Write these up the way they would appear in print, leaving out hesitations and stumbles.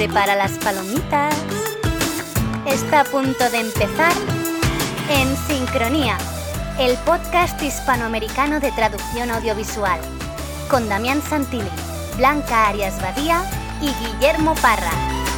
Prepara las palomitas. Está a punto de empezar En Sincronía, el podcast hispanoamericano de traducción audiovisual, con Damián Santilli, Blanca Arias Badía y Guillermo Parra.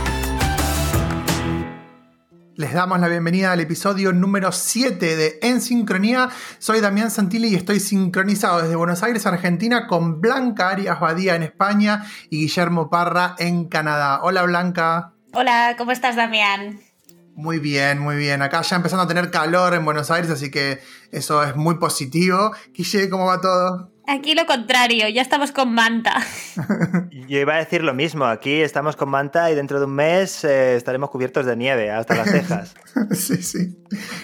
Les damos la bienvenida al episodio número 7 de En Sincronía. Soy Damián Santilli y estoy sincronizado desde Buenos Aires, Argentina, con Blanca Arias Badía en España y Guillermo Parra en Canadá. Hola, Blanca. Hola, ¿cómo estás, Damián? Muy bien, muy bien. Acá ya empezando a tener calor en Buenos Aires, así que eso es muy positivo. Guille, ¿cómo va todo? Aquí lo contrario, ya estamos con manta. Yo iba a decir lo mismo, aquí estamos con manta y dentro de un mes estaremos cubiertos de nieve hasta las cejas. Sí.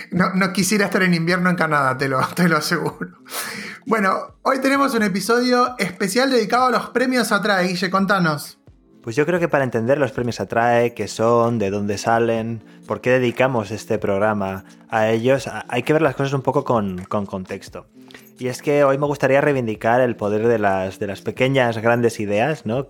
No quisiera estar en invierno en Canadá, te lo aseguro. Bueno, hoy tenemos un episodio especial dedicado a los premios Atrae. Guille, contanos. Pues yo creo que para entender los premios Atrae, qué son, de dónde salen, por qué dedicamos este programa a ellos, hay que ver las cosas un poco con contexto. Y es que hoy me gustaría reivindicar el poder de las pequeñas, grandes ideas, ¿no?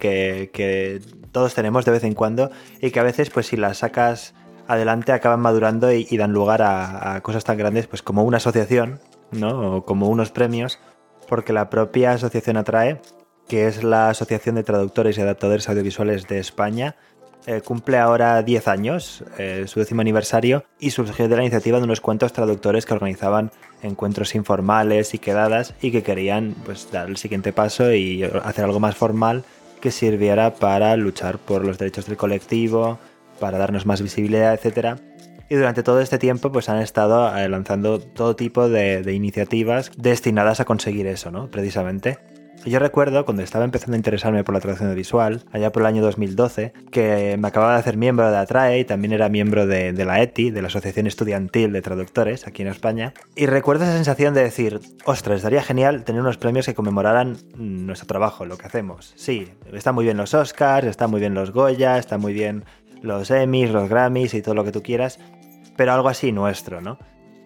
que todos tenemos de vez en cuando y que a veces, pues si las sacas adelante, acaban madurando y dan lugar a cosas tan grandes pues como una asociación, ¿no? O como unos premios, porque la propia asociación Atrae, que es la Asociación de Traductores y Adaptadores Audiovisuales de España, cumple ahora 10 años, su 10º aniversario, y surgió de la iniciativa de unos cuantos traductores que organizaban encuentros informales y quedadas y que querían pues dar el siguiente paso y hacer algo más formal que sirviera para luchar por los derechos del colectivo, para darnos más visibilidad, etc. Y durante todo este tiempo pues han estado lanzando todo tipo de iniciativas destinadas a conseguir eso, ¿no? Precisamente. Yo recuerdo cuando estaba empezando a interesarme por la traducción audiovisual, allá por el año 2012, que me acababa de hacer miembro de Atrae y también era miembro de la ETI, de la Asociación Estudiantil de Traductores, aquí en España. Y recuerdo esa sensación de decir, ostras, estaría genial tener unos premios que conmemoraran nuestro trabajo, lo que hacemos. Sí, están muy bien los Oscars, están muy bien los Goya, están muy bien los Emmys, los Grammys y todo lo que tú quieras, pero algo así nuestro, ¿no?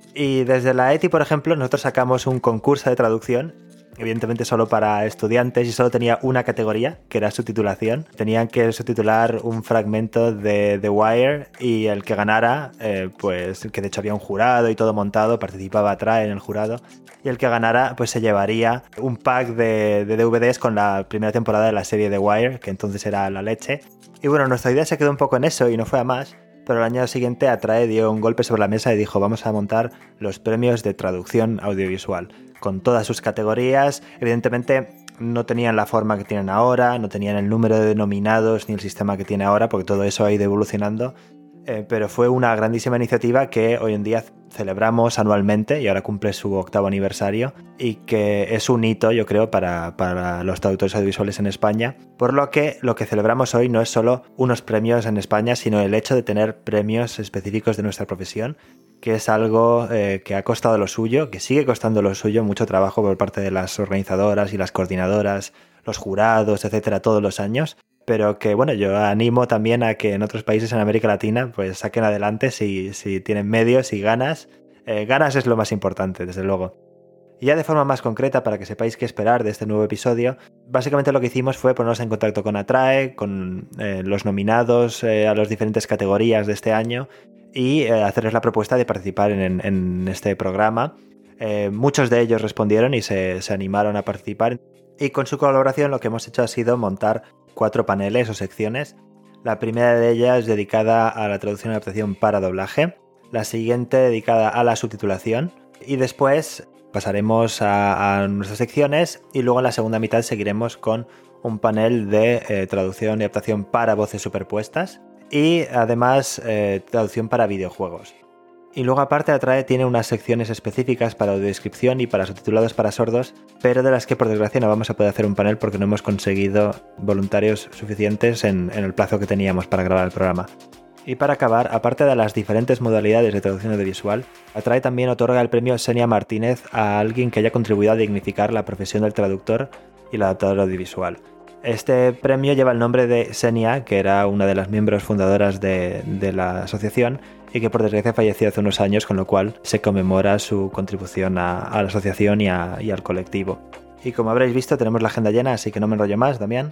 Y desde la ETI, por ejemplo, nosotros sacamos un concurso de traducción, evidentemente solo para estudiantes, y solo tenía una categoría, que era subtitulación. Tenían que subtitular un fragmento de The Wire y el que ganara, pues que de hecho había un jurado y todo montado, participaba Atrae en el jurado, y el que ganara pues se llevaría un pack de DVDs con la primera temporada de la serie The Wire, que entonces era la leche. Y bueno, nuestra idea se quedó un poco en eso y no fue a más. Pero el año siguiente Atrae dio un golpe sobre la mesa y dijo, vamos a montar los premios de traducción audiovisual, con todas sus categorías. Evidentemente no tenían la forma que tienen ahora, no tenían el número de nominados ni el sistema que tiene ahora, porque todo eso ha ido evolucionando. Pero fue una grandísima iniciativa que hoy en día celebramos anualmente y ahora cumple su 8º aniversario y que es un hito, yo creo, para los traductores audiovisuales en España, por lo que celebramos hoy no es solo unos premios en España, sino el hecho de tener premios específicos de nuestra profesión, que es algo que ha costado lo suyo, que sigue costando lo suyo, mucho trabajo por parte de las organizadoras y las coordinadoras, los jurados, etcétera, todos los años. Pero que, bueno, yo animo también a que en otros países en América Latina pues saquen adelante si tienen medios y ganas. Ganas es lo más importante, desde luego. Y ya de forma más concreta, para que sepáis qué esperar de este nuevo episodio, básicamente lo que hicimos fue ponernos en contacto con Atrae, con los nominados a las diferentes categorías de este año y hacerles la propuesta de participar en este programa. Muchos de ellos respondieron y se animaron a participar. Y con su colaboración lo que hemos hecho ha sido montar 4 paneles o secciones. La primera de ellas es dedicada a la traducción y adaptación para doblaje, la siguiente dedicada a la subtitulación y después pasaremos a nuestras secciones y luego en la segunda mitad seguiremos con un panel de traducción y adaptación para voces superpuestas y además traducción para videojuegos. Y luego aparte Atrae tiene unas secciones específicas para audiodescripción y para subtitulados para sordos, pero de las que por desgracia no vamos a poder hacer un panel porque no hemos conseguido voluntarios suficientes en el plazo que teníamos para grabar el programa. Y para acabar, aparte de las diferentes modalidades de traducción audiovisual, Atrae también otorga el premio Xenia Martínez a alguien que haya contribuido a dignificar la profesión del traductor y el adaptador audiovisual. Este premio lleva el nombre de Xenia, que era una de las miembros fundadoras de la asociación y que por desgracia falleció hace unos años, con lo cual se conmemora su contribución a la asociación y al colectivo. Y como habréis visto, tenemos la agenda llena, así que no me enrollo más, Damián.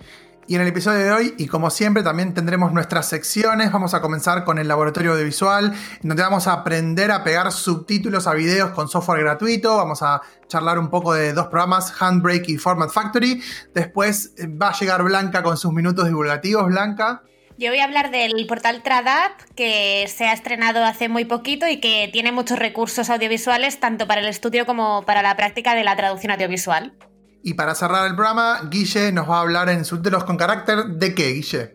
Y en el episodio de hoy, y como siempre, también tendremos nuestras secciones. Vamos a comenzar con el laboratorio audiovisual, donde vamos a aprender a pegar subtítulos a videos con software gratuito. Vamos a charlar un poco de dos programas, Handbrake y Format Factory. Después va a llegar Blanca con sus minutos divulgativos. Blanca. Yo voy a hablar del portal TradUp, que se ha estrenado hace muy poquito y que tiene muchos recursos audiovisuales, tanto para el estudio como para la práctica de la traducción audiovisual. Y para cerrar el programa, Guille nos va a hablar en subtítulos con carácter. ¿De qué, Guille?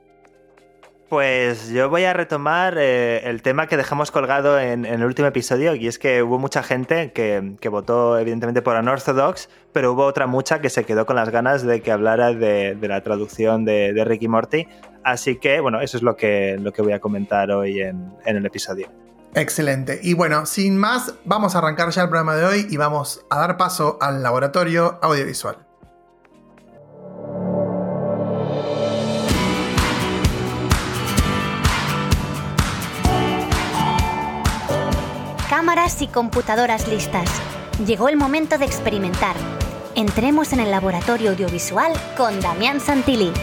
Pues yo voy a retomar el tema que dejamos colgado en el último episodio, y es que hubo mucha gente que votó evidentemente por Unorthodox, pero hubo otra mucha que se quedó con las ganas de que hablara de la traducción de Rick y Morty. Así que, bueno, eso es lo que voy a comentar hoy en el episodio. Excelente. Y bueno, sin más, vamos a arrancar ya el programa de hoy y vamos a dar paso al laboratorio audiovisual. Cámaras y computadoras listas. Llegó el momento de experimentar. Entremos en el laboratorio audiovisual con Damián Santilli.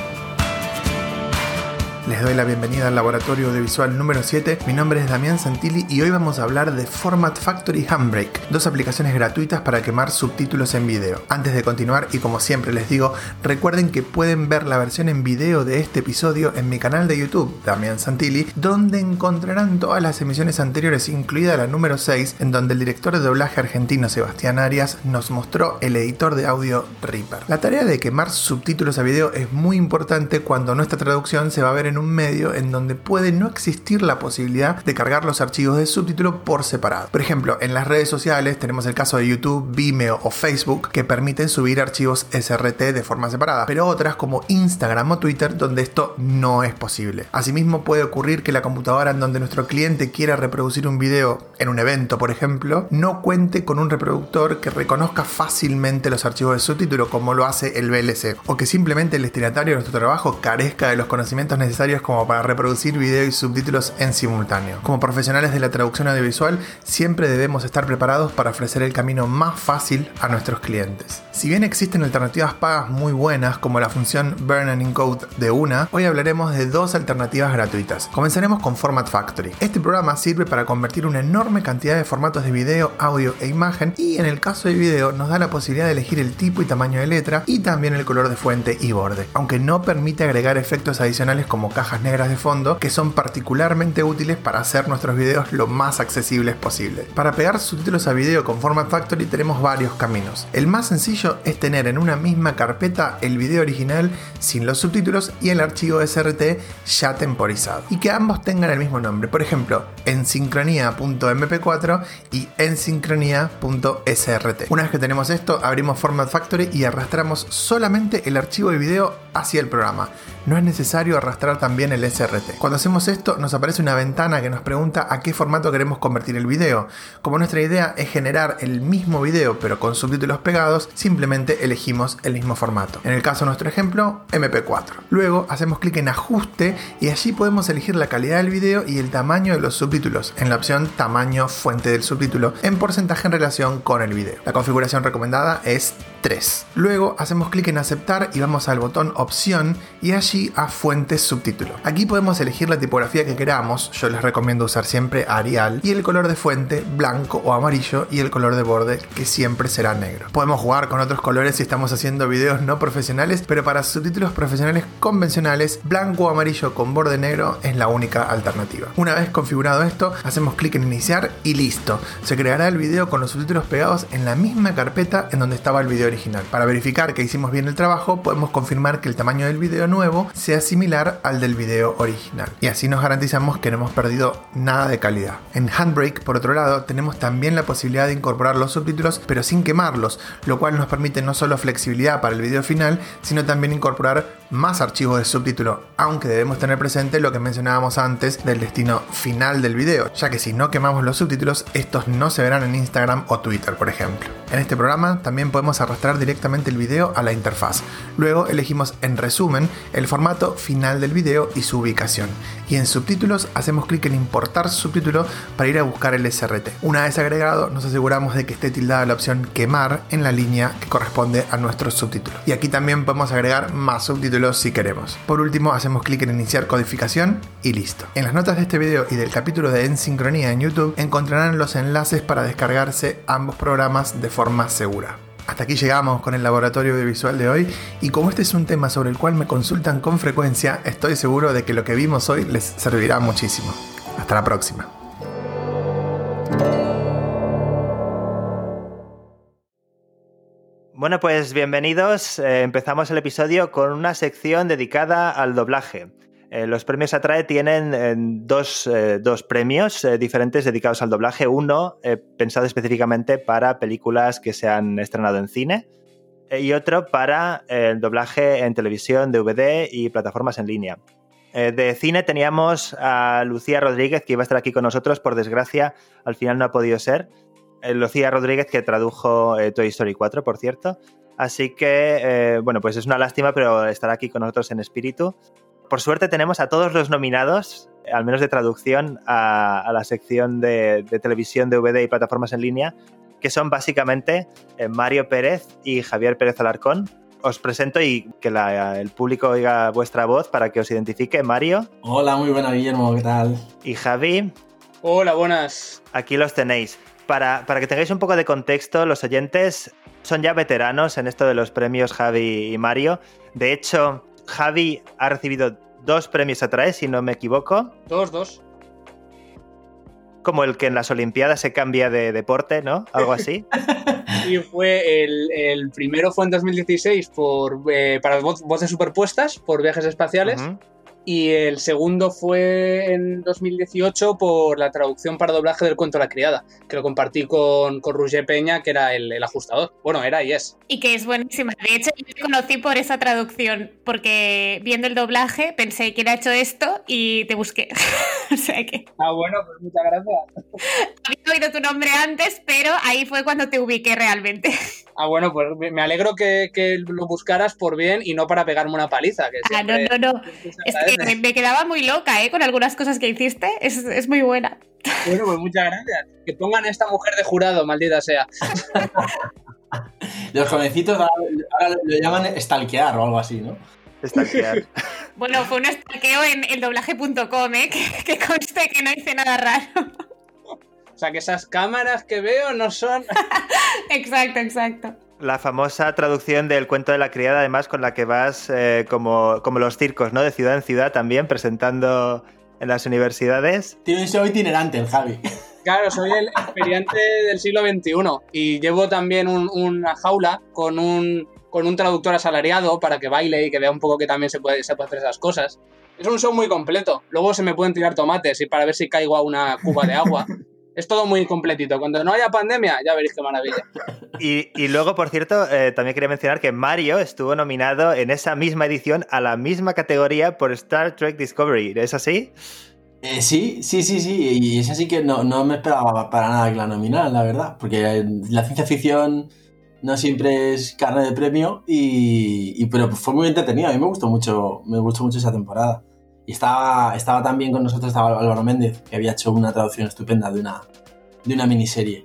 Les doy la bienvenida al laboratorio audiovisual número 7. Mi nombre es Damián Santilli y hoy vamos a hablar de Format Factory y Handbrake, dos aplicaciones gratuitas para quemar subtítulos en video. Antes de continuar, y como siempre les digo, recuerden que pueden ver la versión en video de este episodio en mi canal de YouTube, Damián Santilli, donde encontrarán todas las emisiones anteriores, incluida la número 6, en donde el director de doblaje argentino Sebastián Arias nos mostró el editor de audio Reaper. La tarea de quemar subtítulos a video es muy importante cuando nuestra traducción se va a ver en un medio en donde puede no existir la posibilidad de cargar los archivos de subtítulo por separado. Por ejemplo, en las redes sociales tenemos el caso de YouTube, Vimeo o Facebook que permiten subir archivos SRT de forma separada, pero otras como Instagram o Twitter donde esto no es posible. Asimismo, puede ocurrir que la computadora en donde nuestro cliente quiera reproducir un video en un evento, por ejemplo, no cuente con un reproductor que reconozca fácilmente los archivos de subtítulo como lo hace el VLC, o que simplemente el destinatario de nuestro trabajo carezca de los conocimientos necesarios como para reproducir video y subtítulos en simultáneo. Como profesionales de la traducción audiovisual, siempre debemos estar preparados para ofrecer el camino más fácil a nuestros clientes. Si bien existen alternativas pagas muy buenas como la función Burn and Encode de Una, hoy hablaremos de dos alternativas gratuitas. Comenzaremos con Format Factory. Este programa sirve para convertir una enorme cantidad de formatos de video, audio e imagen, y en el caso de video nos da la posibilidad de elegir el tipo y tamaño de letra y también el color de fuente y borde, aunque no permite agregar efectos adicionales como cajas negras de fondo, que son particularmente útiles para hacer nuestros videos lo más accesibles posible. Para pegar subtítulos a video con Format Factory tenemos varios caminos. El más sencillo es tener en una misma carpeta el video original sin los subtítulos y el archivo SRT ya temporizado, y que ambos tengan el mismo nombre, por ejemplo ensincronía.mp4 y ensincronía.srt. Una vez que tenemos esto, abrimos Format Factory y arrastramos solamente el archivo de video hacia el programa. No es necesario arrastrar también el SRT. Cuando hacemos esto, nos aparece una ventana que nos pregunta a qué formato queremos convertir el video. Como nuestra idea es generar el mismo video pero con subtítulos pegados, simplemente elegimos el mismo formato. En el caso de nuestro ejemplo, MP4. Luego hacemos clic en Ajuste y allí podemos elegir la calidad del video y el tamaño de los subtítulos en la opción Tamaño fuente del subtítulo en porcentaje en relación con el video. La configuración recomendada es 3. Luego hacemos clic en Aceptar y vamos al botón Opción y allí a Fuentes Subtítulo. Aquí podemos elegir la tipografía que queramos. Yo les recomiendo usar siempre Arial, y el color de fuente blanco o amarillo, y el color de borde que siempre será negro. Podemos jugar con otros colores si estamos haciendo videos no profesionales, pero para subtítulos profesionales convencionales, blanco o amarillo con borde negro es la única alternativa. Una vez configurado esto, hacemos clic en Iniciar y listo. Se creará el video con los subtítulos pegados en la misma carpeta en donde estaba el video original. Para verificar que hicimos bien el trabajo, podemos confirmar que el tamaño del video nuevo sea similar al del video original, y así nos garantizamos que no hemos perdido nada de calidad. En Handbrake, por otro lado, tenemos también la posibilidad de incorporar los subtítulos pero sin quemarlos, lo cual nos permite no solo flexibilidad para el video final, sino también incorporar más archivos de subtítulo, aunque debemos tener presente lo que mencionábamos antes del destino final del video, ya que si no quemamos los subtítulos, estos no se verán en Instagram o Twitter, por ejemplo. En este programa también podemos arrastrar directamente el video a la interfaz. Luego elegimos en resumen el formato final del video y su ubicación, y en subtítulos hacemos clic en importar subtítulo para ir a buscar el SRT. Una vez agregado, nos aseguramos de que esté tildada la opción quemar en la línea que corresponde a nuestro subtítulo, y aquí también podemos agregar más subtítulos capítulos si queremos. Por último, hacemos clic en iniciar codificación y listo. En las notas de este video y del capítulo de En Sincronía en YouTube encontrarán los enlaces para descargarse ambos programas de forma segura. Hasta aquí llegamos con el laboratorio audiovisual de hoy, y como este es un tema sobre el cual me consultan con frecuencia, estoy seguro de que lo que vimos hoy les servirá muchísimo. Hasta la próxima. Bueno, pues bienvenidos. Empezamos el episodio con una sección dedicada al doblaje. Los premios Atrae tienen dos premios diferentes dedicados al doblaje. Uno pensado específicamente para películas que se han estrenado en cine y otro para el doblaje en televisión, DVD y plataformas en línea. De cine teníamos a Lucía Rodríguez, que iba a estar aquí con nosotros. Por desgracia, al final no ha podido ser. Lucía Rodríguez, que tradujo Toy Story 4, por cierto. Así que, bueno, pues es una lástima, pero estará aquí con nosotros en espíritu. Por suerte tenemos a todos los nominados, al menos de traducción, a la sección de televisión, DVD y plataformas en línea, que son básicamente Mario Pérez y Javier Pérez Alarcón. Os presento y que el público oiga vuestra voz para que os identifique. Mario. Hola, muy buena, Guillermo, ¿qué tal? Y Javi. Hola, buenas. Aquí los tenéis. Para que tengáis un poco de contexto, los oyentes son ya veteranos en esto de los premios Javi y Mario. De hecho, Javi ha recibido 2 premios Atrae, si no me equivoco. Dos. Como el que en las Olimpiadas se cambia de deporte, ¿no? Algo así. Y fue el primero fue en 2016 para voces superpuestas por viajes espaciales. Uh-huh. Y el segundo fue en 2018 por la traducción para doblaje del cuento La Criada, que lo compartí con Roger Peña, que era el ajustador. Bueno, era y es. Y que es buenísima. De hecho, yo te conocí por esa traducción, porque viendo el doblaje pensé que era hecho esto y te busqué. O sea que... Ah, bueno, pues muchas gracias. Había oído tu nombre antes, pero ahí fue cuando te ubiqué realmente. Ah, bueno, pues me alegro que lo buscaras por bien y no para pegarme una paliza. Que siempre, no. Es que me quedaba muy loca, con algunas cosas que hiciste. Es muy buena. Bueno, pues muchas gracias. Que pongan a esta mujer de jurado, maldita sea. Los jovencitos ahora lo llaman stalkear o algo así, ¿no? Stalkear. Bueno, fue un stalkeo en eldoblaje.com, que conste que no hice nada raro. O sea, que esas cámaras que veo no son... Exacto. La famosa traducción del cuento de La Criada, además, con la que vas como los circos, ¿no? De ciudad en ciudad también, presentando en las universidades. Tiene un show itinerante el Javi. Claro, soy el experiente del siglo XXI y llevo también una jaula con un traductor asalariado para que baile y que vea un poco que también se puede hacer esas cosas. Es un show muy completo. Luego se me pueden tirar tomates y para ver si caigo a una cuba de agua. Es todo muy completito. Cuando no haya pandemia, ya veréis qué maravilla. Y luego, por cierto, también quería mencionar que Mario estuvo nominado en esa misma edición a la misma categoría por Star Trek Discovery. ¿Es así? Sí. Y es así que no me esperaba para nada que la nominaran, la verdad. Porque la ciencia ficción no siempre es carne de premio, pero fue muy entretenido. A mí me gustó mucho esa temporada. Y estaba también con nosotros Álvaro Méndez, que había hecho una traducción estupenda de una miniserie.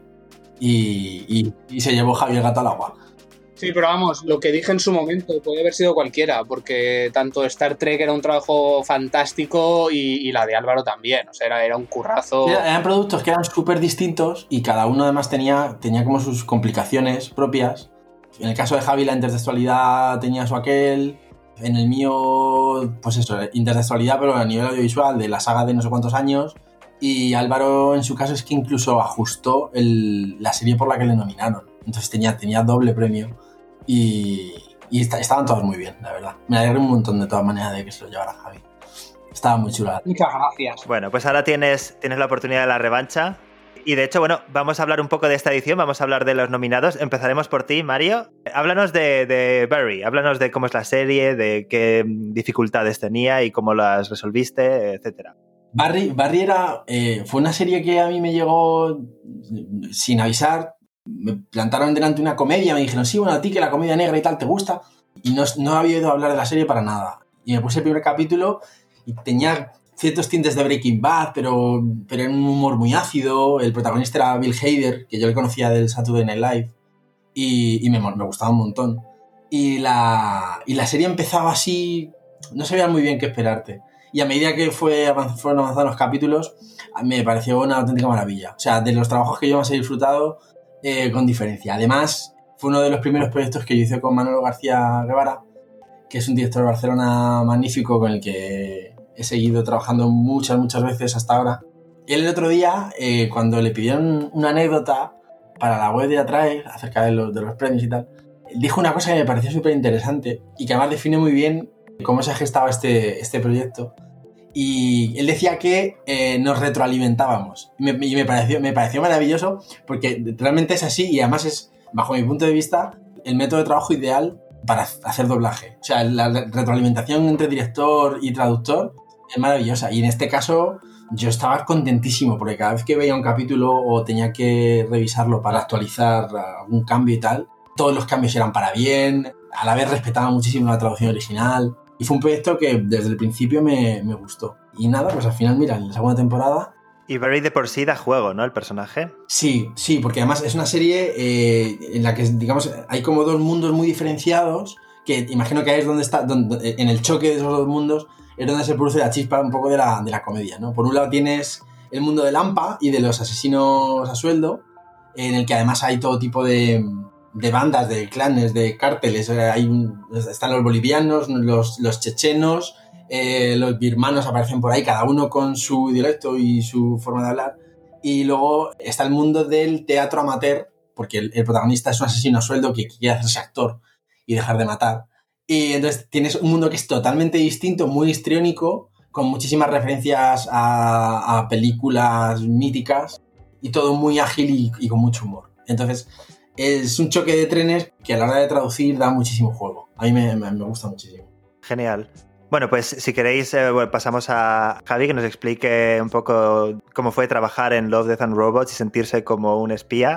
Y se llevó Javier Gato al agua. Sí, pero vamos, lo que dije en su momento puede haber sido cualquiera, porque tanto Star Trek era un trabajo fantástico y la de Álvaro también. O sea, era un currazo. Eran productos que eran súper distintos y cada uno además tenía como sus complicaciones propias. En el caso de Javi, la intertextualidad tenía su aquel. En el mío, pues eso, intertextualidad, pero a nivel audiovisual, de la saga de no sé cuántos años. Y Álvaro, en su caso, es que incluso ajustó la serie por la que le nominaron. Entonces tenía doble premio. Y estaban todos muy bien, la verdad. Me alegré un montón de todas maneras de que se lo llevara Javi. Estaba muy chula. Muchas gracias. Bueno, pues ahora tienes la oportunidad de la revancha. Y de hecho, bueno, vamos a hablar un poco de esta edición, vamos a hablar de los nominados. Empezaremos por ti, Mario. Háblanos de Barry, háblanos de cómo es la serie, de qué dificultades tenía y cómo las resolviste, etcétera. Barry fue una serie que a mí me llegó sin avisar. Me plantaron delante una comedia, me dijeron, sí, bueno, a ti que la comedia negra y tal te gusta. Y no había oído hablar de la serie para nada. Y me puse el primer capítulo y tenía ciertos tintes de Breaking Bad, pero en un humor muy ácido. El protagonista era Bill Hader, que yo le conocía del Saturday Night Live, y me gustaba un montón. y la serie empezaba así, no sabía muy bien qué esperarte. Y a medida que fueron avanzando los capítulos, me pareció una auténtica maravilla. O sea, de los trabajos que yo más he disfrutado, con diferencia. Además, fue uno de los primeros proyectos que yo hice con Manolo García Guevara, que es un director de Barcelona magnífico con el que he seguido trabajando muchas veces hasta ahora. Él el otro día, cuando le pidieron una anécdota para la web de Atrae acerca de los premios y tal, dijo una cosa que me pareció súper interesante y que además define muy bien cómo se gestaba este proyecto. Y él decía que nos retroalimentábamos. Y me pareció maravilloso porque realmente es así y además es, bajo mi punto de vista, el método de trabajo ideal para hacer doblaje. O sea, la retroalimentación entre director y traductor es maravillosa. Y en este caso yo estaba contentísimo porque cada vez que veía un capítulo o tenía que revisarlo para actualizar algún cambio y tal, todos los cambios eran para bien, a la vez respetaba muchísimo la traducción original. Y fue un proyecto que desde el principio me gustó. Y nada, pues al final, mira, en la segunda temporada... Y Barry de por sí da juego, ¿no? El personaje. Sí, porque además es una serie en la que, digamos, hay como dos mundos muy diferenciados, que imagino que ahí es donde está, en el choque de esos dos mundos, es donde se produce la chispa un poco de la comedia, ¿no? Por un lado tienes el mundo del AMPA y de los asesinos a sueldo, en el que además hay todo tipo de bandas, de clanes, de cárteles. Están los bolivianos, los chechenos, los birmanos aparecen por ahí, cada uno con su dialecto y su forma de hablar. Y luego está el mundo del teatro amateur, porque el protagonista es un asesino a sueldo que quiere hacerse actor y dejar de matar. Y entonces tienes un mundo que es totalmente distinto, muy histriónico, con muchísimas referencias a películas míticas y todo muy ágil y con mucho humor. Entonces es un choque de trenes que a la hora de traducir da muchísimo juego. A mí me gusta muchísimo. Genial. Bueno, pues si queréis, pasamos a Javi que nos explique un poco cómo fue trabajar en Love, Death and Robots y sentirse como un espía.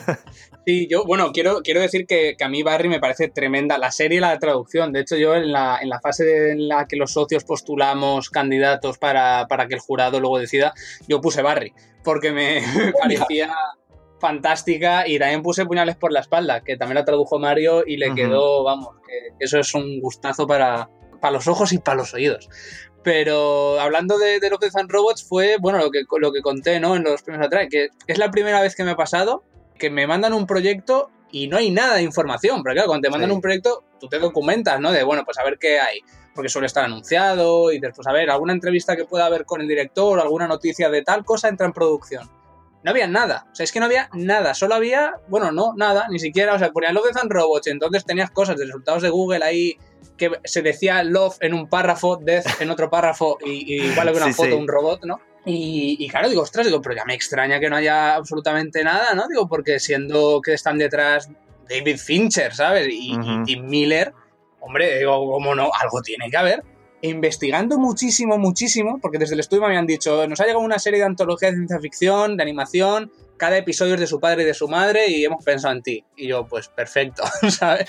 Sí, yo, bueno, quiero decir que a mí Barry me parece tremenda, la serie y la traducción. De hecho, yo en la fase en la que los socios postulamos candidatos para que el jurado luego decida, yo puse Barry, porque me parecía fantástica, y también puse Puñales por la espalda, que también la tradujo Mario y le quedó, vamos, que eso es un gustazo para los ojos y para los oídos. Pero hablando de Love, Death and Robots, fue, bueno, lo que conté, ¿no? En los premios Atrae, que es la primera vez que me ha pasado que me mandan un proyecto y no hay nada de información. Pero claro, cuando te mandan un proyecto, tú te documentas, ¿no? De, bueno, pues a ver qué hay, porque suele estar anunciado y después a ver alguna entrevista que pueda haber con el director o alguna noticia de tal cosa entra en producción. No había nada, o sea, es que no había nada, solo había, bueno, no, nada, ni siquiera, o sea, ponían Love, Death and Robots, entonces tenías cosas de resultados de Google ahí que se decía Love en un párrafo, Death en otro párrafo y igual que una foto de un robot, ¿no? Y claro, digo, ostras, pero ya me extraña que no haya absolutamente nada, ¿no? Digo, porque siendo que están detrás David Fincher, ¿sabes? Y Tim Miller, hombre, digo, ¿cómo no? Algo tiene que haber. E investigando muchísimo, porque desde el estudio me habían dicho, nos ha llegado una serie de antologías de ciencia ficción, de animación, cada episodio es de su padre y de su madre y hemos pensado en ti. Y yo, pues perfecto, ¿sabes?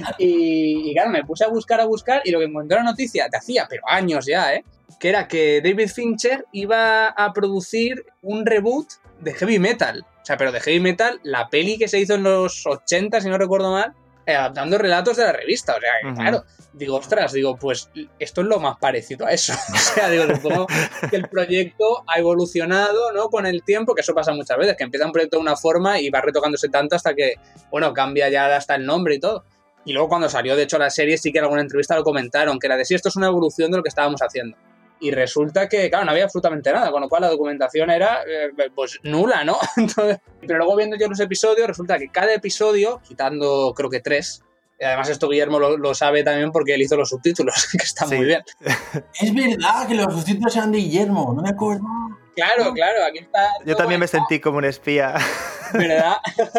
Y claro, me puse a buscar y lo que encontré una noticia de hacía, pero años ya, que era que David Fincher iba a producir un reboot de Heavy Metal. O sea, pero de Heavy Metal, la peli que se hizo en los 80, si no recuerdo mal, adaptando relatos de la revista. O sea, claro, digo, ostras, pues esto es lo más parecido a eso. O sea, digo, supongo que el proyecto ha evolucionado, ¿no? Con el tiempo, que eso pasa muchas veces, que empieza un proyecto de una forma y va retocándose tanto hasta que, bueno, cambia ya hasta el nombre y todo. Y luego cuando salió, de hecho, la serie, sí que en alguna entrevista lo comentaron, que era de sí, esto es una evolución de lo que estábamos haciendo. Y resulta que, claro, no había absolutamente nada, con lo cual la documentación era, pues, nula, ¿no? Entonces, pero luego viendo yo los episodios, resulta que cada episodio, quitando creo que 3, y además esto Guillermo lo sabe también porque él hizo los subtítulos, que están muy bien. Es verdad que los subtítulos eran de Guillermo, no me acuerdo. Claro, aquí está. Yo también me sentí como un espía. ¿Verdad?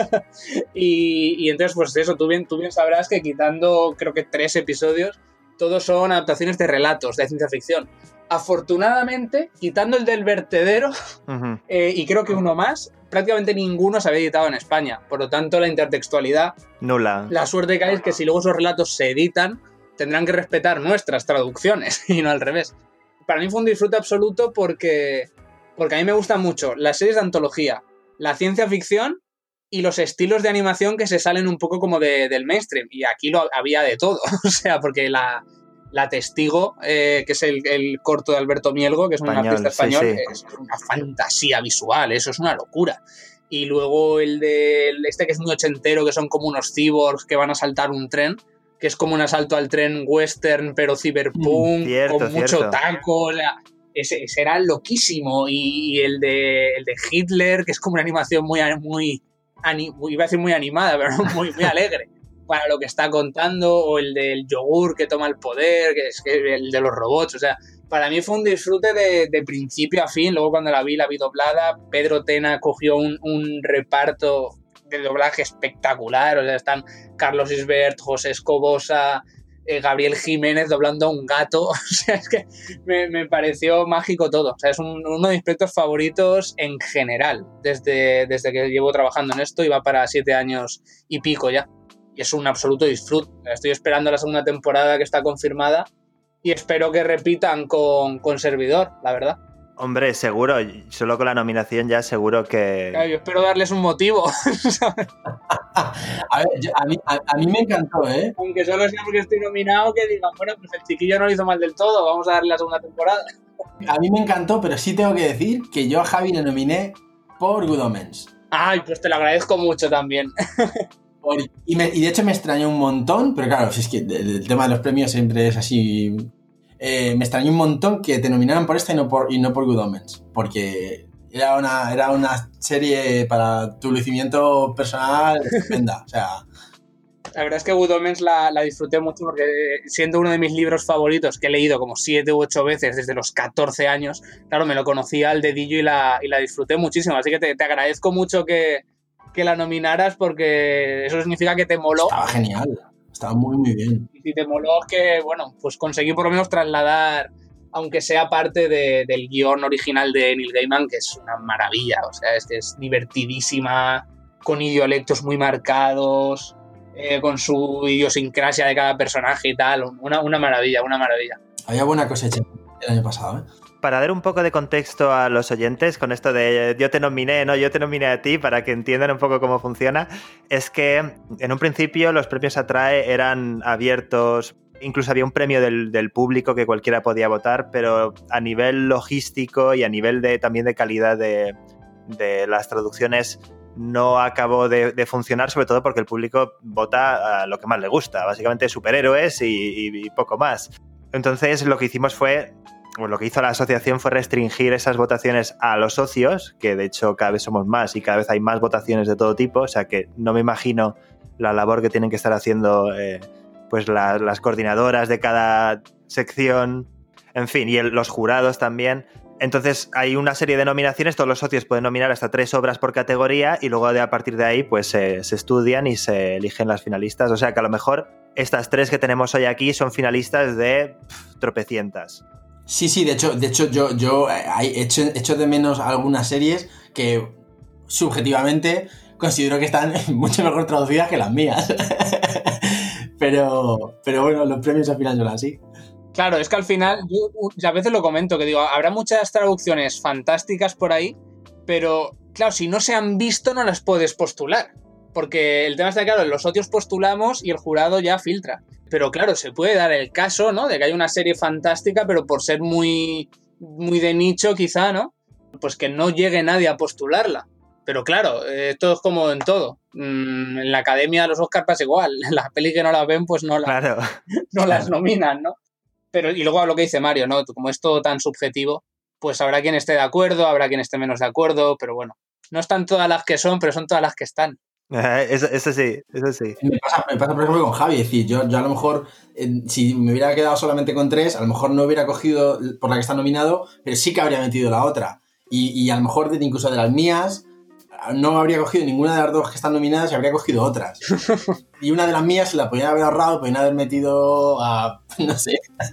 y entonces, pues eso, tú bien sabrás que quitando creo que 3 episodios, todos son adaptaciones de relatos de ciencia ficción. Afortunadamente, quitando el del vertedero, y creo que uno más, prácticamente ninguno se había editado en España. Por lo tanto, la intertextualidad nula. La suerte que hay es que si luego esos relatos se editan, tendrán que respetar nuestras traducciones y no al revés. Para mí fue un disfrute absoluto porque a mí me gustan mucho las series de antología, la ciencia ficción y los estilos de animación que se salen un poco como del mainstream. Y aquí había de todo. O sea, porque la Testigo, que es el corto de Alberto Mielgo, que es un artista español, sí. Es una fantasía visual, eso es una locura. Y luego el de este que es muy ochentero, que son como unos cyborgs que van a saltar un tren, que es como un asalto al tren western, pero cyberpunk, con mucho taco. O sea, ese era loquísimo. Y el de Hitler, que es como una animación muy iba a decir muy animada, pero muy alegre para lo que está contando, o el del yogur que toma el poder, que es el de los robots. O sea, para mí fue un disfrute de principio a fin. Luego cuando la vi doblada. Pedro Tena cogió un reparto de doblaje espectacular. O sea, están Carlos Isbert, José Escobosa, Gabriel Jiménez doblando a un gato. O sea, es que me pareció mágico todo. O sea, es uno de mis proyectos favoritos en general, desde que llevo trabajando en esto, y va para 7 años y pico ya. Y es un absoluto disfrute. Estoy esperando la segunda temporada, que está confirmada, y espero que repitan con Servidor, la verdad. Hombre, seguro, solo con la nominación ya seguro que... Claro, yo espero darles un motivo. A ver, a mí me encantó, ¿eh? Aunque solo sea porque estoy nominado, que digan, bueno, pues el chiquillo no lo hizo mal del todo, vamos a darle la segunda temporada. A mí me encantó, pero sí tengo que decir que yo a Javi le nominé por Good Omens. Ay, pues te lo agradezco mucho también. Y de hecho me extrañó un montón, pero claro, si es que el tema de los premios siempre es así... me extrañó un montón que te nominaran por esta y no por Good Omens, porque era una serie para tu lucimiento personal estupenda. O sea, la verdad es que Good Omens la disfruté mucho, porque siendo uno de mis libros favoritos, que he leído como 7 u 8 veces desde los 14 años, claro, me lo conocía al dedillo y la disfruté muchísimo. Así que te agradezco mucho que la nominaras, porque eso significa que te moló. Estaba genial. Estaba muy, muy bien. Y si te moló, que bueno, pues conseguí por lo menos trasladar, aunque sea parte del guión original de Neil Gaiman, que es una maravilla. O sea, es divertidísima, con idiolectos muy marcados, con su idiosincrasia de cada personaje y tal. Una maravilla, una maravilla. Había buena cosecha el año pasado, ¿eh? Para dar un poco de contexto a los oyentes con esto de yo te nominé, no, yo te nominé a ti, para que entiendan un poco cómo funciona, es que en un principio los premios Atrae eran abiertos, incluso había un premio del público que cualquiera podía votar, pero a nivel logístico y a nivel también de calidad de las traducciones no acabó de funcionar, sobre todo porque el público vota a lo que más le gusta, básicamente superhéroes y poco más. Entonces lo que hicimos fue... Pues lo que hizo la asociación fue restringir esas votaciones a los socios, que de hecho cada vez somos más y cada vez hay más votaciones de todo tipo, o sea que no me imagino la labor que tienen que estar haciendo pues las coordinadoras de cada sección, en fin, y los jurados también. Entonces hay una serie de nominaciones, todos los socios pueden nominar hasta 3 obras por categoría y luego a partir de ahí pues se estudian y se eligen las finalistas, o sea que a lo mejor estas 3 que tenemos hoy aquí son finalistas de tropecientas. Sí, de hecho yo echo de menos algunas series que subjetivamente considero que están mucho mejor traducidas que las mías. pero bueno, los premios al final son así. Claro, es que al final, yo a veces lo comento, que digo, habrá muchas traducciones fantásticas por ahí, pero claro, si no se han visto no las puedes postular. Porque el tema está claro, los socios postulamos y el jurado ya filtra. Pero claro, se puede dar el caso, ¿no? De que hay una serie fantástica, pero por ser muy, muy de nicho quizá, ¿no? Pues que no llegue nadie a postularla. Pero claro, esto es como en todo. En la academia de los Oscars pasa igual. En las pelis que no las ven, pues no las nominan, ¿no? Pero, y luego lo que dice Mario, ¿no? Como es todo tan subjetivo, pues habrá quien esté de acuerdo, habrá quien esté menos de acuerdo, pero bueno, no están todas las que son, pero son todas las que están. Eso sí. Me pasa, por ejemplo, con Javi. Es decir, yo a lo mejor, si me hubiera quedado solamente con 3, a lo mejor no hubiera cogido por la que está nominado, pero sí que habría metido la otra. Y a lo mejor incluso de las mías, no habría cogido ninguna de las 2 que están nominadas y habría cogido otras. Y una de las mías se la podían haber ahorrado, podían haber metido a... no sé...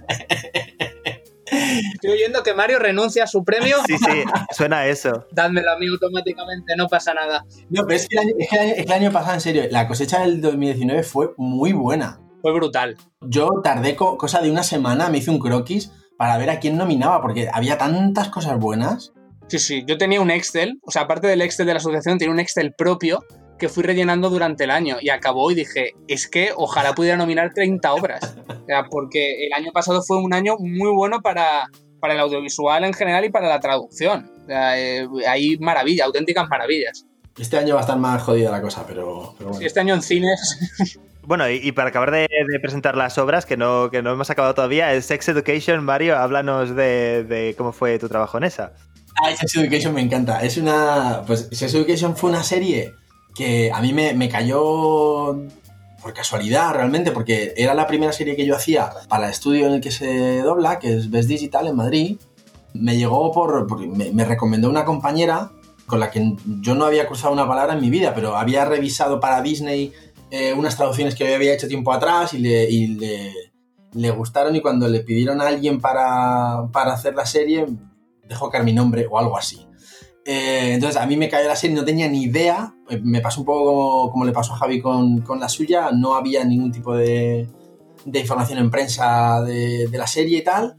Estoy oyendo que Mario renuncia a su premio. Sí, suena a eso. Dádmelo a mí automáticamente, no pasa nada. No, pero es que el año pasado, en serio, la cosecha del 2019 fue muy buena. Fue brutal. Yo tardé cosa de una semana, me hice un croquis para ver a quién nominaba, porque había tantas cosas buenas. Sí, yo tenía un Excel, o sea, aparte del Excel de la asociación, tenía un Excel propio que fui rellenando durante el año y acabó y dije, es que ojalá pudiera nominar 30 obras. O sea, porque el año pasado fue un año muy bueno para el audiovisual en general y para la traducción. O sea, hay maravillas, auténticas maravillas. Este año va a estar más jodida la cosa, pero bueno. Sí, este año en cines... Bueno, y para acabar de presentar las obras, que no hemos acabado todavía, es Sex Education. Mario, háblanos de cómo fue tu trabajo en esa. Sex Education me encanta. Pues Sex Education fue una serie que a mí me cayó por casualidad realmente, porque era la primera serie que yo hacía para el estudio en el que se dobla, que es Best Digital en Madrid. Me llegó porque me recomendó una compañera con la que yo no había cruzado una palabra en mi vida, pero había revisado para Disney unas traducciones que había hecho tiempo atrás y le gustaron, y cuando le pidieron a alguien para hacer la serie dejó caer mi nombre o algo así. Entonces a mí me cayó la serie, no tenía ni idea, me pasó un poco como le pasó a Javi con la suya, no había ningún tipo de información en prensa de la serie y tal,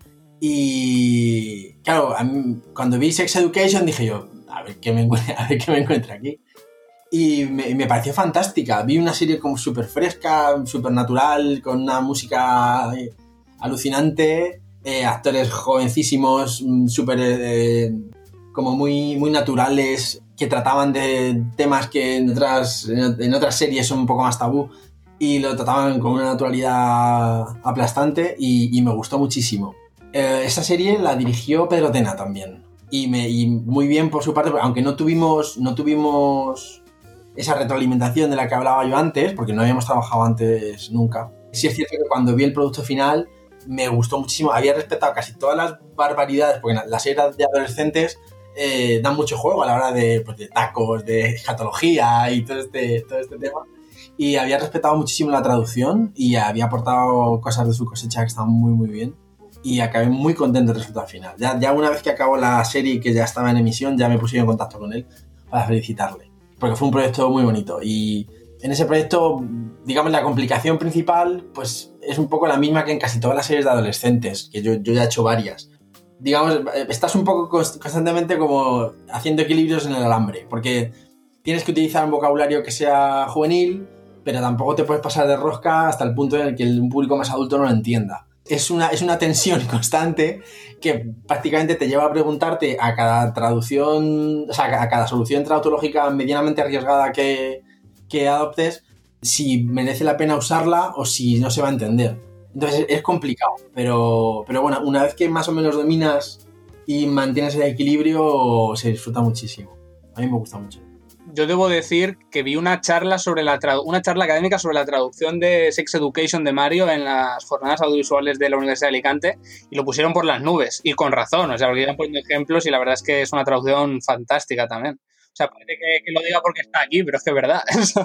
y claro, a mí, cuando vi Sex Education dije yo, a ver qué me encuentra aquí. Y me pareció fantástica. Vi una serie como súper fresca, súper natural, con una música alucinante, actores jovencísimos, súper como muy, muy naturales, que trataban de temas que en otras series son un poco más tabú, y lo trataban con una naturalidad aplastante, y me gustó muchísimo. Esa serie la dirigió Pedro Tena también, y muy bien por su parte, aunque no tuvimos esa retroalimentación de la que hablaba yo antes, porque no habíamos trabajado antes nunca. Sí es cierto que cuando vi el producto final me gustó muchísimo, había respetado casi todas las barbaridades, porque las series de adolescentes dan mucho juego a la hora de tacos, de escatología y todo este tema, y había respetado muchísimo la traducción y había aportado cosas de su cosecha que estaban muy muy bien, y acabé muy contento del resultado final. Ya una vez que acabó la serie, que ya estaba en emisión, ya me puse en contacto con él para felicitarle, porque fue un proyecto muy bonito. Y en ese proyecto, digamos, la complicación principal pues es un poco la misma que en casi todas las series de adolescentes, que yo ya he hecho varias. Digamos, estás un poco constantemente como haciendo equilibrios en el alambre, porque tienes que utilizar un vocabulario que sea juvenil, pero tampoco te puedes pasar de rosca hasta el punto en el que un público más adulto no lo entienda. Es una tensión constante que prácticamente te lleva a preguntarte a cada traducción, o sea, a cada solución tautológica medianamente arriesgada que adoptes, si merece la pena usarla o si no se va a entender. Entonces es complicado, pero bueno, una vez que más o menos dominas y mantienes el equilibrio, se disfruta muchísimo. A mí me gusta mucho. Yo debo decir que vi una charla académica sobre la traducción de Sex Education de Mario en las jornadas audiovisuales de la Universidad de Alicante, y lo pusieron por las nubes, y con razón, o sea, porque iban poniendo ejemplos, y la verdad es que es una traducción fantástica también. O sea, parece que lo diga porque está aquí, pero es que es verdad.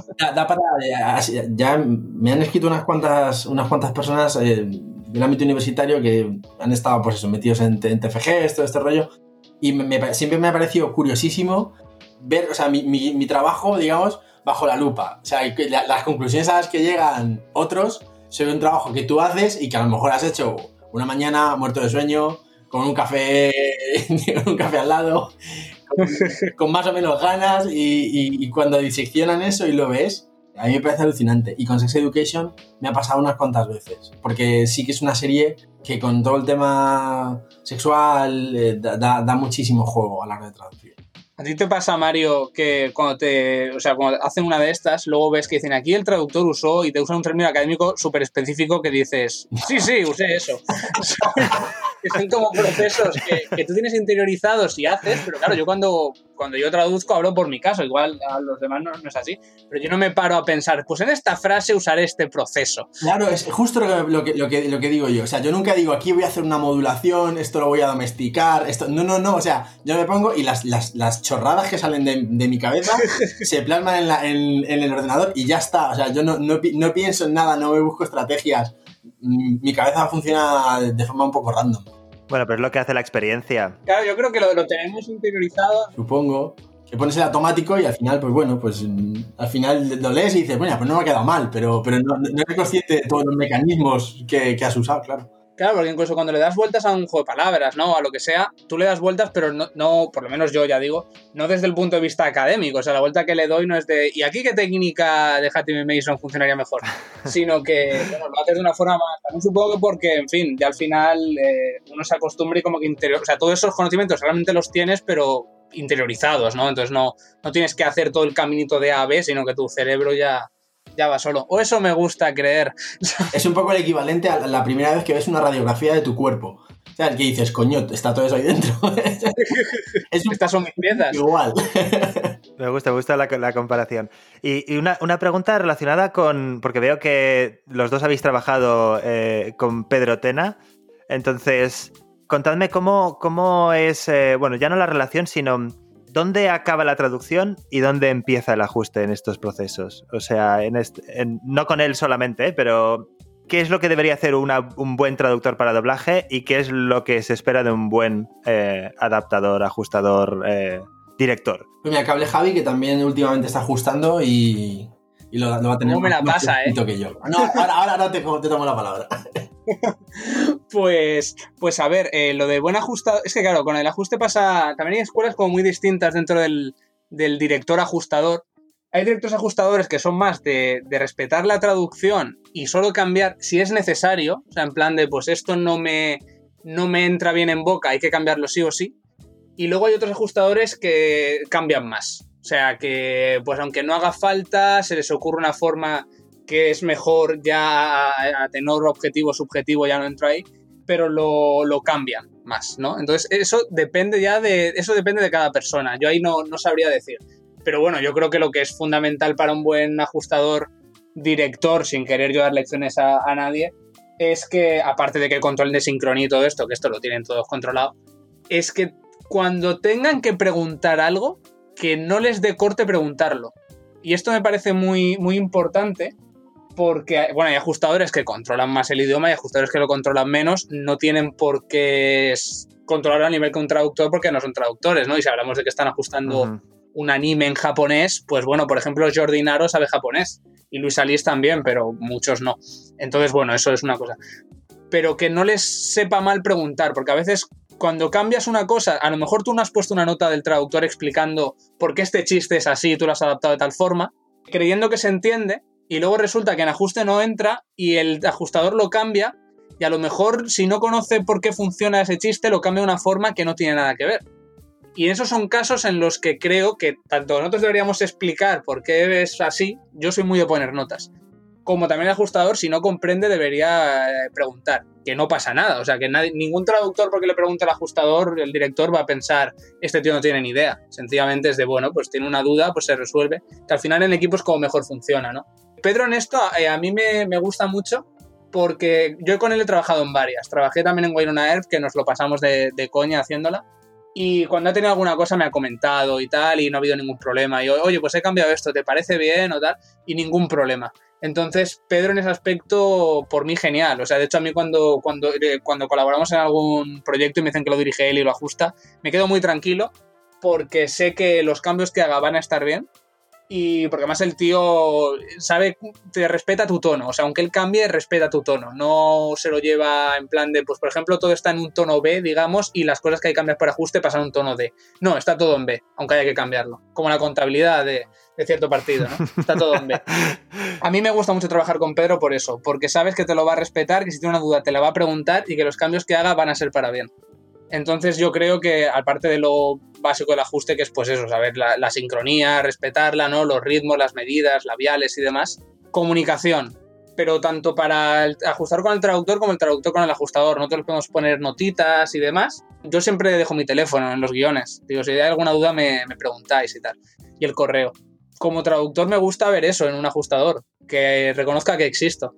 Ya me han escrito unas cuantas personas del ámbito universitario que han estado pues eso, metidos en TFG, todo este rollo, y siempre me ha parecido curiosísimo ver, o sea, mi trabajo, digamos, bajo la lupa. O sea, las conclusiones a las que llegan otros sobre un trabajo que tú haces y que a lo mejor has hecho una mañana muerto de sueño, con un café al lado, con más o menos ganas, y cuando diseccionan eso y lo ves, a mí me parece alucinante. Y con Sex Education me ha pasado unas cuantas veces, porque sí que es una serie que con todo el tema sexual da muchísimo juego a la hora de traducir. ¿A ti te pasa, Mario, que cuando hacen una de estas, luego ves que dicen aquí el traductor usó, y te usan un término académico súper específico que dices, sí, usé eso? Que son como procesos que tú tienes interiorizados y haces, pero claro, yo cuando yo traduzco hablo por mi caso, igual a los demás no es así, pero yo no me paro a pensar, pues en esta frase usaré este proceso. Claro, es justo lo que digo yo, o sea, yo nunca digo aquí voy a hacer una modulación, esto lo voy a domesticar, esto no, o sea, yo me pongo y las chorradas que salen de mi cabeza se plasman en el ordenador y ya está, o sea, yo no pienso en nada, no me busco estrategias. Mi cabeza funciona de forma un poco random. Bueno, pero es lo que hace la experiencia. Claro, yo creo que lo tenemos interiorizado. Supongo que pones el automático y al final, pues bueno, pues al final lo lees y dices, bueno, pues no me ha quedado mal, pero no eres consciente de todos los mecanismos que has usado, claro. Claro, porque incluso cuando le das vueltas a un juego de palabras, ¿no? A lo que sea, tú le das vueltas, pero no, por lo menos yo ya digo, no desde el punto de vista académico. O sea, la vuelta que le doy no es de ¿y aquí qué técnica de Hattie Mason funcionaría mejor? Sino que, bueno, lo haces de una forma más... También supongo que porque, en fin, ya al final uno se acostumbra y como que o sea, todos esos conocimientos realmente los tienes, pero interiorizados, ¿no? Entonces no tienes que hacer todo el caminito de A a B, sino que tu cerebro ya va solo. O eso me gusta creer. Es un poco el equivalente a la primera vez que ves una radiografía de tu cuerpo. O sea, el que dices, coño, está todo eso ahí dentro. Estas son mis piezas. Igual. Me gusta la comparación. Y una pregunta relacionada con... Porque veo que los dos habéis trabajado con Pedro Tena. Entonces, contadme cómo es... bueno, ya no la relación, sino... ¿Dónde acaba la traducción y dónde empieza el ajuste en estos procesos? O sea, no con él solamente, pero ¿qué es lo que debería hacer un buen traductor para doblaje y qué es lo que se espera de un buen adaptador, ajustador, director? Pues mira, que hable Javi, que también últimamente está ajustando y lo va a tener ¿Cómo me la pasa, que yo. No, ahora te tomo la palabra. Pues a ver, lo de buen ajustador... Es que claro, con el ajuste pasa... También hay escuelas como muy distintas dentro del director ajustador. Hay directores ajustadores que son más de respetar la traducción y solo cambiar si es necesario. O sea, en plan de, pues esto no me entra bien en boca, hay que cambiarlo sí o sí. Y luego hay otros ajustadores que cambian más. O sea, que pues aunque no haga falta, se les ocurre una forma... que es mejor ya a tenor objetivo, subjetivo, ya no entro ahí, pero lo cambian más, ¿no? Entonces eso depende de cada persona. Yo ahí no sabría decir. Pero bueno, yo creo que lo que es fundamental para un buen ajustador director, sin querer yo dar lecciones a nadie, es que, aparte de que controlen de sincronía y todo esto, que esto lo tienen todos controlado, es que cuando tengan que preguntar algo, que no les dé corte preguntarlo. Y esto me parece muy, muy importante, porque, bueno, hay ajustadores que controlan más el idioma y ajustadores que lo controlan menos, no tienen por qué controlarlo a nivel que un traductor porque no son traductores, ¿no? Y si hablamos de que están ajustando un anime en japonés, pues bueno, por ejemplo, Jordi Naro sabe japonés y Luis Alís también, pero muchos no. Entonces, bueno, eso es una cosa. Pero que no les sepa mal preguntar, porque a veces cuando cambias una cosa, a lo mejor tú no has puesto una nota del traductor explicando por qué este chiste es así, tú lo has adaptado de tal forma, creyendo que se entiende, y luego resulta que en ajuste no entra y el ajustador lo cambia y a lo mejor si no conoce por qué funciona ese chiste lo cambia de una forma que no tiene nada que ver. Y esos son casos en los que creo que tanto nosotros deberíamos explicar por qué es así, yo soy muy de poner notas, como también el ajustador, si no comprende, debería preguntar, que no pasa nada. O sea, que ningún traductor, porque le pregunte al ajustador, el director va a pensar, este tío no tiene ni idea. Sencillamente es de, bueno, pues tiene una duda, pues se resuelve. Que al final en equipo es como mejor funciona, ¿no? Pedro en esto a mí me gusta mucho porque yo con él he trabajado en varias. Trabajé también en Wynonna Earp, que nos lo pasamos de coña haciéndola. Y cuando ha tenido alguna cosa me ha comentado y tal, y no ha habido ningún problema. Y yo, oye, pues he cambiado esto, ¿te parece bien o tal? Y ningún problema. Entonces, Pedro en ese aspecto, por mí, genial. O sea, de hecho, a mí cuando colaboramos en algún proyecto y me dicen que lo dirige él y lo ajusta, me quedo muy tranquilo porque sé que los cambios que haga van a estar bien. Y porque además el tío sabe, te respeta tu tono. O sea, aunque él cambie, respeta tu tono. No se lo lleva en plan de, pues por ejemplo, todo está en un tono B, digamos, y las cosas que hay que cambiar por ajuste pasan a un tono D. No, está todo en B, aunque haya que cambiarlo. Como la contabilidad de cierto partido, ¿no? Está todo en B. A mí me gusta mucho trabajar con Pedro por eso, porque sabes que te lo va a respetar, que si tiene una duda te la va a preguntar y que los cambios que haga van a ser para bien. Entonces yo creo que, aparte de lo básico del ajuste, que es pues eso, saber la sincronía, respetarla, ¿no? Los ritmos, las medidas, labiales y demás, comunicación, pero tanto para ajustar con el traductor como el traductor con el ajustador. Nosotros les podemos poner notitas y demás. Yo siempre dejo mi teléfono en los guiones. Digo, si hay alguna duda me preguntáis y tal. Y el correo. Como traductor me gusta ver eso en un ajustador, que reconozca que existo.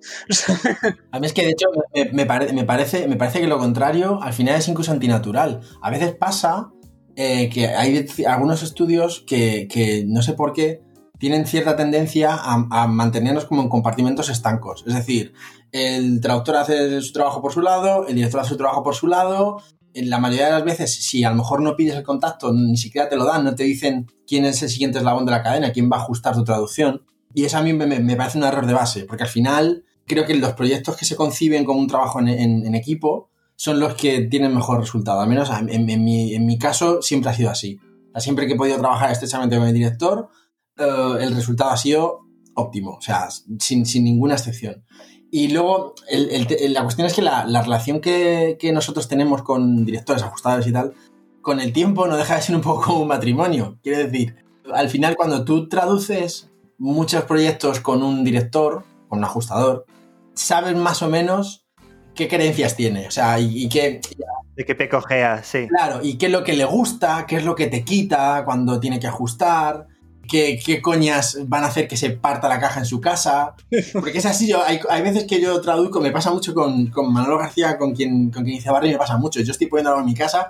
A mí es que de hecho me parece que lo contrario al final es incluso antinatural. A veces pasa que hay algunos estudios que no sé por qué tienen cierta tendencia a mantenernos como en compartimentos estancos. Es decir, el traductor hace su trabajo por su lado, el director hace su trabajo por su lado. En la mayoría de las veces, si a lo mejor no pides el contacto, ni siquiera te lo dan, no te dicen quién es el siguiente eslabón de la cadena, quién va a ajustar tu traducción. Y eso a mí me parece un error de base, porque al final creo que los proyectos que se conciben como un trabajo en equipo son los que tienen mejor resultado. Al menos en mi caso siempre ha sido así. O sea, siempre que he podido trabajar estrechamente con el director, el resultado ha sido óptimo, o sea, sin ninguna excepción. Y luego, la cuestión es que la relación que nosotros tenemos con directores, ajustadores y tal, con el tiempo no deja de ser un poco como un matrimonio. Quiere decir, al final, cuando tú traduces muchos proyectos con un director, con un ajustador, sabes más o menos qué creencias tiene, o sea, y qué... De qué te cojea, sí. Claro, y qué es lo que le gusta, qué es lo que te quita cuando tiene que ajustar, qué coñas van a hacer que se parta la caja en su casa. Porque es así, hay veces que yo traduzco, me pasa mucho con Manolo García, con quien hice Barry, me pasa mucho. Yo estoy poniendo algo en mi casa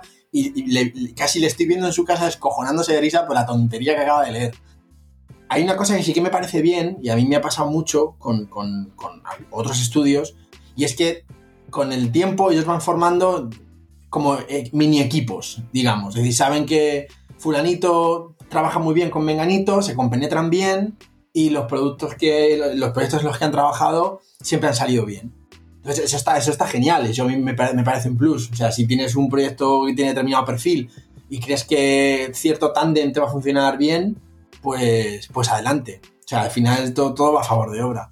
y casi le estoy viendo en su casa descojonándose de risa por la tontería que acaba de leer. Hay una cosa que sí que me parece bien, y a mí me ha pasado mucho con otros estudios, y es que con el tiempo ellos van formando como mini equipos, digamos. Es decir, saben que fulanito trabaja muy bien con menganito, se compenetran bien y los proyectos en los que han trabajado siempre han salido bien. Entonces eso está genial, eso a mí me parece un plus. O sea, si tienes un proyecto que tiene determinado perfil y crees que cierto tándem te va a funcionar bien, pues adelante. O sea, al final todo va a favor de obra.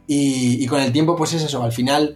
Y con el tiempo, pues es eso, al final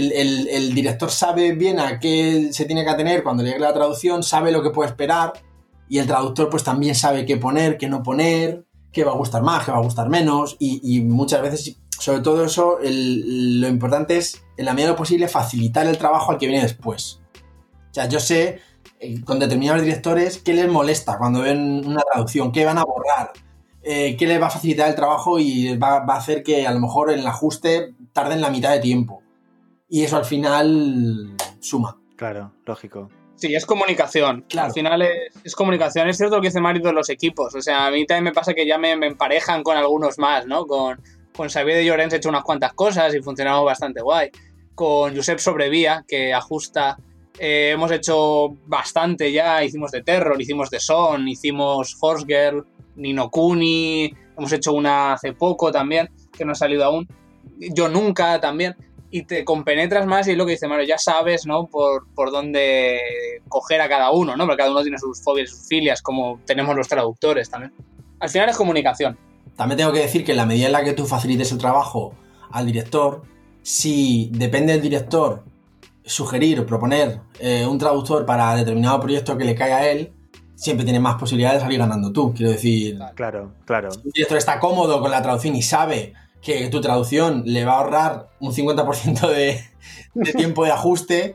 el director sabe bien a qué se tiene que atener cuando llegue la traducción, sabe lo que puede esperar, y el traductor pues también sabe qué poner, qué no poner, qué va a gustar más, qué va a gustar menos, y muchas veces, sobre todo eso, lo importante es, en la medida de lo posible, facilitar el trabajo al que viene después. O sea, yo sé con determinados directores qué les molesta cuando ven una traducción, qué van a borrar, qué les va a facilitar el trabajo y va a hacer que a lo mejor en el ajuste tarden la mitad de tiempo. Y eso al final suma. Claro, lógico. Sí, es comunicación. Claro. Al final es comunicación. Es cierto lo que dice Mario de los equipos. O sea, a mí también me pasa que ya me emparejan con algunos más, ¿no? Con Xavier de Llorens he hecho unas cuantas cosas y funcionamos bastante guay. Con Josep Sobrevía, que ajusta, hemos hecho bastante ya. Hicimos de Terror, hicimos de Son, hicimos Horse Girl, Ni no Kuni. Hemos hecho una hace poco también, que no ha salido aún. Yo Nunca también. Y te compenetras más y es lo que dice Mario, ya sabes, ¿no? Por dónde coger a cada uno, ¿no? Porque cada uno tiene sus fobias y sus filias, como tenemos los traductores también. Al final es comunicación. También tengo que decir que en la medida en la que tú facilites el trabajo al director, si depende del director sugerir o proponer un traductor para determinado proyecto que le caiga a él, siempre tienes más posibilidades de salir ganando tú. Quiero decir, Claro. si un director está cómodo con la traducción y sabe que tu traducción le va a ahorrar un 50% de tiempo de ajuste,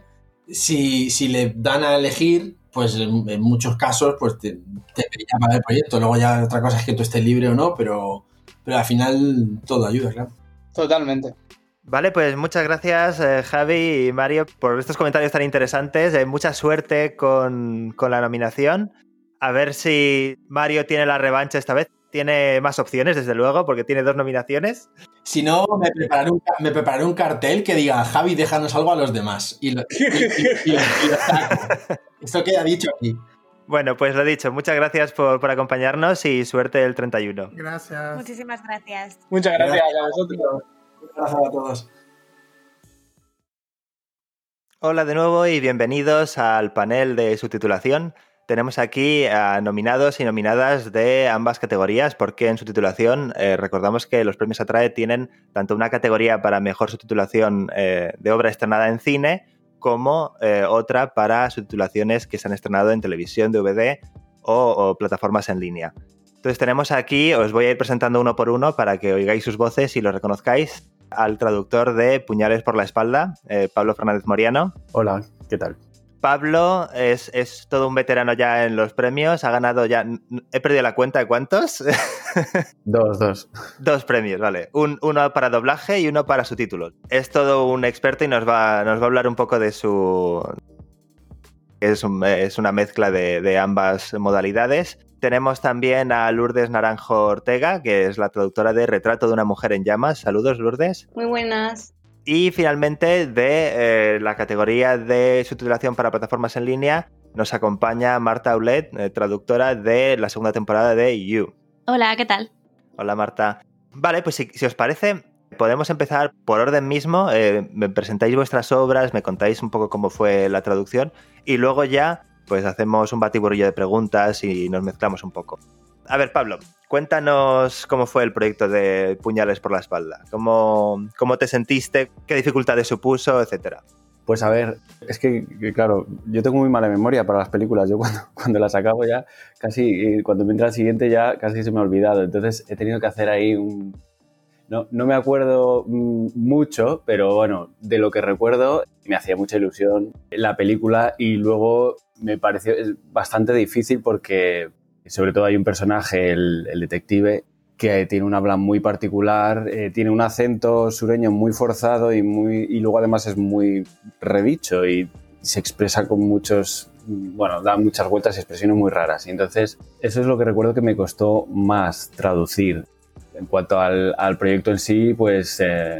si le dan a elegir, pues en muchos casos pues te pediría para el proyecto. Luego ya otra cosa es que tú estés libre o no, pero al final todo ayuda, claro. Totalmente. Vale, pues muchas gracias Javi y Mario por estos comentarios tan interesantes. Mucha suerte con la nominación. A ver si Mario tiene la revancha esta vez. Tiene más opciones, desde luego, porque tiene 2 nominaciones. Si no, me prepararé un cartel que diga Javi, déjanos algo a los demás. Y lo saco. Esto queda dicho aquí. Bueno, pues lo dicho, muchas gracias por acompañarnos y suerte el 31. Gracias. Muchísimas gracias. Muchas gracias a vosotros. Gracias a todos. Hola de nuevo y bienvenidos al panel de subtitulación. Tenemos aquí a nominados y nominadas de ambas categorías, porque en subtitulación recordamos que los premios Atrae tienen tanto una categoría para mejor subtitulación de obra estrenada en cine, como otra para subtitulaciones que se han estrenado en televisión, DVD o plataformas en línea. Entonces tenemos aquí, os voy a ir presentando uno por uno para que oigáis sus voces y los reconozcáis, al traductor de Puñales por la espalda, Pablo Fernández Moriano. Hola, ¿qué tal? Pablo es todo un veterano ya en los premios, ha ganado ya, he perdido la cuenta de cuántos. Dos. 2 premios, vale. Uno para doblaje y uno para subtítulos. Es todo un experto y nos va a hablar un poco de su... Es una mezcla de ambas modalidades. Tenemos también a Lourdes Naranjo Ortega, que es la traductora de Retrato de una mujer en llamas. Saludos, Lourdes. Muy buenas. Y finalmente, de la categoría de subtitulación para plataformas en línea, nos acompaña Marta Aulet, traductora de la segunda temporada de You. Hola, ¿qué tal? Hola, Marta. Vale, pues si os parece, Podemos empezar por orden mismo, me presentáis vuestras obras, me contáis un poco cómo fue la traducción y luego ya pues hacemos un batiburrillo de preguntas y nos mezclamos un poco. A ver, Pablo, cuéntanos cómo fue el proyecto de Puñales por la espalda, cómo te sentiste, qué dificultades supuso, etcétera. Pues a ver, es que claro, yo tengo muy mala memoria para las películas. Yo cuando las acabo ya, casi, cuando me entra el siguiente ya casi se me ha olvidado. Entonces he tenido que hacer ahí No me acuerdo mucho, pero bueno, de lo que recuerdo me hacía mucha ilusión la película y luego me pareció bastante difícil porque sobre todo hay un personaje, el detective, que tiene un habla muy particular, tiene un acento sureño muy forzado y luego además es muy redicho y se expresa con da muchas vueltas y expresiones muy raras. Y entonces eso es lo que recuerdo que me costó más traducir. En cuanto al proyecto en sí, pues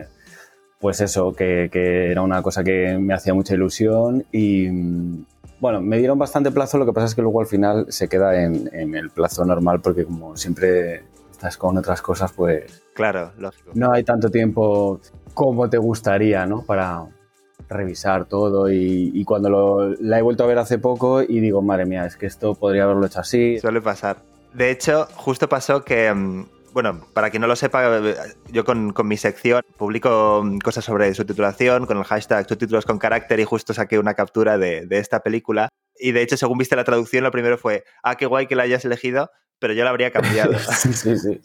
eso, que era una cosa que me hacía mucha ilusión y bueno, me dieron bastante plazo, lo que pasa es que luego al final se queda en el plazo normal porque como siempre estás con otras cosas, pues claro, lógico. No hay tanto tiempo como te gustaría, ¿no? Para revisar todo y cuando la he vuelto a ver hace poco y digo, madre mía, es que esto podría haberlo hecho así. Suele pasar. De hecho, justo pasó que... Bueno, para quien no lo sepa, yo con mi sección publico cosas sobre subtitulación con el hashtag subtítulos con carácter y justo saqué una captura de esta película. Y de hecho, según viste la traducción, lo primero fue, qué guay que la hayas elegido, pero yo la habría cambiado. Sí.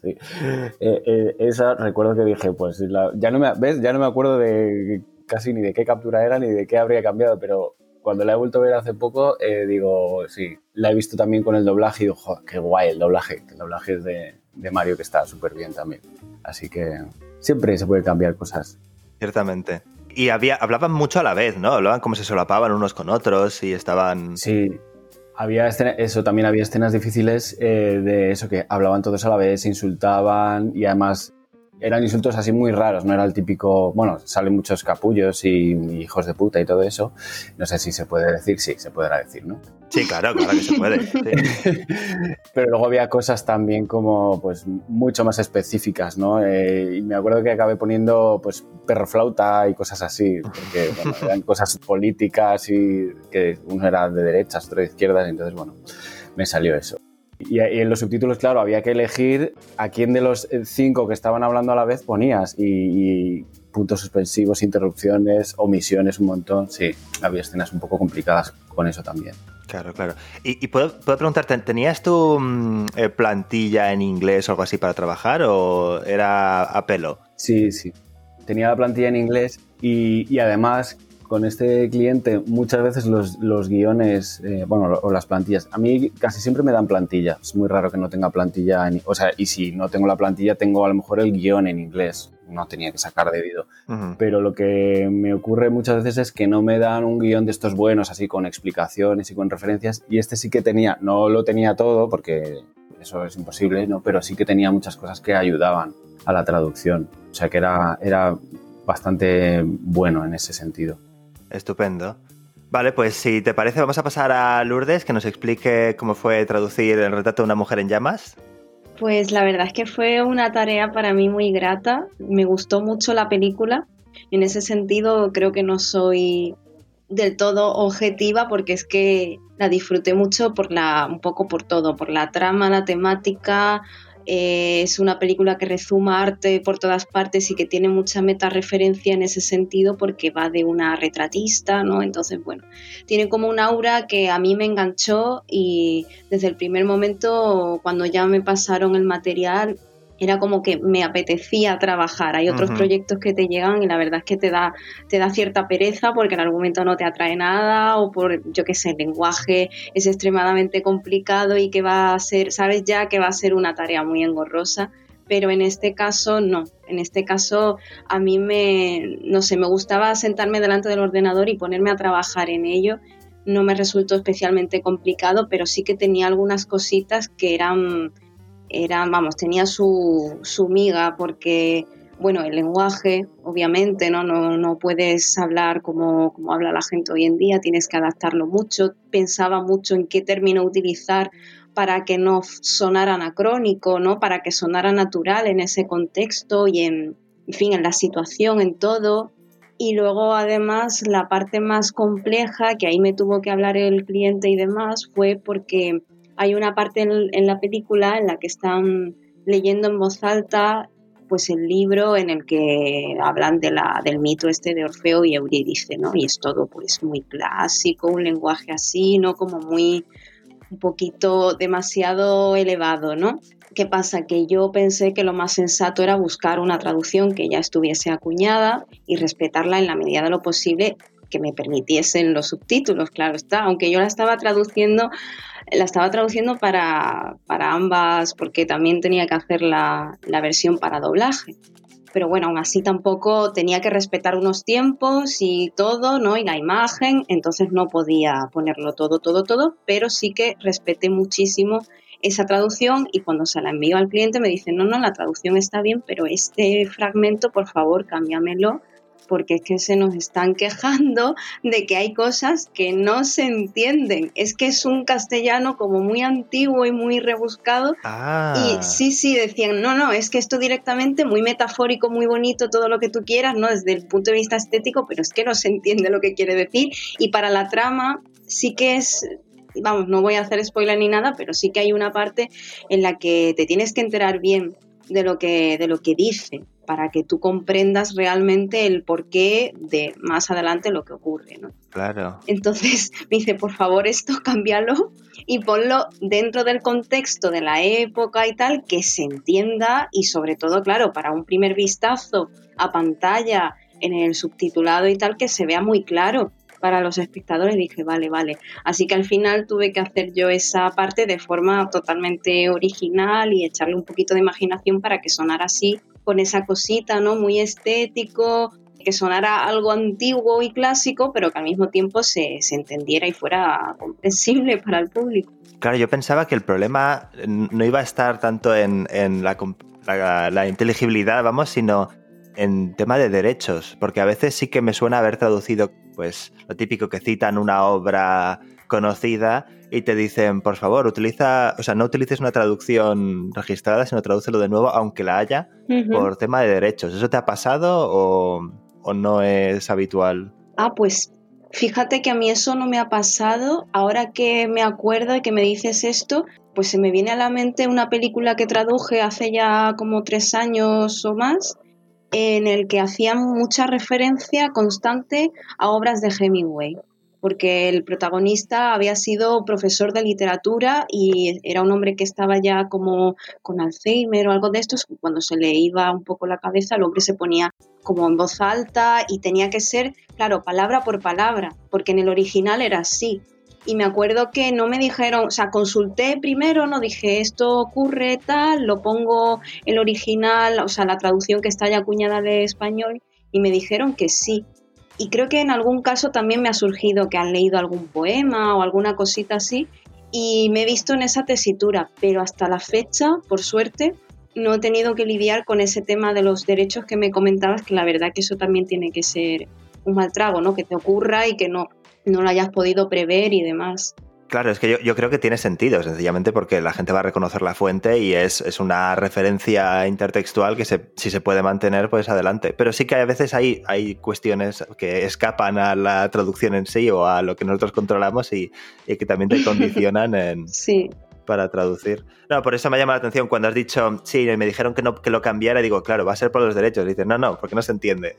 Esa recuerdo que dije, pues ya no me acuerdo de casi ni de qué captura era ni de qué habría cambiado, pero cuando la he vuelto a ver hace poco, digo, sí, la he visto también con el doblaje y digo, joder, qué guay el doblaje es de Mario, que está súper bien también. Así que siempre se puede cambiar cosas. Ciertamente. Y hablaban mucho a la vez, ¿no? Hablaban como se solapaban unos con otros y estaban... Sí, también había escenas difíciles de eso, que hablaban todos a la vez, se insultaban y además eran insultos así muy raros, no era el típico... Bueno, salen muchos capullos y hijos de puta y todo eso. No sé si se puede decir, sí, se podrá decir, ¿no? Sí, claro que se puede. Sí. Pero luego había cosas también como pues mucho más específicas, ¿no? Y me acuerdo que acabé poniendo pues perro flauta y cosas así, porque bueno, eran cosas políticas y que uno era de derechas, otro de izquierdas, y entonces bueno, me salió eso. Y en los subtítulos, claro, había que elegir a quién de los 5 que estaban hablando a la vez ponías y puntos suspensivos, interrupciones, omisiones, un montón. Sí, había escenas un poco complicadas con eso también. Claro. ¿Y puedo preguntarte, ¿tenías tu plantilla en inglés o algo así para trabajar o era a pelo? Sí. Tenía la plantilla en inglés y además con este cliente muchas veces los guiones, o las plantillas, a mí casi siempre me dan plantilla. Es muy raro que no tenga plantilla, y si no tengo la plantilla tengo a lo mejor el guión en inglés. No tenía que sacar debido. Uh-huh. Pero lo que me ocurre muchas veces es que no me dan un guión de estos buenos, así con explicaciones y con referencias, y este sí que tenía, no lo tenía todo porque eso es imposible, ¿no? Pero sí que tenía muchas cosas que ayudaban a la traducción. O sea que era bastante bueno en ese sentido. Estupendo. Vale, pues si te parece vamos a pasar a Lourdes, que nos explique cómo fue traducir El retrato de una mujer en llamas. Pues la verdad es que fue una tarea para mí muy grata. Me gustó mucho la película. En ese sentido creo que no soy del todo objetiva porque es que la disfruté mucho un poco por todo, por la trama, la temática. Es una película que rezuma arte por todas partes y que tiene mucha meta-referencia en ese sentido porque va de una retratista, ¿no? Entonces, bueno, tiene como un aura que a mí me enganchó y desde el primer momento, cuando ya me pasaron el material, era como que me apetecía trabajar. Hay otros proyectos que te llegan y la verdad es que te da cierta pereza porque el argumento no te atrae nada o por, yo qué sé, el lenguaje es extremadamente complicado y que va a ser, sabes ya que va a ser una tarea muy engorrosa, pero en este caso no. En este caso a mí me gustaba sentarme delante del ordenador y ponerme a trabajar en ello. No me resultó especialmente complicado, pero sí que tenía algunas cositas que tenía su miga porque, bueno, el lenguaje, obviamente, no puedes hablar como habla la gente hoy en día, tienes que adaptarlo mucho. Pensaba mucho en qué término utilizar para que no sonara anacrónico, ¿no? Para que sonara natural en ese contexto y en en fin, en la situación, en todo. Y luego, además, la parte más compleja, que ahí me tuvo que hablar el cliente y demás, fue porque hay una parte en la película en la que están leyendo en voz alta pues el libro en el que hablan del mito este de Orfeo y Eurídice, ¿no? Y es todo pues muy clásico, un lenguaje así, ¿no? Como muy, un poquito demasiado elevado, ¿no? ¿Qué pasa? Que yo pensé que lo más sensato era buscar una traducción que ya estuviese acuñada y respetarla en la medida de lo posible, que me permitiesen los subtítulos, claro está, aunque yo la estaba traduciendo para ambas, porque también tenía que hacer la versión para doblaje. Pero bueno, aún así tampoco tenía que respetar unos tiempos y todo, ¿no? Y la imagen, entonces no podía ponerlo todo, pero sí que respeté muchísimo esa traducción y cuando se la envío al cliente me dice, no, la traducción está bien, pero este fragmento, por favor, cámbiamelo, porque es que se nos están quejando de que hay cosas que no se entienden. Es que es un castellano como muy antiguo y muy rebuscado. Y sí, decían, no, es que esto directamente muy metafórico, muy bonito, todo lo que tú quieras, ¿no? Desde el punto de vista estético, pero es que no se entiende lo que quiere decir. Y para la trama sí que es... Vamos, no voy a hacer spoiler ni nada, pero sí que hay una parte en la que te tienes que enterar bien de lo que dice, para que tú comprendas realmente el porqué de más adelante lo que ocurre, ¿no? Claro. Entonces me dice, por favor, esto cámbialo y ponlo dentro del contexto de la época y tal, que se entienda y sobre todo, claro, para un primer vistazo a pantalla en el subtitulado y tal, que se vea muy claro para los espectadores. Dije, vale. Así que al final tuve que hacer yo esa parte de forma totalmente original y echarle un poquito de imaginación para que sonara así, con esa cosita, ¿no? Muy estético, que sonara algo antiguo y clásico, pero que al mismo tiempo se entendiera y fuera comprensible para el público. Claro, yo pensaba que el problema no iba a estar tanto en la inteligibilidad, vamos, sino en tema de derechos, porque a veces sí que me suena haber traducido pues lo típico que citan una obra conocida y te dicen, por favor, no utilices una traducción registrada, sino tradúcelo de nuevo, aunque la haya, por tema de derechos. ¿Eso te ha pasado o no es habitual? Pues fíjate que a mí eso no me ha pasado. Ahora que me acuerdo y que me dices esto, pues se me viene a la mente una película que traduje hace ya como 3 años o más, en el que hacían mucha referencia constante a obras de Hemingway, porque el protagonista había sido profesor de literatura y era un hombre que estaba ya como con Alzheimer o algo de esto. Cuando se le iba un poco la cabeza, el hombre se ponía como en voz alta y tenía que ser, claro, palabra por palabra, porque en el original era así. Y me acuerdo que no me dijeron, o sea, consulté primero, no dije, esto ocurre tal, lo pongo el original, o sea, la traducción que está ya acuñada de español, y me dijeron que sí. Y creo que en algún caso también me ha surgido que han leído algún poema o alguna cosita así, y me he visto en esa tesitura, pero hasta la fecha, por suerte, no he tenido que lidiar con ese tema de los derechos que me comentabas, que la verdad que eso también tiene que ser un mal trago, ¿no? Que te ocurra y que no lo hayas podido prever y demás. Claro, es que yo creo que tiene sentido, sencillamente porque la gente va a reconocer la fuente y es una referencia intertextual que si se puede mantener, pues adelante. Pero sí que a veces hay cuestiones que escapan a la traducción en sí o a lo que nosotros controlamos y que también te condicionan sí. Para traducir. No, por eso me llama la atención cuando has dicho, sí, me dijeron que lo cambiara, y digo, claro, va a ser por los derechos. Y dices, no, porque no se entiende.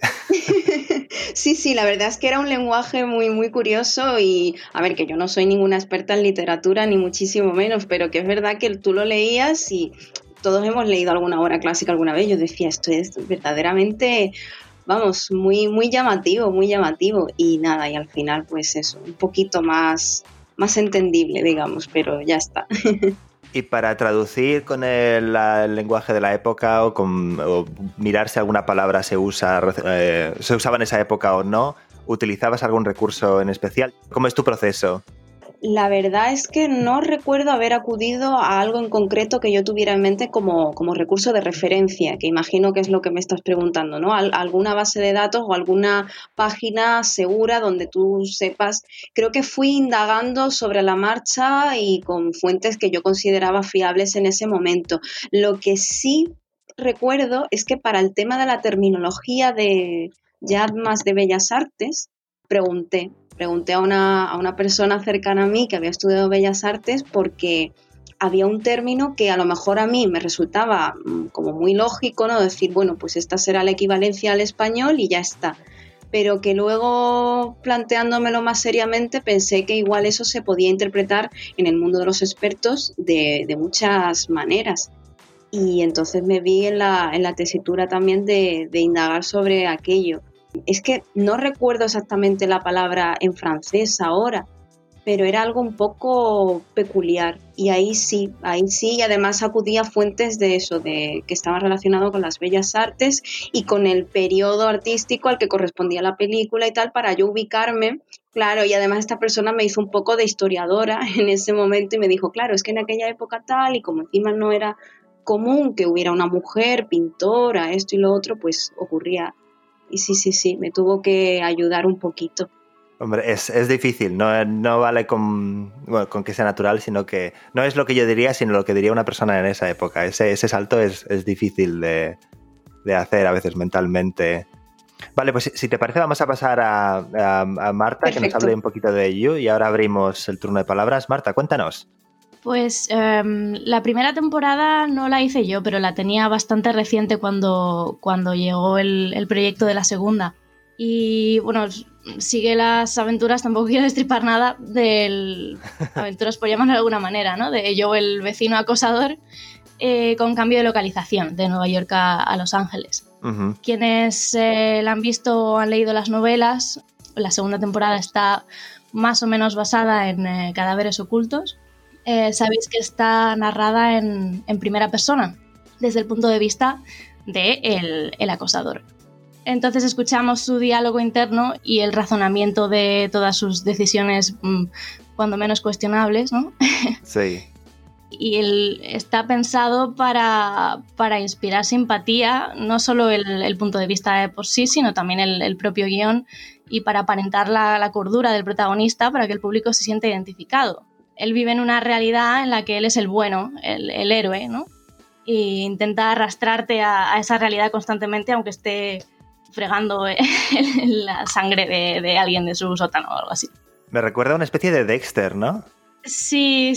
Sí, la verdad es que era un lenguaje muy, muy curioso y, a ver, que yo no soy ninguna experta en literatura, ni muchísimo menos, pero que es verdad que tú lo leías y todos hemos leído alguna obra clásica alguna vez. Yo decía, esto es verdaderamente, vamos, muy, muy llamativo, muy llamativo. Y nada, y al final, pues eso, un poquito más entendible, digamos, pero ya está. Y para traducir con el lenguaje de la época o mirar si alguna palabra se usaba en esa época o no, ¿utilizabas algún recurso en especial? ¿Cómo es tu proceso? La verdad es que no recuerdo haber acudido a algo en concreto que yo tuviera en mente como recurso de referencia, que imagino que es lo que me estás preguntando, ¿no? Alguna base de datos o alguna página segura donde tú sepas. Creo que fui indagando sobre la marcha y con fuentes que yo consideraba fiables en ese momento. Lo que sí recuerdo es que para el tema de la terminología de ya más de Bellas Artes, pregunté a una persona cercana a mí que había estudiado Bellas Artes porque había un término que a lo mejor a mí me resultaba como muy lógico, ¿no? Decir, bueno, pues esta será la equivalencia al español y ya está. Pero que luego, planteándomelo más seriamente, pensé que igual eso se podía interpretar en el mundo de los expertos de muchas maneras. Y entonces me vi en la tesitura también de indagar sobre aquello. Es que no recuerdo exactamente la palabra en francés ahora, pero era algo un poco peculiar. Y ahí sí, y además acudía a fuentes de eso, de que estaban relacionados con las bellas artes y con el periodo artístico al que correspondía la película y tal, para yo ubicarme. Claro, y además esta persona me hizo un poco de historiadora en ese momento y me dijo, claro, es que en aquella época tal, y como encima no era común que hubiera una mujer pintora, esto y lo otro, pues ocurría. Y sí, me tuvo que ayudar un poquito. Hombre, es difícil, no vale con que sea natural, sino que no es lo que yo diría, sino lo que diría una persona en esa época. Ese salto es difícil de hacer a veces mentalmente. Vale, pues si te parece vamos a pasar a Marta. Perfecto. Que nos hable un poquito de You, y ahora abrimos el turno de palabras. Marta, cuéntanos. Pues la primera temporada no la hice yo, pero la tenía bastante reciente cuando llegó el proyecto de la segunda. Y bueno, sigue las aventuras, tampoco quiero destripar nada, aventuras por llamarlo de alguna manera, ¿no? De Joe, el vecino acosador, con cambio de localización de Nueva York a Los Ángeles. Uh-huh. Quienes la han visto o han leído las novelas, la segunda temporada está más o menos basada en cadáveres ocultos. Sabéis que está narrada en primera persona, desde el punto de vista de el acosador. Entonces escuchamos su diálogo interno y el razonamiento de todas sus decisiones, cuando menos cuestionables, ¿no? Sí. Y está pensado para inspirar simpatía, no solo el punto de vista de por sí, sino también el propio guión, y para aparentar la cordura del protagonista, para que el público se sienta identificado. Él vive en una realidad en la que él es el bueno, el héroe, ¿no? E intenta arrastrarte a esa realidad constantemente, aunque esté fregando la sangre de alguien de su sótano o algo así. Me recuerda a una especie de Dexter, ¿no? Sí,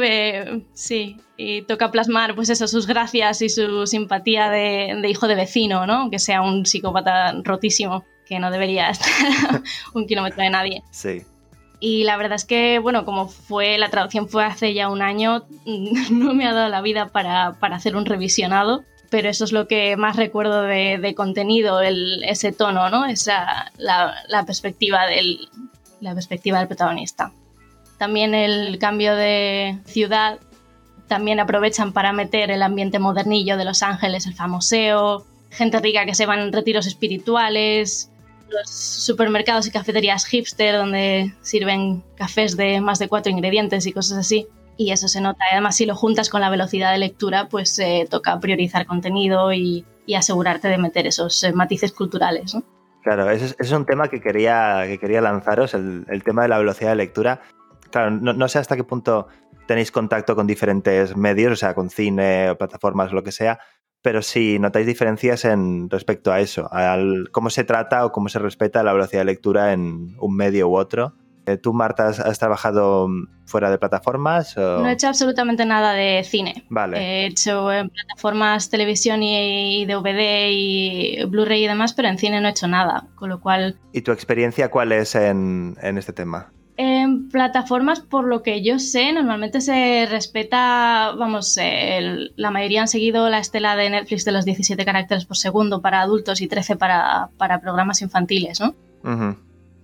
y toca plasmar pues eso, sus gracias y su simpatía de hijo de vecino, ¿no? Aunque sea un psicópata rotísimo que no debería estar a un kilómetro de nadie. Sí. Y la verdad es que, bueno, como la traducción fue hace ya un año, no me ha dado la vida para hacer un revisionado, pero eso es lo que más recuerdo de contenido, ese tono, ¿no? La perspectiva del protagonista. También el cambio de ciudad, también aprovechan para meter el ambiente modernillo de Los Ángeles, el famoseo, gente rica que se van en retiros espirituales, los supermercados y cafeterías hipster donde sirven cafés de más de 4 ingredientes y cosas así. Y eso se nota. Además, si lo juntas con la velocidad de lectura, pues toca priorizar contenido y asegurarte de meter esos matices culturales, ¿no? Claro, ese es un tema que quería lanzaros, el tema de la velocidad de lectura. Claro, no sé hasta qué punto tenéis contacto con diferentes medios, o sea, con cine o plataformas, lo que sea, pero sí notáis diferencias respecto a eso, cómo se trata o cómo se respeta la velocidad de lectura en un medio u otro. ¿Tú, Marta, has trabajado fuera de plataformas? ¿O? No he hecho absolutamente nada de cine. Vale. He hecho en plataformas televisión y DVD y Blu-ray y demás, pero en cine no he hecho nada, con lo cual... ¿Y tu experiencia cuál es en este tema? En plataformas, por lo que yo sé, normalmente se respeta, la mayoría han seguido la estela de Netflix de los 17 caracteres por segundo para adultos y 13 para programas infantiles, ¿no? Uh-huh.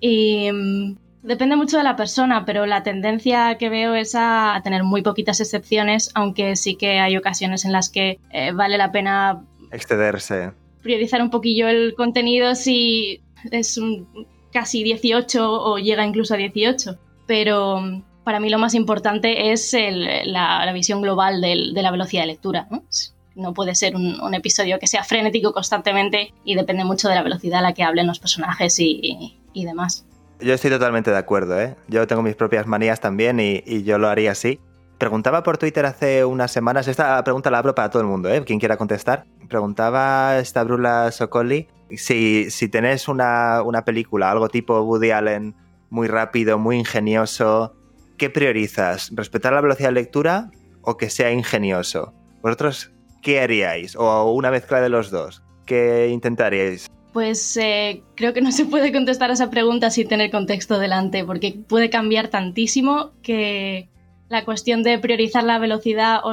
Y depende mucho de la persona, pero la tendencia que veo es a tener muy poquitas excepciones, aunque sí que hay ocasiones en las que vale la pena excederse, priorizar un poquillo el contenido si es casi 18 o llega incluso a 18, pero para mí lo más importante es la visión global de la velocidad de lectura, ¿no? No puede ser un episodio que sea frenético constantemente y depende mucho de la velocidad a la que hablen los personajes y demás. Yo estoy totalmente de acuerdo, ¿eh? Yo tengo mis propias manías también y yo lo haría así. Preguntaba por Twitter hace unas semanas, esta pregunta la abro para todo el mundo, ¿eh? Quien quiera contestar, preguntaba esta Brula Socoli si tenés una película, algo tipo Woody Allen, muy rápido, muy ingenioso, ¿qué priorizas? ¿Respetar la velocidad de lectura o que sea ingenioso? ¿Vosotros qué haríais? ¿O una mezcla de los dos? ¿Qué intentaríais? Pues creo que no se puede contestar a esa pregunta sin tener contexto delante, porque puede cambiar tantísimo que la cuestión de priorizar la velocidad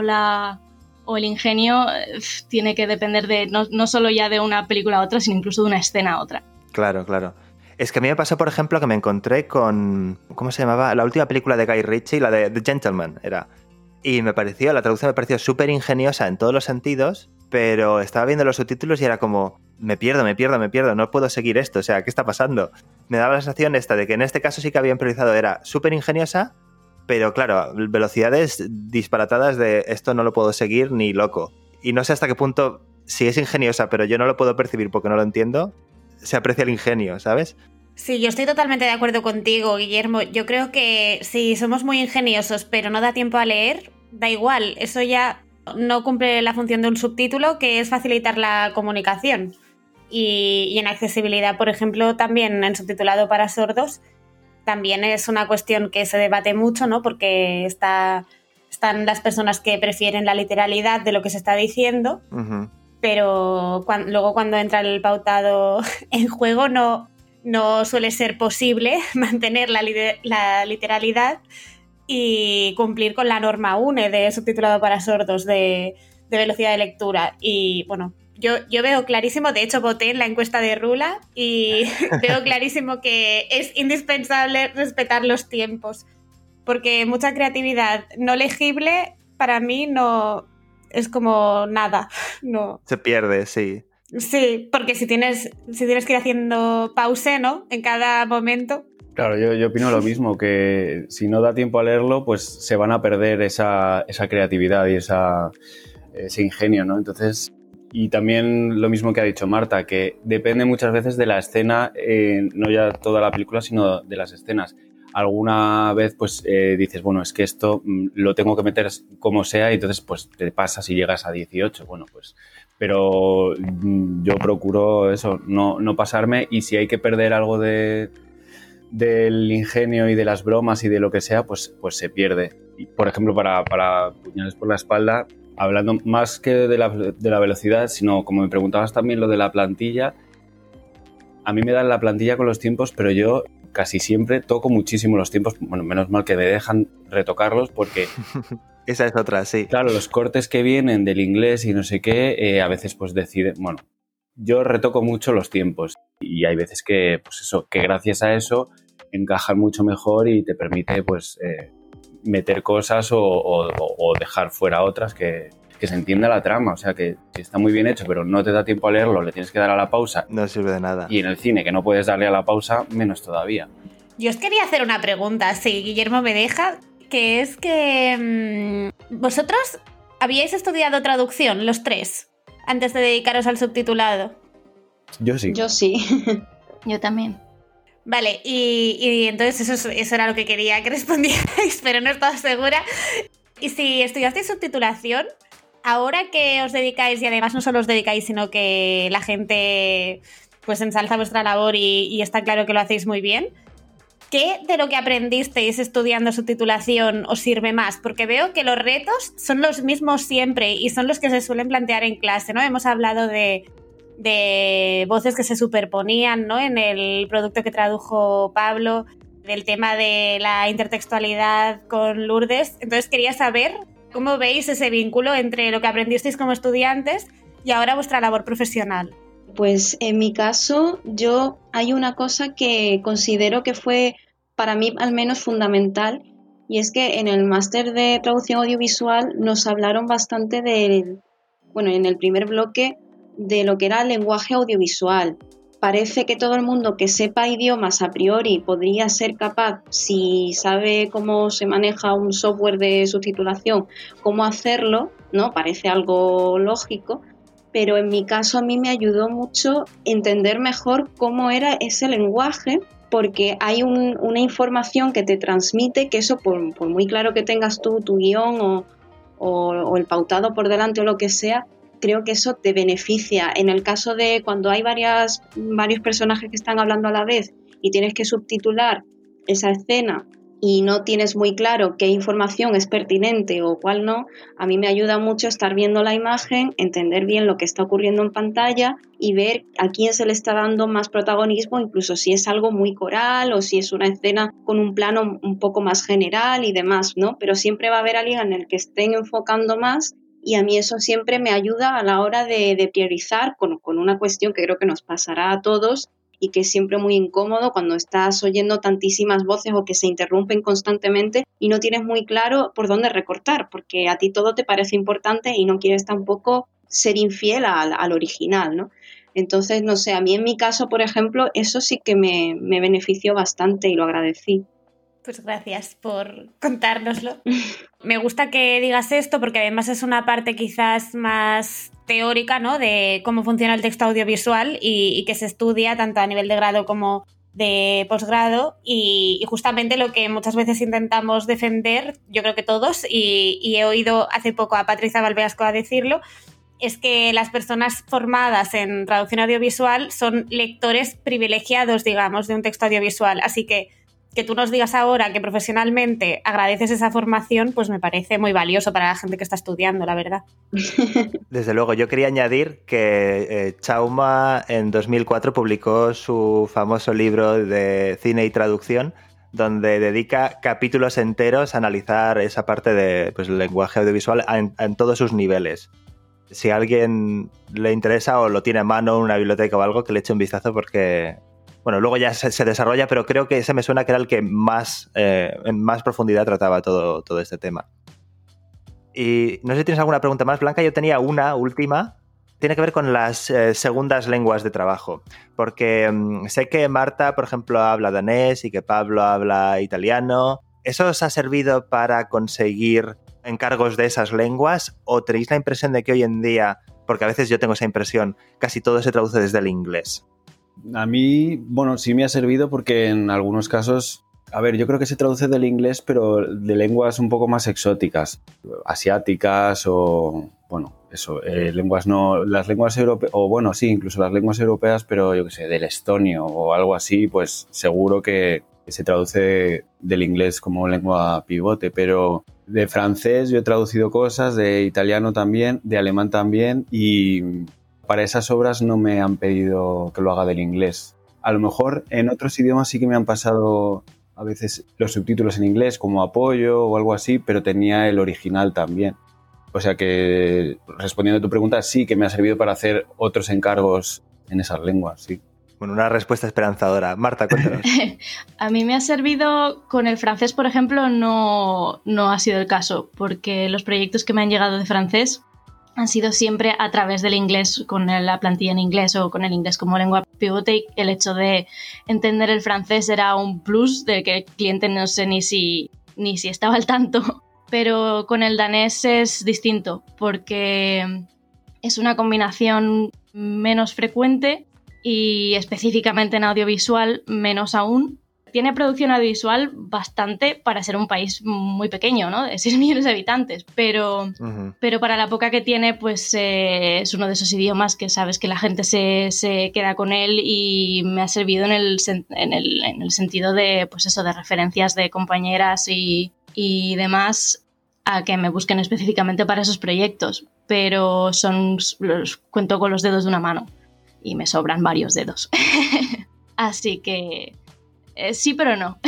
o el ingenio tiene que depender de no solo ya de una película a otra, sino incluso de una escena a otra. Claro. Es que a mí me pasó, por ejemplo, que me encontré con... ¿Cómo se llamaba? La última película de Guy Ritchie, la de The Gentleman, era. Y la traducción me pareció súper ingeniosa en todos los sentidos, pero estaba viendo los subtítulos y era como... Me pierdo, no puedo seguir esto, o sea, ¿qué está pasando? Me daba la sensación esta de que en este caso sí que habían priorizado, era súper ingeniosa, pero claro, velocidades disparatadas de esto no lo puedo seguir ni loco. Y no sé hasta qué punto, si es ingeniosa, pero yo no lo puedo percibir porque no lo entiendo, se aprecia el ingenio, ¿sabes? Sí, yo estoy totalmente de acuerdo contigo, Guillermo. Yo creo que si somos muy ingeniosos, pero no da tiempo a leer, da igual. Eso ya no cumple la función de un subtítulo, que es facilitar la comunicación. Y en accesibilidad, por ejemplo, también en subtitulado para sordos, también es una cuestión que se debate mucho, ¿no? Porque están las personas que prefieren la literalidad de lo que se está diciendo, pero luego cuando entra el pautado en juego no suele ser posible mantener la literalidad y cumplir con la norma UNE de subtitulado para sordos de velocidad de lectura. Y bueno, yo veo clarísimo, de hecho voté en la encuesta de Rula y veo clarísimo que es indispensable respetar los tiempos, porque mucha creatividad no legible para mí no es como nada. No. Se pierde, sí. Sí, porque si tienes que ir haciendo pause, ¿no? En cada momento. Claro, yo opino lo mismo, que si no da tiempo a leerlo, pues se van a perder esa creatividad y ese ingenio, ¿no? Entonces, y también lo mismo que ha dicho Marta, que depende muchas veces de la escena, no ya toda la película, sino de las escenas. Alguna vez pues dices, bueno, es que esto lo tengo que meter como sea y entonces pues te pasas y llegas a 18, bueno, pues... Pero yo procuro eso, no pasarme, y si hay que perder algo del ingenio y de las bromas y de lo que sea, pues se pierde. Y, por ejemplo, para Puñales por la espalda, hablando más que de la velocidad, sino como me preguntabas también lo de la plantilla, a mí me dan la plantilla con los tiempos, pero yo casi siempre toco muchísimo los tiempos. Bueno, menos mal que me dejan retocarlos porque... Esa es otra, sí. Claro, los cortes que vienen del inglés y no sé qué, a veces pues deciden... Bueno, yo retoco mucho los tiempos y hay veces que, pues eso, que gracias a eso encajan mucho mejor y te permite pues meter cosas o dejar fuera otras que se entienda la trama. O sea, que si está muy bien hecho pero no te da tiempo a leerlo, le tienes que dar a la pausa. No sirve de nada. Y en el cine, que no puedes darle a la pausa, menos todavía. Yo os quería hacer una pregunta, si Guillermo me deja, que es que vosotros habíais estudiado traducción, los tres, antes de dedicaros al subtitulado. Yo sí. Yo sí. Yo también. Vale, y entonces eso era lo que quería que respondierais, pero no estaba segura. Y si estudiasteis subtitulación, ahora que os dedicáis, y además no solo os dedicáis, sino que la gente pues ensalza vuestra labor y está claro que lo hacéis muy bien, ¿qué de lo que aprendisteis estudiando subtitulación os sirve más? Porque veo que los retos son los mismos siempre y son los que se suelen plantear en clase, ¿no? Hemos hablado de voces que se superponían, ¿no? En el producto que tradujo Pablo, del tema de la intertextualidad con Lourdes. Entonces quería saber cómo veis ese vínculo entre lo que aprendisteis como estudiantes y ahora vuestra labor profesional. Pues en mi caso, hay una cosa que considero que fue para mí al menos fundamental, y es que en el máster de traducción audiovisual nos hablaron bastante en el primer bloque, de lo que era el lenguaje audiovisual. Parece que todo el mundo que sepa idiomas a priori podría ser capaz, si sabe cómo se maneja un software de subtitulación, cómo hacerlo, ¿no? Parece algo lógico, pero en mi caso a mí me ayudó mucho entender mejor cómo era ese lenguaje, porque hay una información que te transmite, que eso por muy claro que tengas tú tu guión o el pautado por delante o lo que sea, creo que eso te beneficia. En el caso de cuando hay varios personajes que están hablando a la vez y tienes que subtitular esa escena y no tienes muy claro qué información es pertinente o cuál no, a mí me ayuda mucho estar viendo la imagen, entender bien lo que está ocurriendo en pantalla y ver a quién se le está dando más protagonismo, incluso si es algo muy coral o si es una escena con un plano un poco más general y demás, ¿no? Pero siempre va a haber alguien en el que estén enfocando más y a mí eso siempre me ayuda a la hora de priorizar con una cuestión que creo que nos pasará a todos, y que es siempre muy incómodo cuando estás oyendo tantísimas voces o que se interrumpen constantemente y no tienes muy claro por dónde recortar, porque a ti todo te parece importante y no quieres tampoco ser infiel al original, ¿no? Entonces, no sé, a mí en mi caso, por ejemplo, eso sí que me benefició bastante y lo agradecí. Pues gracias por contárnoslo. Me gusta que digas esto porque además es una parte quizás más teórica, ¿no?, de cómo funciona el texto audiovisual y que se estudia tanto a nivel de grado como de posgrado y justamente lo que muchas veces intentamos defender, yo creo que todos, y he oído hace poco a Patricia Valveasco a decirlo, es que las personas formadas en traducción audiovisual son lectores privilegiados, digamos, de un texto audiovisual. Así que tú nos digas ahora que profesionalmente agradeces esa formación, pues me parece muy valioso para la gente que está estudiando, la verdad. Desde luego, yo quería añadir que Chauma en 2004 publicó su famoso libro de cine y traducción, donde dedica capítulos enteros a analizar esa parte de, pues, el lenguaje audiovisual en todos sus niveles. Si a alguien le interesa o lo tiene a mano en una biblioteca o algo, que le eche un vistazo porque, bueno, luego ya se desarrolla, pero creo que ese me suena que era el que más, en más profundidad trataba todo este tema. Y no sé si tienes alguna pregunta más, Blanca. Yo tenía una última. Tiene que ver con las segundas lenguas de trabajo. Porque sé que Marta, por ejemplo, habla danés y que Pablo habla italiano. ¿Eso os ha servido para conseguir encargos de esas lenguas? ¿O tenéis la impresión de que hoy en día, porque a veces yo tengo esa impresión, casi todo se traduce desde el inglés? A mí, bueno, sí me ha servido porque en algunos casos, a ver, yo creo que se traduce del inglés, pero de lenguas un poco más exóticas, asiáticas o, bueno, eso, lenguas no, las lenguas europeas, o bueno, sí, incluso las lenguas europeas, pero yo qué sé, del estonio o algo así, pues seguro que se traduce del inglés como lengua pivote, pero de francés yo he traducido cosas, de italiano también, de alemán también, y para esas obras no me han pedido que lo haga del inglés. A lo mejor en otros idiomas sí que me han pasado a veces los subtítulos en inglés como apoyo o algo así, pero tenía el original también. O sea que, respondiendo a tu pregunta, sí que me ha servido para hacer otros encargos en esas lenguas, sí. Bueno, una respuesta esperanzadora. Marta, cuéntanos. A mí me ha servido con el francés, por ejemplo, no ha sido el caso, porque los proyectos que me han llegado de francés han sido siempre a través del inglés, con la plantilla en inglés o con el inglés como lengua pivote, y el hecho de entender el francés era un plus del que el cliente no sé ni si estaba al tanto. Pero con el danés es distinto, porque es una combinación menos frecuente y específicamente en audiovisual menos aún. Tiene producción audiovisual bastante para ser un país muy pequeño, ¿no? De 6 millones de habitantes, pero para la poca que tiene, pues es uno de esos idiomas que sabes que la gente se queda con él, y me ha servido en el sentido de, pues eso, de referencias de compañeras y demás a que me busquen específicamente para esos proyectos, pero los cuento con los dedos de una mano y me sobran varios dedos. Así que sí, pero no.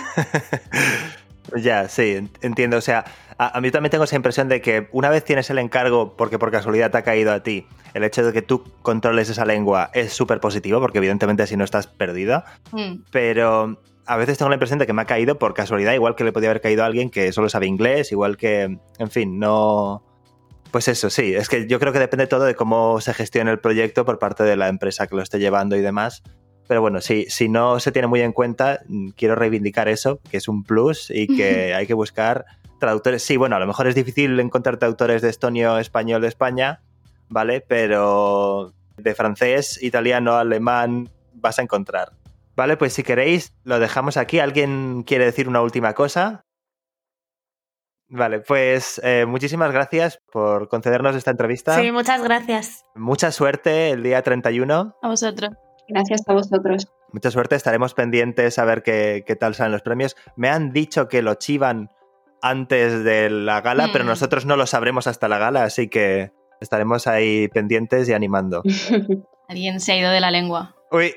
Ya, sí, entiendo. O sea, a mí también tengo esa impresión de que una vez tienes el encargo porque por casualidad te ha caído a ti, el hecho de que tú controles esa lengua es súper positivo, porque evidentemente así no estás perdida, pero a veces tengo la impresión de que me ha caído por casualidad, igual que le podía haber caído a alguien que solo sabe inglés, igual que, en fin, no... Pues eso, sí, es que yo creo que depende todo de cómo se gestione el proyecto por parte de la empresa que lo esté llevando y demás. Pero bueno, si no se tiene muy en cuenta, quiero reivindicar eso, que es un plus y que hay que buscar traductores. Sí, bueno, a lo mejor es difícil encontrar traductores de estonio, español de España, ¿vale? Pero de francés, italiano, alemán vas a encontrar. Vale, pues si queréis, lo dejamos aquí. ¿Alguien quiere decir una última cosa? Vale, pues muchísimas gracias por concedernos esta entrevista. Sí, muchas gracias. Mucha suerte el día 31. A vosotros. Gracias a vosotros. Mucha suerte, estaremos pendientes a ver qué tal salen los premios. Me han dicho que lo chivan antes de la gala, pero nosotros no lo sabremos hasta la gala, así que estaremos ahí pendientes y animando. Alguien se ha ido de la lengua. Uy.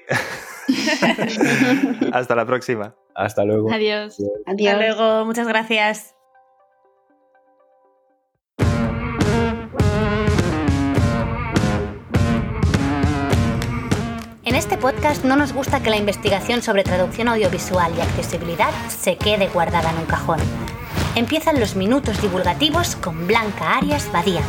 Hasta la próxima. Hasta luego. Adiós. Adiós. Hasta luego, muchas gracias. En este podcast no nos gusta que la investigación sobre traducción audiovisual y accesibilidad se quede guardada en un cajón. Empiezan los minutos divulgativos con Blanca Arias Badía.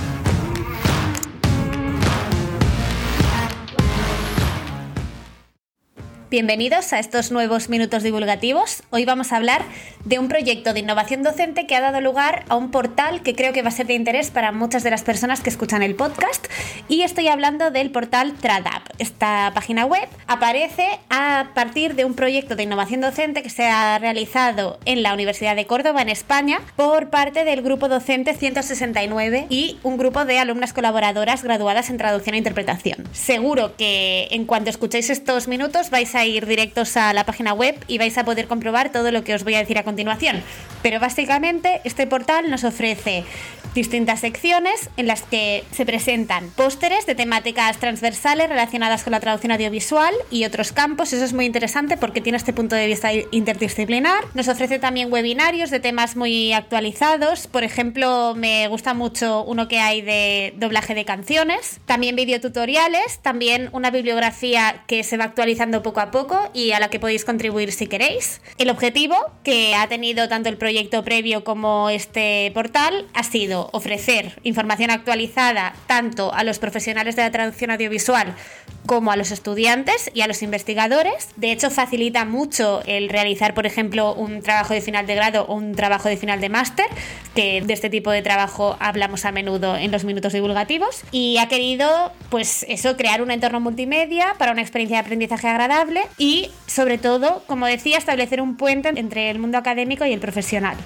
Bienvenidos a estos nuevos minutos divulgativos. Hoy vamos a hablar de un proyecto de innovación docente que ha dado lugar a un portal que creo que va a ser de interés para muchas de las personas que escuchan el podcast, y estoy hablando del portal TradUp. Esta página web aparece a partir de un proyecto de innovación docente que se ha realizado en la Universidad de Córdoba, en España, por parte del grupo docente 169 y un grupo de alumnas colaboradoras graduadas en traducción e interpretación. Seguro que en cuanto escuchéis estos minutos vais a ir directos a la página web y vais a poder comprobar todo lo que os voy a decir a continuación. Pero básicamente este portal nos ofrece distintas secciones en las que se presentan pósteres de temáticas transversales relacionadas con la traducción audiovisual y otros campos. Eso es muy interesante porque tiene este punto de vista interdisciplinar. Nos ofrece también webinarios de temas muy actualizados. Por ejemplo, me gusta mucho uno que hay de doblaje de canciones. También videotutoriales, también una bibliografía que se va actualizando poco a poco y a la que podéis contribuir si queréis. El objetivo que ha tenido tanto el proyecto previo como este portal ha sido ofrecer información actualizada tanto a los profesionales de la traducción audiovisual como a los estudiantes y a los investigadores. De hecho, facilita mucho el realizar, por ejemplo, un trabajo de final de grado o un trabajo de final de máster, que de este tipo de trabajo hablamos a menudo en los minutos divulgativos, y ha querido, pues eso, crear un entorno multimedia para una experiencia de aprendizaje agradable y, sobre todo, como decía, establecer un puente entre el mundo académico y el profesional.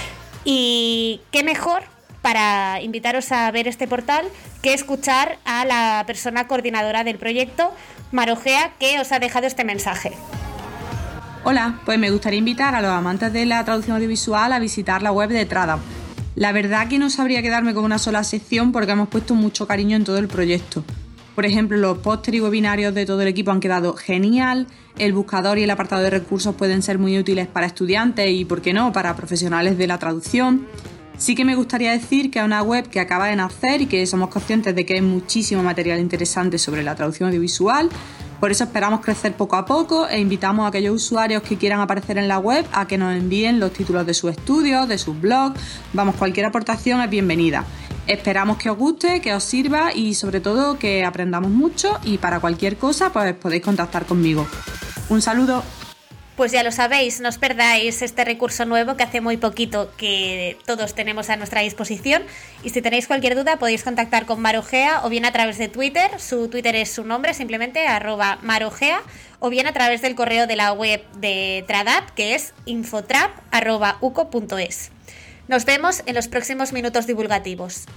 Y qué mejor para invitaros a ver este portal que escuchar a la persona coordinadora del proyecto, Marogea, que os ha dejado este mensaje. Hola, pues me gustaría invitar a los amantes de la traducción audiovisual a visitar la web de TradUp. La verdad que no sabría quedarme con una sola sección porque hemos puesto mucho cariño en todo el proyecto. Por ejemplo, los pósteres y webinarios de todo el equipo han quedado genial, el buscador y el apartado de recursos pueden ser muy útiles para estudiantes y, por qué no, para profesionales de la traducción. Sí que me gustaría decir que es una web que acaba de nacer y que somos conscientes de que hay muchísimo material interesante sobre la traducción audiovisual. Por eso esperamos crecer poco a poco e invitamos a aquellos usuarios que quieran aparecer en la web a que nos envíen los títulos de sus estudios, de sus blogs. Vamos, cualquier aportación es bienvenida. Esperamos que os guste, que os sirva y sobre todo que aprendamos mucho, y para cualquier cosa pues podéis contactar conmigo. Un saludo. Pues ya lo sabéis, no os perdáis este recurso nuevo que hace muy poquito que todos tenemos a nuestra disposición, y si tenéis cualquier duda podéis contactar con Marogea o bien a través de Twitter. Su Twitter es su nombre, simplemente @Marogea, o bien a través del correo de la web de TradUp, que es infotrap@uco.es. Nos vemos en los próximos minutos divulgativos.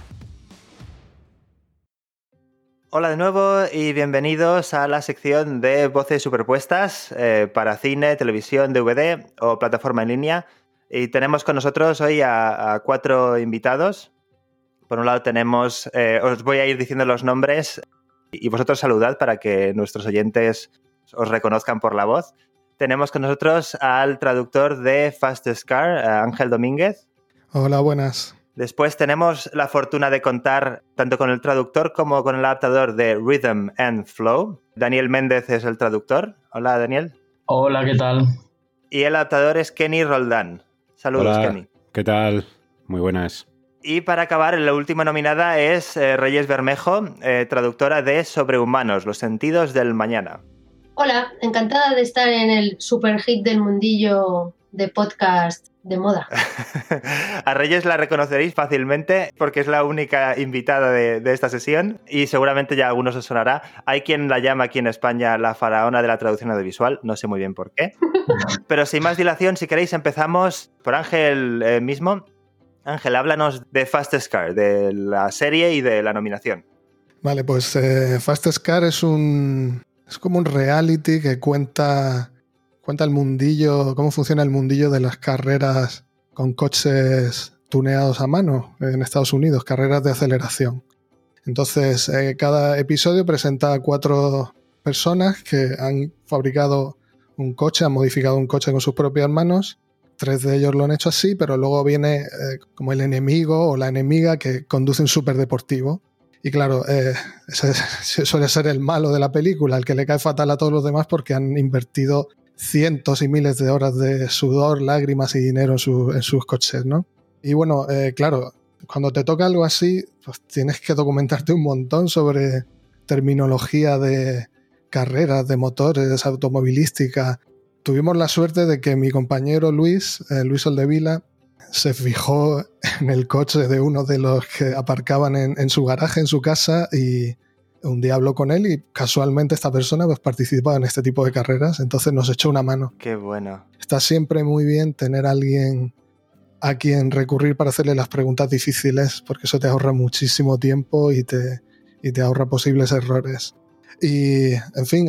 Hola de nuevo y bienvenidos a la sección de voces superpuestas para cine, televisión, DVD o plataforma en línea. Y tenemos con nosotros hoy a 4 invitados. Por un lado tenemos, os voy a ir diciendo los nombres y vosotros saludad para que nuestros oyentes os reconozcan por la voz. Tenemos con nosotros al traductor de Fastest Car, Ángel Domínguez. Hola, buenas. Después tenemos la fortuna de contar tanto con el traductor como con el adaptador de Rhythm and Flow. Daniel Méndez es el traductor. Hola, Daniel. Hola, ¿qué tal? Y el adaptador es Kenny Roldán. Saludos, Hola, Kenny. ¿qué tal? Muy buenas. Y para acabar, la última nominada es Reyes Bermejo, traductora de Sobrehumanos, los sentidos del mañana. Hola, encantada de estar en el super hit del mundillo de podcast de moda. A Reyes la reconoceréis fácilmente porque es la única invitada de esta sesión y seguramente ya a algunos os sonará. Hay quien la llama aquí en España la faraona de la traducción audiovisual, no sé muy bien por qué. Pero sin más dilación, si queréis empezamos por Ángel mismo. Ángel, háblanos de Fastest Car, de la serie y de la nominación. Vale, pues Fastest Car es como un reality que cuenta el mundillo, cómo funciona el mundillo de las carreras con coches tuneados a mano en Estados Unidos, carreras de aceleración. Entonces, cada episodio presenta a 4 personas que han fabricado un coche, han modificado un coche con sus propias manos. 3 de ellos lo han hecho así, pero luego viene como el enemigo o la enemiga que conduce un superdeportivo. Y claro, ese suele ser el malo de la película, el que le cae fatal a todos los demás porque han invertido cientos y miles de horas de sudor, lágrimas y dinero en sus coches, ¿no? Y bueno, claro, cuando te toca algo así, pues tienes que documentarte un montón sobre terminología de carreras, de motores, automovilística. Tuvimos la suerte de que mi compañero Luis Soldevila, se fijó en el coche de uno de los que aparcaban en su garaje, en su casa, y un día habló con él y casualmente esta persona pues participaba en este tipo de carreras, entonces nos echó una mano. Qué bueno. Está siempre muy bien tener a alguien a quien recurrir para hacerle las preguntas difíciles, porque eso te ahorra muchísimo tiempo y te ahorra posibles errores. Y, en fin,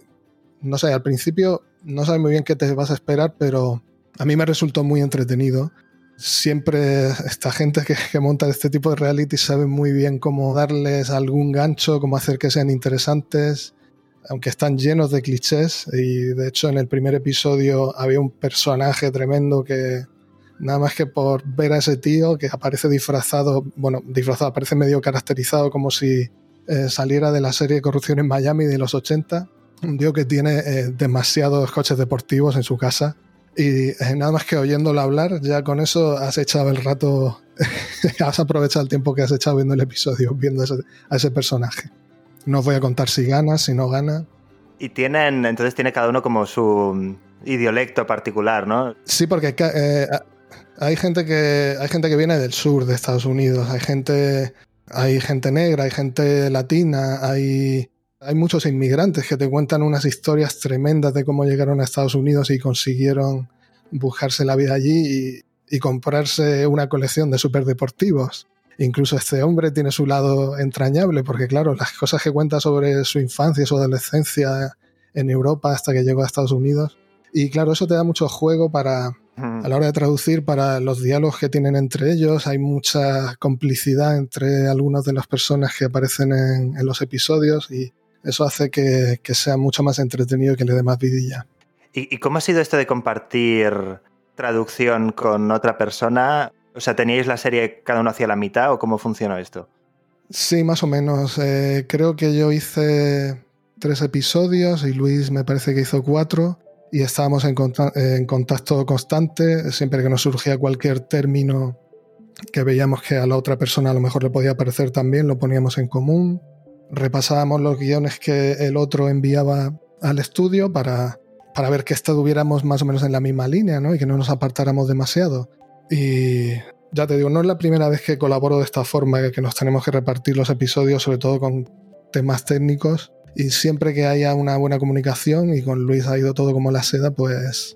no sé, al principio no sabes muy bien qué te vas a esperar, pero a mí me resultó muy entretenido. Siempre esta gente que monta este tipo de reality sabe muy bien cómo darles algún gancho, cómo hacer que sean interesantes, aunque están llenos de clichés. Y de hecho en el primer episodio había un personaje tremendo que nada más que por ver a ese tío que aparece disfrazado, aparece medio caracterizado como si saliera de la serie Corrupción en Miami de los 80, un tío que tiene demasiados coches deportivos en su casa. Y nada más que oyéndolo hablar, ya con eso has echado el rato, has aprovechado el tiempo que has echado viendo el episodio, viendo a ese personaje. No os voy a contar si gana, si no gana. Y entonces tiene cada uno como su idiolecto particular, ¿no? Sí, porque hay gente que viene del sur de Estados Unidos, hay gente negra, hay gente latina, hay muchos inmigrantes que te cuentan unas historias tremendas de cómo llegaron a Estados Unidos y consiguieron buscarse la vida allí y comprarse una colección de superdeportivos. Incluso este hombre tiene su lado entrañable porque, claro, las cosas que cuenta sobre su infancia y su adolescencia en Europa hasta que llegó a Estados Unidos. Y claro, eso te da mucho juego a la hora de traducir, para los diálogos que tienen entre ellos. Hay mucha complicidad entre algunas de las personas que aparecen en los episodios y eso hace que sea mucho más entretenido y que le dé más vidilla. ¿Y cómo ha sido esto de compartir traducción con otra persona? O sea, ¿teníais la serie cada uno hacia la mitad o cómo funcionó esto? Sí, más o menos. Creo que yo hice 3 episodios y Luis me parece que hizo 4 y estábamos en contacto constante. Siempre que nos surgía cualquier término que veíamos que a la otra persona a lo mejor le podía parecer también, lo poníamos en común. Repasábamos los guiones que el otro enviaba al estudio para ver que estuviéramos más o menos en la misma línea, ¿no? Y que no nos apartáramos demasiado. Y ya te digo, no es la primera vez que colaboro de esta forma, que nos tenemos que repartir los episodios, sobre todo con temas técnicos. Y siempre que haya una buena comunicación, y con Luis ha ido todo como la seda, pues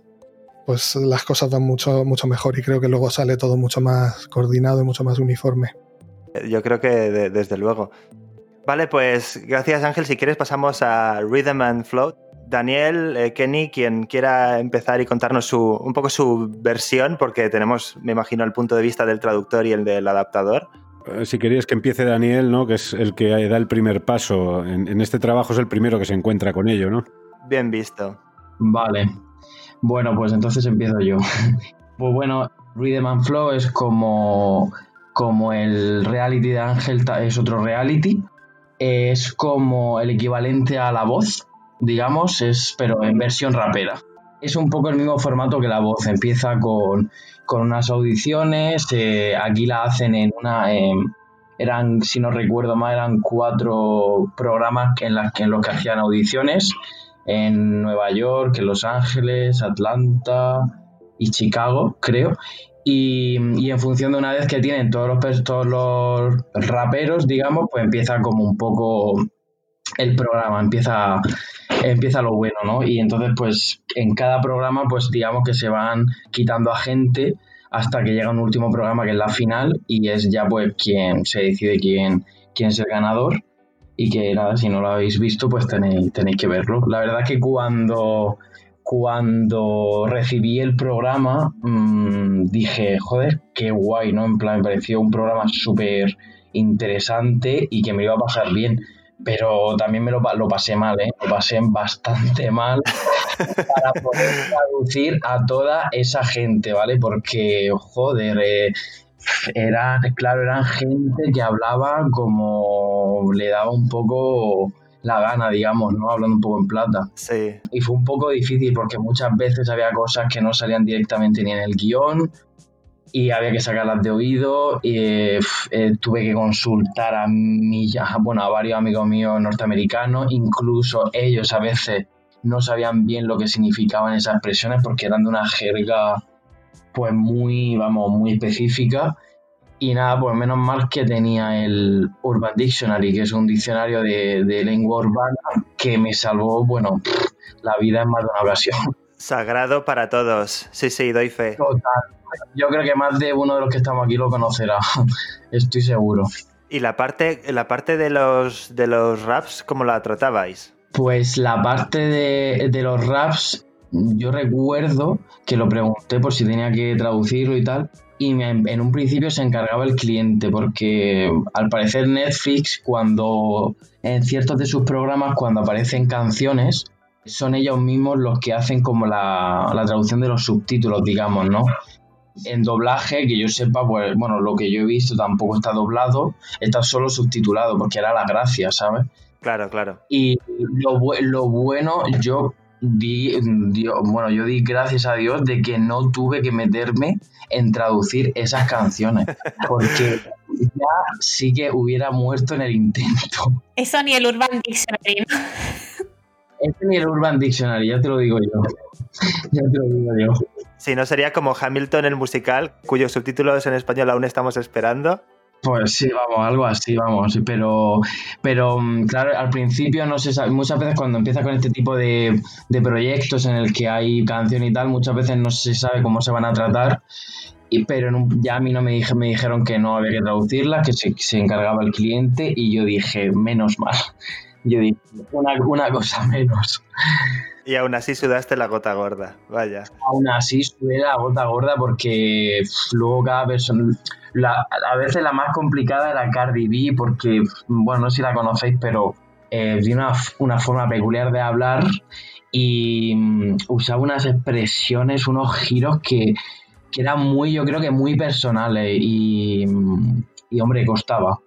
las cosas van mucho, mucho mejor y creo que luego sale todo mucho más coordinado y mucho más uniforme. Yo creo que desde luego. Vale, pues gracias Ángel. Si quieres pasamos a Rhythm and Flow. Daniel, Kenny, quien quiera empezar y contarnos un poco su versión, porque tenemos, me imagino, el punto de vista del traductor y el del adaptador. Si querías que empiece Daniel, ¿no? Que es el que da el primer paso. En este trabajo es el primero que se encuentra con ello, ¿no? Bien visto. Vale. Bueno, pues entonces empiezo yo. Pues bueno, Rhythm and Flow es como el reality de Ángel, es otro reality. Es como el equivalente a La Voz, digamos, pero en versión rapera. Es un poco el mismo formato que La Voz. Empieza con unas audiciones. Aquí la hacen eran, si no recuerdo mal, eran 4 programas en los que hacían audiciones en Nueva York, en Los Ángeles, Atlanta y Chicago, creo. Y en función de una vez que tienen todos los raperos, digamos, pues empieza como un poco el programa, empieza lo bueno, ¿no? Y entonces, pues, en cada programa, pues, digamos que se van quitando a gente hasta que llega un último programa que es la final y es ya pues quien se decide quién es el ganador. Y que nada, si no lo habéis visto, pues tenéis que verlo. La verdad es que cuando recibí el programa, dije, joder, qué guay, ¿no? En plan, me pareció un programa súper interesante y que me iba a pasar bien. Pero también me lo pasé mal, ¿eh? Lo pasé bastante mal para poder traducir a toda esa gente, ¿vale? Porque, joder, eran gente que hablaba como le daba un poco la gana, digamos, ¿no? Hablando un poco en plata. Sí. Y fue un poco difícil porque muchas veces había cosas que no salían directamente ni en el guión y había que sacarlas de oído y tuve que consultar a varios amigos míos norteamericanos, incluso ellos a veces no sabían bien lo que significaban esas expresiones porque eran de una jerga pues muy específica. Y nada, pues menos mal que tenía el Urban Dictionary, que es un diccionario de lengua urbana que me salvó, la vida en más de una ocasión. Sagrado para todos. Sí, doy fe. Total. Yo creo que más de uno de los que estamos aquí lo conocerá. Estoy seguro. ¿Y la parte de los raps, cómo la tratabais? Pues la parte de los raps, yo recuerdo que lo pregunté por si tenía que traducirlo y tal. Y en un principio se encargaba el cliente porque al parecer Netflix en ciertos de sus programas cuando aparecen canciones son ellos mismos los que hacen como la traducción de los subtítulos, digamos, ¿no? En doblaje, que yo sepa, pues lo que yo he visto tampoco está doblado, está solo subtitulado porque era la gracia, ¿sabes? Claro. Y lo bueno, yo di gracias a Dios de que no tuve que meterme en traducir esas canciones porque ya sí que hubiera muerto en el intento. Eso ni el Urban Dictionary, ¿no? Ni el Urban Dictionary, ya te lo digo yo. Si no, sería como Hamilton, el musical, cuyos subtítulos en español aún estamos esperando. Pues sí, algo así, pero claro, al principio no se sabe, muchas veces cuando empiezas con este tipo de proyectos en el que hay canción y tal, muchas veces no se sabe cómo se van a tratar, pero ya a mí me dijeron que no había que traducirlas, que se encargaba el cliente y yo dije, menos mal, yo dije, una cosa menos. Y aún así sudaste la gota gorda, vaya. Aún así sudé la gota gorda porque luego cada persona... a veces la más complicada era Cardi B porque, no sé si la conocéis, pero tiene una forma peculiar de hablar y usaba unas expresiones, unos giros que eran yo creo que muy personales y hombre, costaba.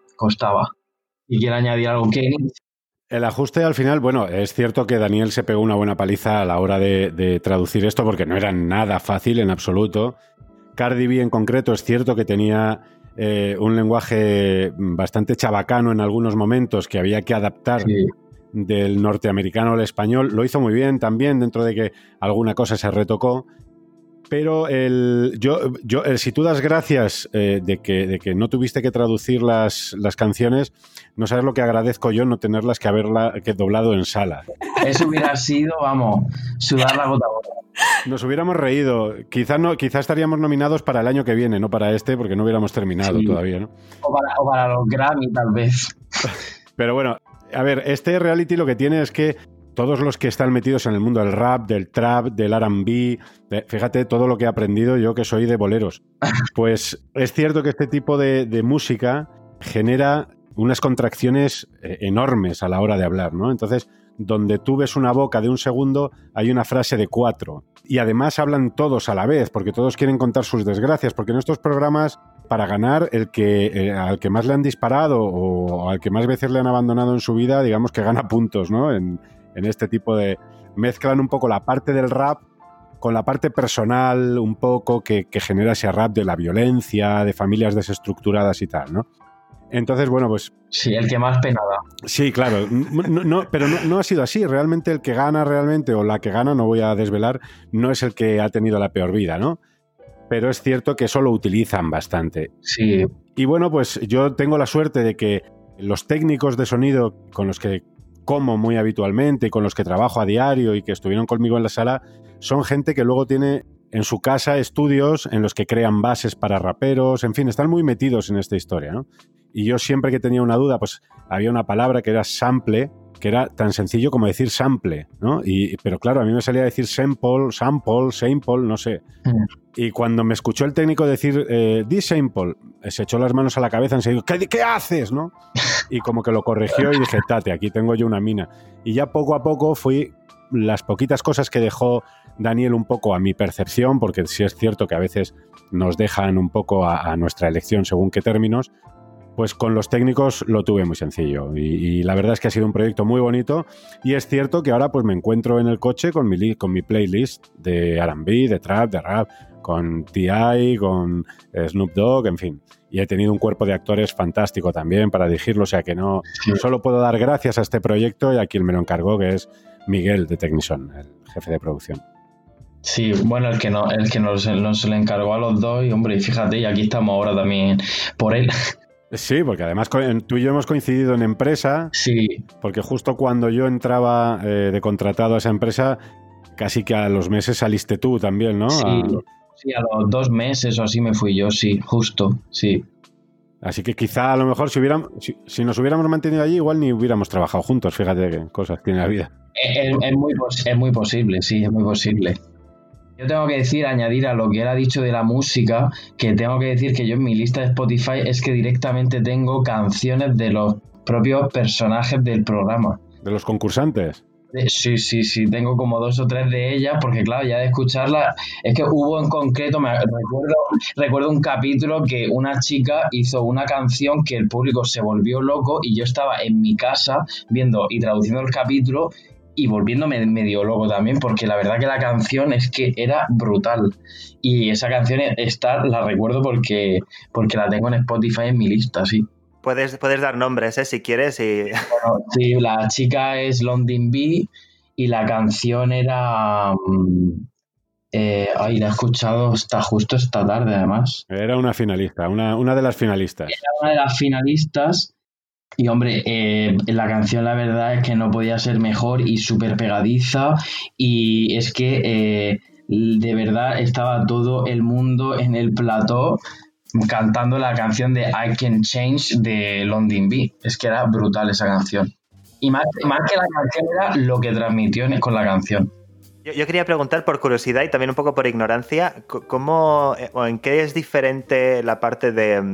¿Y quiere añadir algo, Kenny? El ajuste al final, es cierto que Daniel se pegó una buena paliza a la hora de traducir esto porque no era nada fácil en absoluto. Cardi B en concreto es cierto que tenía un lenguaje bastante chabacano en algunos momentos que había que adaptar del norteamericano al español. Lo hizo muy bien también, dentro de que alguna cosa se retocó. Pero si tú das gracias de que no tuviste que traducir las canciones, no sabes lo que agradezco yo no tenerlas que doblado en sala. Eso hubiera sido, sudar la gota gorda. Nos hubiéramos reído. Quizá estaríamos nominados para el año que viene, no para este, porque no hubiéramos terminado todavía, ¿no? O para los Grammy, tal vez. Pero bueno, a ver, este reality lo que tiene es que todos los que están metidos en el mundo del rap, del trap, del R&B, fíjate todo lo que he aprendido yo que soy de boleros. Pues es cierto que este tipo de música genera unas contracciones enormes a la hora de hablar, ¿no? Entonces, donde tú ves una boca de un segundo, hay una frase de 4. Y además hablan todos a la vez, porque todos quieren contar sus desgracias, porque en estos programas, para ganar, al que más le han disparado o al que más veces le han abandonado en su vida, digamos que gana puntos, ¿no? En este tipo de... Mezclan un poco la parte del rap con la parte personal, un poco que genera ese rap de la violencia, de familias desestructuradas y tal, ¿no? Entonces, pues... Sí, el que más pena da. Sí, claro. Pero no ha sido así. Realmente el que gana o la que gana, no voy a desvelar, no es el que ha tenido la peor vida, ¿no? Pero es cierto que eso lo utilizan bastante. Sí. Y pues yo tengo la suerte de que los técnicos de sonido con los que como muy habitualmente y con los que trabajo a diario y que estuvieron conmigo en la sala, son gente que luego tiene en su casa estudios en los que crean bases para raperos, en fin, están muy metidos en esta historia, ¿no? Y yo siempre que tenía una duda, pues había una palabra que era sample, que era tan sencillo como decir sample, ¿no? Pero claro, a mí me salía a decir sample, no sé. Y cuando me escuchó el técnico decir sample, se echó las manos a la cabeza enseguida, ¿qué haces, no? Y como que lo corrigió y dije, tate, aquí tengo yo una mina. Y ya poco a poco fui, las poquitas cosas que dejó Daniel un poco a mi percepción, porque sí es cierto que a veces nos dejan un poco a nuestra elección según qué términos, pues con los técnicos lo tuve muy sencillo y la verdad es que ha sido un proyecto muy bonito y es cierto que ahora pues me encuentro en el coche con mi playlist de R&B, de trap, de rap, con T.I., con Snoop Dogg, en fin. Y he tenido un cuerpo de actores fantástico también para dirigirlo, o sea que no solo puedo dar gracias a este proyecto y a quien me lo encargó, que es Miguel de Technison, el jefe de producción. Sí, bueno, el que nos le encargó a los dos y hombre, fíjate, y aquí estamos ahora también por él. Sí, porque además tú y yo hemos coincidido en empresa. Sí. Porque justo cuando yo entraba de contratado a esa empresa, casi que a los meses saliste tú también, ¿no? Sí, a los 2 meses o así me fui yo, sí, justo, sí. Así que quizá a lo mejor si nos hubiéramos mantenido allí, igual ni hubiéramos trabajado juntos. Fíjate qué cosas tiene la vida. Es muy posible, sí, es muy posible. Yo tengo que añadir a lo que él ha dicho de la música, que tengo que decir que yo en mi lista de Spotify es que directamente tengo canciones de los propios personajes del programa. ¿De los concursantes? Sí, tengo como 2 o 3 de ellas, porque claro, ya de escucharlas, es que hubo en concreto, recuerdo un capítulo que una chica hizo una canción que el público se volvió loco y yo estaba en mi casa viendo y traduciendo el capítulo y volviéndome medio loco también, porque la verdad que la canción es que era brutal. Y esa canción la recuerdo porque la tengo en Spotify en mi lista, sí. Puedes dar nombres, si quieres. Bueno, sí, la chica es London B y la canción era... la he escuchado justo esta tarde, además. Era una finalista, una de las finalistas. Era una de las finalistas. Y hombre, la canción la verdad es que no podía ser mejor y súper pegadiza y es que de verdad estaba todo el mundo en el plató cantando la canción de I Can Change de London B. Es que era brutal esa canción. Y más que la canción era lo que transmitió con la canción. Yo quería preguntar por curiosidad y también un poco por ignorancia, ¿cómo o en qué es diferente la parte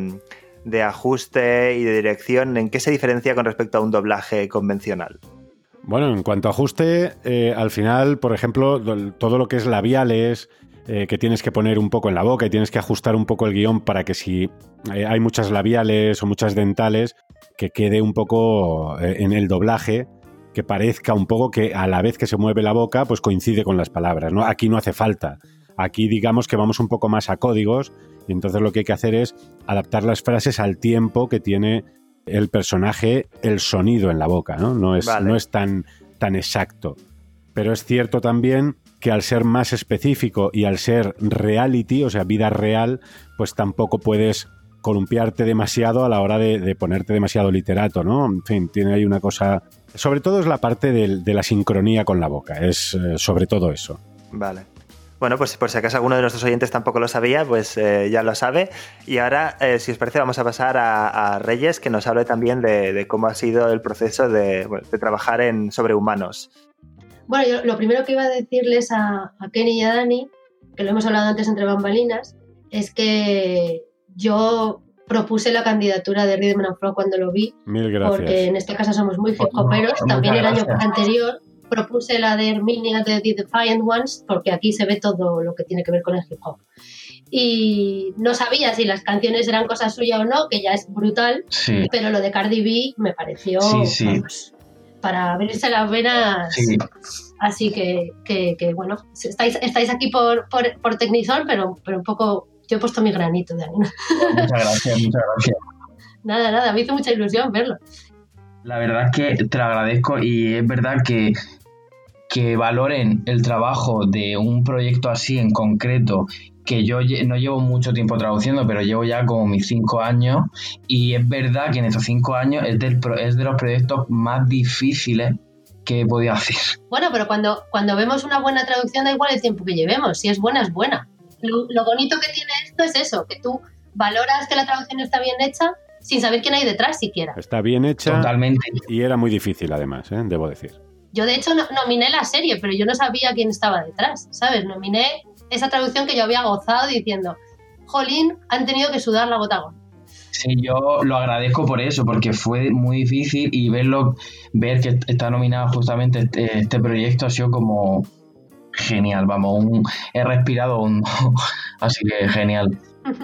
de ajuste y de dirección? ¿En qué se diferencia con respecto a un doblaje convencional? Bueno, en cuanto a ajuste, al final, por ejemplo, todo lo que es labiales, que tienes que poner un poco en la boca y tienes que ajustar un poco el guión para que si hay muchas labiales o muchas dentales, que quede un poco en el doblaje, que parezca un poco que a la vez que se mueve la boca, pues coincide con las palabras, ¿no? Aquí no hace falta. Aquí digamos que vamos un poco más a códigos y entonces lo que hay que hacer es adaptar las frases al tiempo que tiene el personaje, el sonido en la boca, ¿no? No es tan exacto. Pero es cierto también que al ser más específico y al ser reality, o sea, vida real, pues tampoco puedes columpiarte demasiado a la hora de ponerte demasiado literato, ¿no? En fin, tiene ahí una cosa... Sobre todo es la parte de la sincronía con la boca, es sobre todo eso. Vale. Bueno, pues por si acaso alguno de nuestros oyentes tampoco lo sabía, pues ya lo sabe. Y ahora, si os parece, vamos a pasar a Reyes, que nos hable también de cómo ha sido el proceso de trabajar en Sobrehumanos. Bueno, yo lo primero que iba a decirles a Kenny y a Dani, que lo hemos hablado antes entre bambalinas, es que yo propuse la candidatura de Rhythm and Flow cuando lo vi. Mil gracias. Porque en esta casa somos muy hip-hoperos. También el año anterior propuse la de Herminia de The Defiant Ones, porque aquí se ve todo lo que tiene que ver con el hip-hop. Y no sabía si las canciones eran cosa suya o no, que ya es brutal, sí. Pero lo de Cardi B me pareció... Sí. Vamos, para abrirse las venas. Sí. Así que bueno, estáis aquí por Technison, pero un poco yo he puesto mi granito de arena. Muchas gracias. Nada, me hizo mucha ilusión verlo. La verdad es que te lo agradezco y es verdad que valoren el trabajo de un proyecto así en concreto, que yo no llevo mucho tiempo traduciendo, pero llevo ya como mis 5 años y es verdad que en esos 5 años es de los proyectos más difíciles ¿qué podía hacer? Bueno, pero cuando vemos una buena traducción da igual el tiempo que llevemos, si es buena, es buena. Lo bonito que tiene esto es eso, que tú valoras que la traducción está bien hecha sin saber quién hay detrás siquiera. Está bien hecha. Totalmente. Y era muy difícil además, debo decir. Yo de hecho nominé la serie, pero yo no sabía quién estaba detrás, ¿sabes? Nominé esa traducción que yo había gozado diciendo, jolín, han tenido que sudar la gota gorda. Sí, yo lo agradezco por eso, porque fue muy difícil y ver que está nominado justamente este proyecto ha sido como genial, vamos, he respirado hondo, así que genial.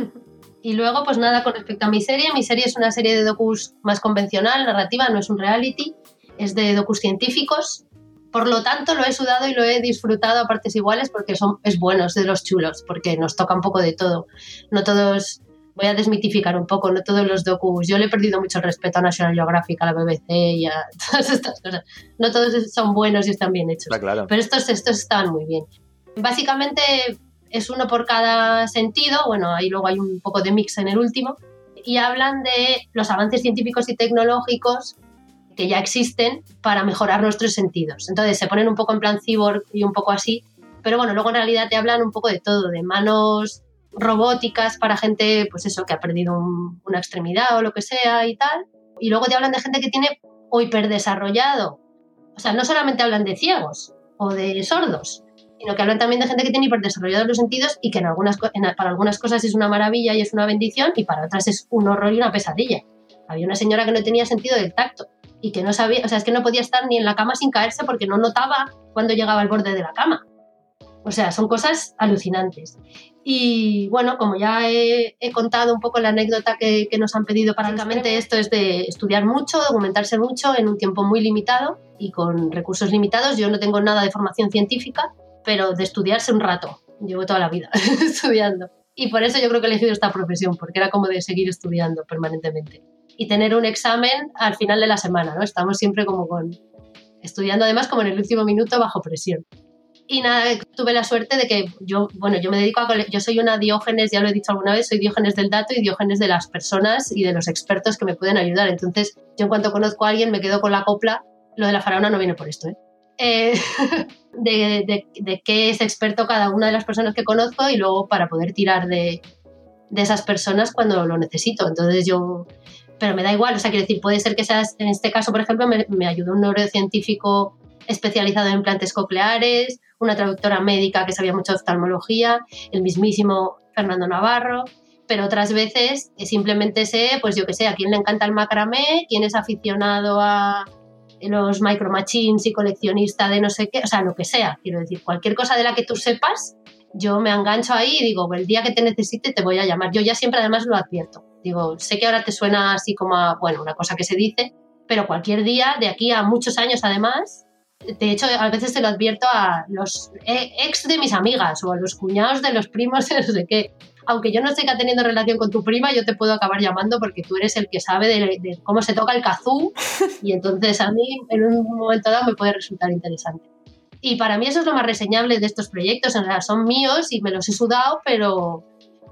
Y luego, pues nada, con respecto a mi serie es una serie de docus más convencional, narrativa, no es un reality, es de docus científicos, por lo tanto lo he sudado y lo he disfrutado a partes iguales porque es bueno, es de los chulos, porque nos toca un poco de todo, no todos... Voy a desmitificar un poco, no todos los docus. Yo le he perdido mucho el respeto a National Geographic, a la BBC y a todas estas cosas. No todos son buenos y están bien hechos. Claro. Pero estos estaban muy bien. Básicamente es uno por cada sentido. Bueno, ahí luego hay un poco de mix en el último. Y hablan de los avances científicos y tecnológicos que ya existen para mejorar nuestros sentidos. Entonces se ponen un poco en plan cyborg y un poco así. Pero bueno, luego en realidad te hablan un poco de todo, de manos robóticas para gente, pues eso, que ha perdido una extremidad o lo que sea y tal. Y luego te hablan de gente que tiene o hiperdesarrollado. O sea, no solamente hablan de ciegos o de sordos, sino que hablan también de gente que tiene hiperdesarrollados los sentidos y que para algunas cosas es una maravilla y es una bendición y para otras es un horror y una pesadilla. Había una señora que no tenía sentido del tacto y que no sabía, o sea, es que no podía estar ni en la cama sin caerse porque no notaba cuando llegaba al borde de la cama. O sea, son cosas alucinantes. Y bueno, como ya he contado un poco la anécdota que nos han pedido, prácticamente esto es de estudiar mucho, documentarse mucho en un tiempo muy limitado y con recursos limitados. Yo no tengo nada de formación científica, pero de estudiarse un rato. Llevo toda la vida estudiando. Y por eso yo creo que he elegido esta profesión, porque era como de seguir estudiando permanentemente. Y tener un examen al final de la semana, ¿no? Estamos siempre como estudiando además como en el último minuto bajo presión. Y nada, tuve la suerte de que yo me dedico yo soy una Diógenes, ya lo he dicho alguna vez, soy Diógenes del dato y Diógenes de las personas y de los expertos que me pueden ayudar. Entonces, yo en cuanto conozco a alguien me quedo con la copla. Lo de la faraona no viene por esto, de qué es experto cada una de las personas que conozco y luego para poder tirar de esas personas cuando lo necesito. Entonces pero me da igual, o sea, quiero decir, puede ser que seas, en este caso, por ejemplo, me ayudó un neurocientífico especializado en implantes cocleares, una traductora médica que sabía mucho de oftalmología, el mismísimo Fernando Navarro, pero otras veces simplemente sé, pues yo que sé, a quién le encanta el macramé, quién es aficionado a los micro machines y coleccionista de no sé qué, o sea, lo que sea, quiero decir, cualquier cosa de la que tú sepas, yo me engancho ahí y digo, el día que te necesite te voy a llamar. Yo ya siempre además lo advierto, digo, sé que ahora te suena así como una cosa que se dice, pero cualquier día, de aquí a muchos años además. De hecho, a veces te lo advierto a los ex de mis amigas o a los cuñados de los primos de no sé qué. Aunque yo no esté teniendo relación con tu prima, yo te puedo acabar llamando porque tú eres el que sabe de cómo se toca el kazoo y entonces a mí en un momento dado me puede resultar interesante. Y para mí eso es lo más reseñable de estos proyectos. En realidad son míos y me los he sudado, pero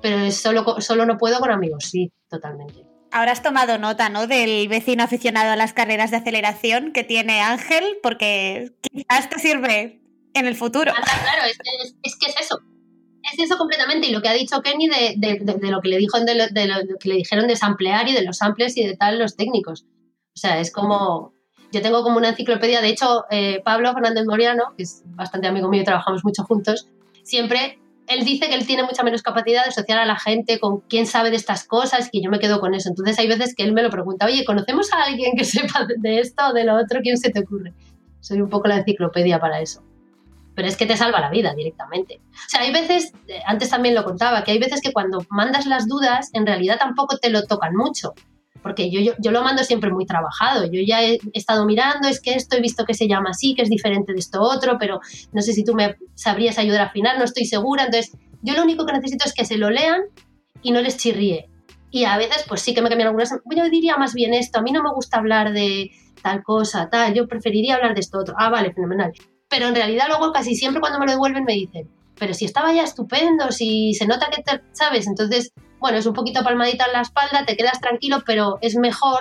solo no puedo con amigos, sí, totalmente. Ahora has tomado nota, ¿no?, del vecino aficionado a las carreras de aceleración que tiene Ángel, porque quizás te sirve en el futuro. Claro, es que es eso. Es eso completamente. Y lo que ha dicho Kenny de lo que le dijo, de lo que le dijeron de samplear y de los samples y de tal, los técnicos. O sea, es como... Yo tengo como una enciclopedia. De hecho, Pablo Fernández Moriano, que es bastante amigo mío y trabajamos mucho juntos, siempre... Él dice que él tiene mucha menos capacidad de asociar a la gente con quién sabe de estas cosas y que yo me quedo con eso. Entonces hay veces que él me lo pregunta, oye, ¿conocemos a alguien que sepa de esto o de lo otro? ¿Quién se te ocurre? Soy un poco la enciclopedia para eso. Pero es que te salva la vida directamente. O sea, hay veces, antes también lo contaba, que hay veces que cuando mandas las dudas, en realidad tampoco te lo tocan mucho. Porque yo lo mando siempre muy trabajado. Yo ya he estado mirando, es que esto he visto que se llama así, que es diferente de esto otro, pero no sé si tú me sabrías ayudar a afinar, no estoy segura. Entonces, yo lo único que necesito es que se lo lean y no les chirríe. Y a veces, pues sí que me cambian algunas. Yo diría más bien esto, a mí no me gusta hablar de tal cosa, tal, yo preferiría hablar de esto otro. Ah, vale, fenomenal. Pero en realidad luego casi siempre cuando me lo devuelven me dicen, pero si estaba ya estupendo, si se nota que te, ¿sabes? Entonces... Bueno, es un poquito palmadita en la espalda, te quedas tranquilo, pero es mejor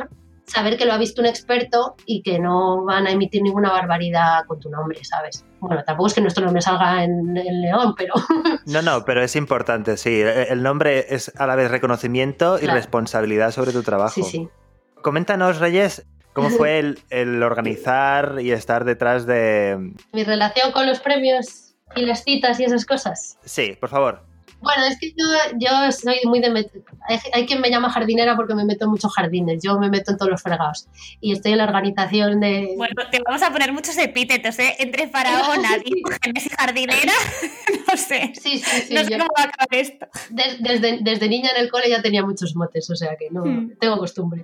saber que lo ha visto un experto y que no van a emitir ninguna barbaridad con tu nombre, ¿sabes? Bueno, tampoco es que nuestro nombre salga en León, pero... No, pero es importante, sí. El nombre es a la vez reconocimiento y responsabilidad sobre tu trabajo. Sí. Coméntanos, Reyes, ¿cómo fue el organizar y estar detrás de... mi relación con los premios y las citas y esas cosas? Sí, por favor. Bueno, es que yo soy muy de... Hay quien me llama jardinera porque me meto en muchos jardines. Yo me meto en todos los fregados. Y estoy en la organización de... Bueno, te vamos a poner muchos epítetos, ¿eh? Entre faraona, Diógenes y jardinera, no sé. Sí. No sé cómo va a acabar esto. Desde niña en el cole ya tenía muchos motes, o sea que no tengo costumbre.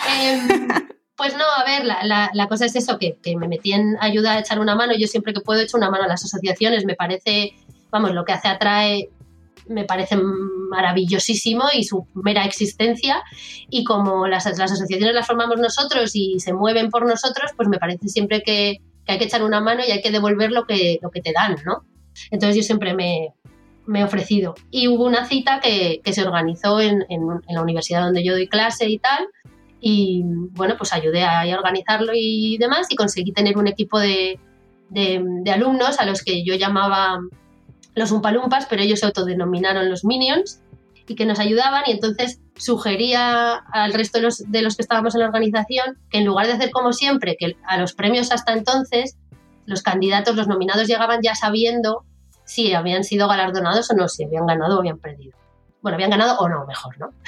Pues no, a ver, la cosa es eso, que me metí en ayuda a echar una mano. Yo siempre que puedo echo una mano a las asociaciones. Me parece, vamos, lo que hace Atrae me parece maravillosísimo y su mera existencia, y como las asociaciones las formamos nosotros y se mueven por nosotros, pues me parece siempre que hay que echar una mano y hay que devolver lo que te dan, ¿no? Entonces yo siempre me he ofrecido. Y hubo una cita que se organizó en la universidad donde yo doy clase y tal, y bueno, pues ayudé a organizarlo y demás, y conseguí tener un equipo de alumnos a los que yo llamaba los Umpalumpas, pero ellos se autodenominaron los Minions, y que nos ayudaban, y entonces sugería al resto de los que estábamos en la organización que en lugar de hacer como siempre, que a los premios hasta entonces los candidatos, los nominados llegaban ya sabiendo si habían sido galardonados o no, si habían ganado o habían perdido. Bueno, habían ganado o no, mejor, ¿no?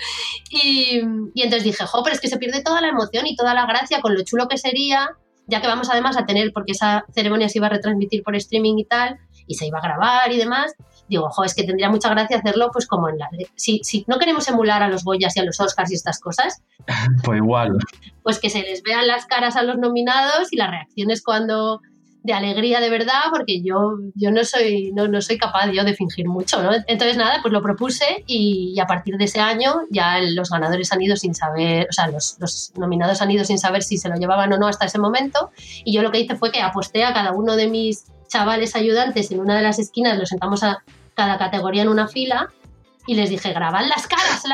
y entonces dije, pero es que se pierde toda la emoción y toda la gracia con lo chulo que sería, ya que vamos además a tener, porque esa ceremonia se iba a retransmitir por streaming y tal, y se iba a grabar y demás, digo, es que tendría mucha gracia hacerlo pues como en si no queremos emular a los Goyas y a los Oscars y estas cosas, pues igual, pues que se les vean las caras a los nominados y las reacciones cuando de alegría de verdad, porque yo no soy capaz yo de fingir mucho, ¿no? Entonces nada, pues lo propuse, y a partir de ese año ya los ganadores han ido sin saber, o sea, los nominados han ido sin saber si se lo llevaban o no hasta ese momento, y yo lo que hice fue que aposté a cada uno de mis chavales ayudantes en una de las esquinas, los sentamos a cada categoría en una fila y les dije, grabad las caras.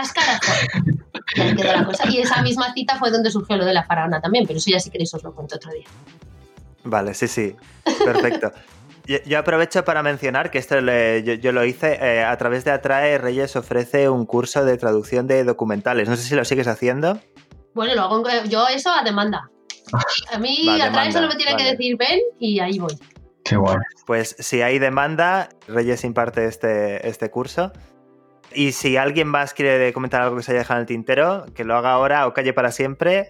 Y ahí quedó la cosa. Y esa misma cita fue donde surgió lo de la faraona también, pero eso ya si queréis os lo cuento otro día. Vale, sí, perfecto. Yo aprovecho para mencionar que esto yo lo hice a través de Atrae. Reyes ofrece un curso de traducción de documentales. No sé si lo sigues haciendo. Bueno, lo hago yo eso a demanda. A mí Atrae solo me tiene que decir ven y ahí voy. Qué guay. Pues si hay demanda, Reyes imparte este curso. Y si alguien más quiere comentar algo que se haya dejado en el tintero, que lo haga ahora o calle para siempre.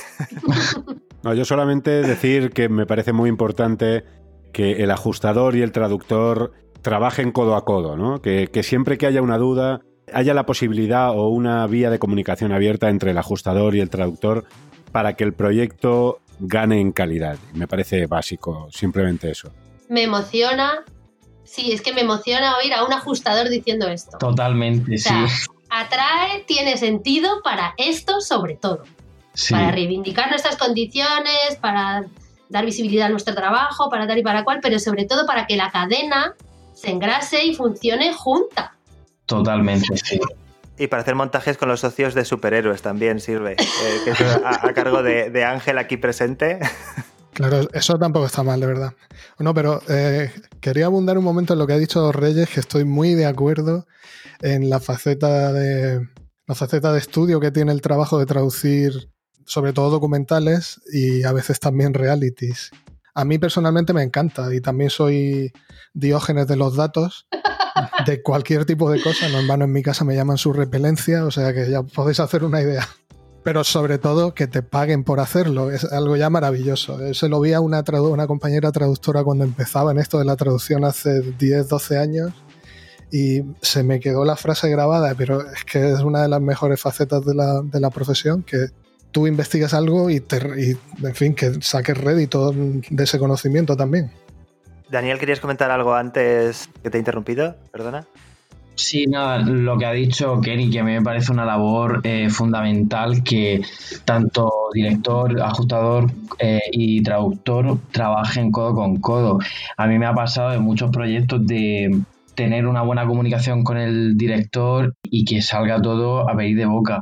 No, yo solamente decir que me parece muy importante que el ajustador y el traductor trabajen codo a codo, ¿no? Que siempre que haya una duda, haya la posibilidad o una vía de comunicación abierta entre el ajustador y el traductor para que el proyecto gane en calidad. Me parece básico, simplemente eso. Me emociona, sí, es que me emociona oír a un ajustador diciendo esto. Totalmente, o sea, sí. Atrae tiene sentido para esto sobre todo. Sí. Para reivindicar nuestras condiciones, para dar visibilidad a nuestro trabajo, para tal y para cual, pero sobre todo para que la cadena se engrase y funcione junta. Totalmente, sí. Y para hacer montajes con los socios de superhéroes también sirve, que es a cargo de Ángel aquí presente. Claro, eso tampoco está mal, de verdad. No, pero quería abundar un momento en lo que ha dicho Reyes, que estoy muy de acuerdo en la faceta de estudio que tiene el trabajo de traducir, sobre todo documentales y a veces también realities. A mí personalmente me encanta y también soy Diógenes de los datos, de cualquier tipo de cosa. En vano en mi casa me llaman su repelencia, o sea que ya podéis hacer una idea. Pero sobre todo que te paguen por hacerlo, es algo ya maravilloso. Se lo vi a una compañera traductora cuando empezaba en esto de la traducción hace 10, 12 años y se me quedó la frase grabada, pero es que es una de las mejores facetas de la profesión, que tú investigas algo y en fin, que saques rédito de ese conocimiento también. Daniel, ¿querías comentar algo antes que te he interrumpido? Perdona. Sí, nada, lo que ha dicho Kenny, que a mí me parece una labor fundamental, que tanto director, ajustador y traductor trabajen codo con codo. A mí me ha pasado en muchos proyectos de tener una buena comunicación con el director y que salga todo a pedir de boca.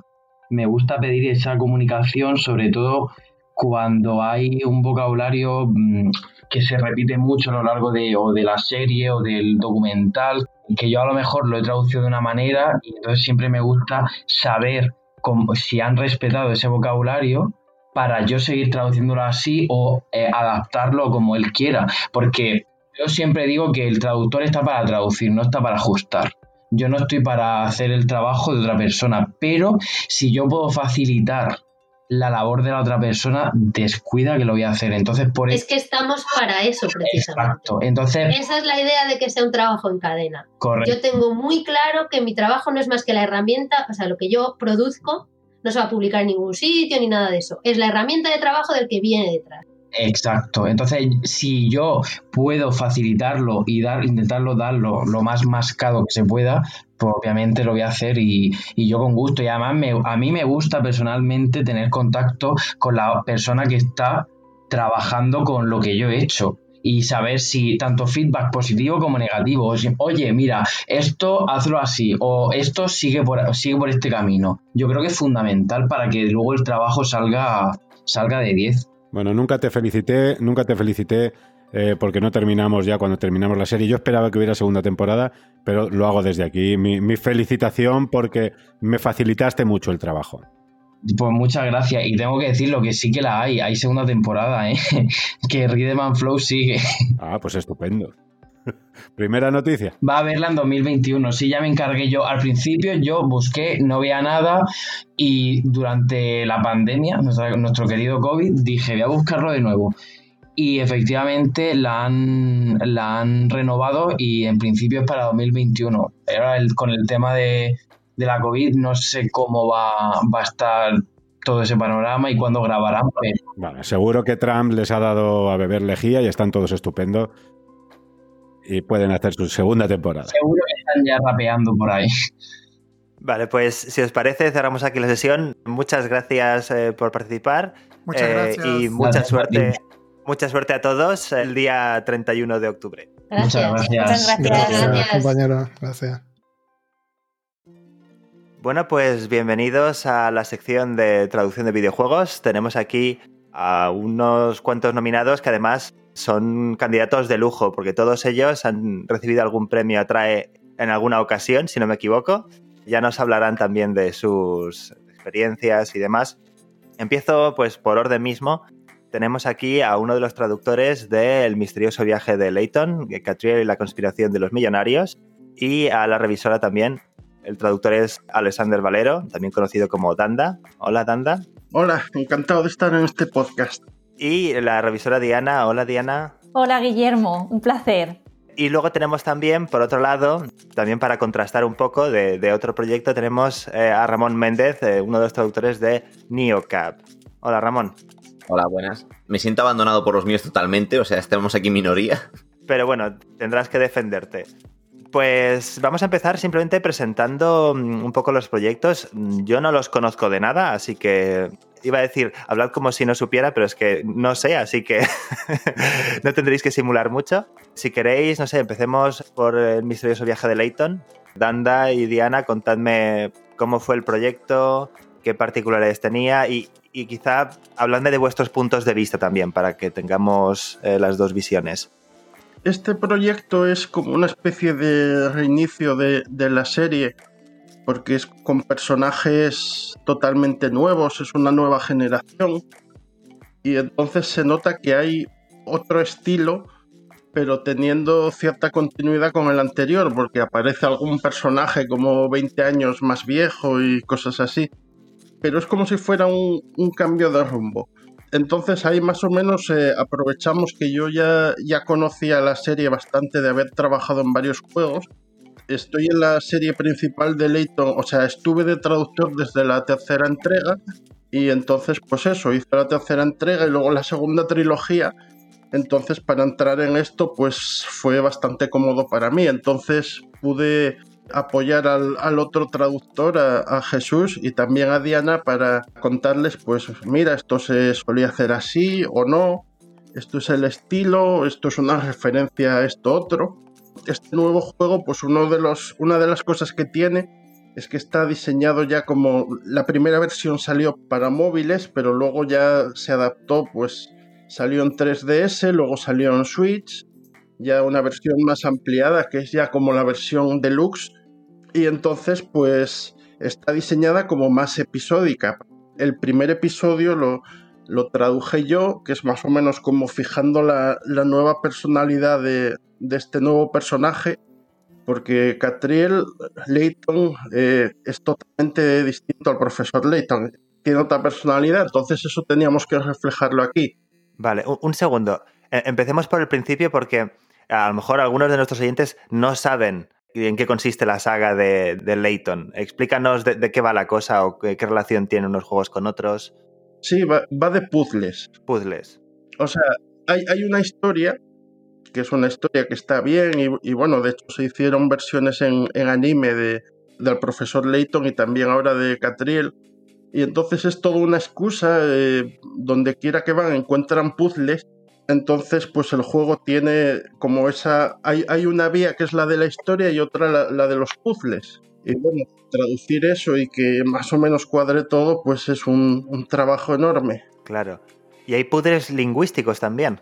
me gusta pedir esa comunicación, sobre todo cuando hay un vocabulario que se repite mucho a lo largo de la serie o del documental, que yo a lo mejor lo he traducido de una manera y entonces siempre me gusta saber si han respetado ese vocabulario para yo seguir traduciéndolo así o adaptarlo como él quiera, porque yo siempre digo que el traductor está para traducir, no está para ajustar. Yo no estoy para hacer el trabajo de otra persona, pero si yo puedo facilitar la labor de la otra persona, descuida que lo voy a hacer. Entonces, es que estamos para eso, precisamente. Exacto. Entonces, esa es la idea de que sea un trabajo en cadena. Correcto. Yo tengo muy claro que mi trabajo no es más que la herramienta, o sea, lo que yo produzco no se va a publicar en ningún sitio ni nada de eso. Es la herramienta de trabajo del que viene detrás. Exacto. Entonces, si yo puedo facilitarlo y intentarlo darlo lo más mascado que se pueda, pues obviamente lo voy a hacer y yo con gusto. Y además a mí me gusta personalmente tener contacto con la persona que está trabajando con lo que yo he hecho y saber si tanto feedback positivo como negativo. Oye, mira, esto hazlo así o esto sigue por este camino. Yo creo que es fundamental para que luego el trabajo salga de 10. Bueno, nunca te felicité porque no terminamos ya cuando terminamos la serie. Yo esperaba que hubiera segunda temporada, pero lo hago desde aquí. Mi felicitación porque me facilitaste mucho el trabajo. Pues muchas gracias. Y tengo que decirlo que sí que la hay segunda temporada, que Rhythm and Flow sigue. Ah, pues estupendo. Primera noticia. Va a haberla en 2021. Sí, ya me encargué yo. Al principio yo busqué, no veía nada y durante la pandemia, nuestro querido COVID, dije, voy a buscarlo de nuevo. Y efectivamente la han renovado y en principio es para 2021. Ahora con el tema de la COVID no sé cómo va a estar todo ese panorama y cuándo grabarán. Pero... Bueno, seguro que Trump les ha dado a beber lejía y están todos estupendos. Y pueden hacer su segunda temporada. Seguro que están ya rapeando por ahí. Vale, pues si os parece, cerramos aquí la sesión. Muchas gracias por participar. Muchas gracias. Y mucha suerte a todos el día 31 de octubre. Gracias. Muchas gracias. Gracias, compañero. Gracias. Bueno, pues bienvenidos a la sección de traducción de videojuegos. Tenemos aquí a unos cuantos nominados que además son candidatos de lujo, porque todos ellos han recibido algún premio Atrae en alguna ocasión, si no me equivoco. Ya nos hablarán también de sus experiencias y demás. Empiezo pues por orden mismo. Tenemos aquí a uno de los traductores de El misterioso viaje de Layton, Catriel y la conspiración de los millonarios, y a la revisora también. El traductor es Alexander Valero, también conocido como Danda. Hola, Danda. Hola, encantado de estar en este podcast. Y la revisora Diana. Hola, Diana. Hola, Guillermo. Un placer. Y luego tenemos también, por otro lado, también para contrastar un poco de otro proyecto, tenemos a Ramón Méndez, uno de los traductores de NeoCap. Hola, Ramón. Hola, buenas. Me siento abandonado por los míos totalmente, o sea, estamos aquí minoría. Pero bueno, tendrás que defenderte. Pues vamos a empezar simplemente presentando un poco los proyectos. Yo no los conozco de nada, así que iba a decir, hablad como si no supiera, pero es que no sé, así que no tendréis que simular mucho. Si queréis, no sé, empecemos por El misterioso viaje de Layton. Danda y Diana, contadme cómo fue el proyecto, qué particularidades tenía y quizá habladme de vuestros puntos de vista también, para que tengamos las dos visiones. Este proyecto es como una especie de reinicio de la serie, porque es con personajes totalmente nuevos, es una nueva generación, y entonces se nota que hay otro estilo, pero teniendo cierta continuidad con el anterior, porque aparece algún personaje como 20 años más viejo y cosas así, pero es como si fuera un cambio de rumbo. Entonces ahí más o menos aprovechamos que yo ya conocía la serie bastante de haber trabajado en varios juegos. Estoy en la serie principal de Layton, o sea, estuve de traductor desde la tercera entrega y entonces pues eso, hice la tercera entrega y luego la segunda trilogía. Entonces para entrar en esto pues fue bastante cómodo para mí, entonces pude apoyar al otro traductor, a Jesús y también a Diana para contarles pues mira, esto se solía hacer así o no, esto es el estilo, esto es una referencia a esto otro. Este nuevo juego pues una de las cosas que tiene es que está diseñado ya como... La primera versión salió para móviles, pero luego ya se adaptó, pues salió en 3DS, luego salió en Switch, ya una versión más ampliada, que es ya como la versión deluxe, y entonces pues está diseñada como más episódica. El primer episodio lo traduje yo, que es más o menos como fijando la nueva personalidad de este nuevo personaje, porque Catriel Layton es totalmente distinto al profesor Layton. Tiene otra personalidad, entonces eso teníamos que reflejarlo aquí. Vale, un segundo. Empecemos por el principio porque a lo mejor algunos de nuestros oyentes no saben en qué consiste la saga de Layton. Explícanos de qué va la cosa o qué relación tienen unos juegos con otros. Sí, va de puzzles. Puzzles. O sea, hay una historia que es una historia que está bien y bueno, de hecho se hicieron versiones en anime del profesor Layton y también ahora de Catriel, y entonces es toda una excusa, donde quiera que van encuentran puzzles, entonces pues el juego tiene como esa, hay una vía que es la de la historia y otra la de los puzzles, y bueno, traducir eso y que más o menos cuadre todo pues es un trabajo enorme. Claro, y hay puzzles lingüísticos también.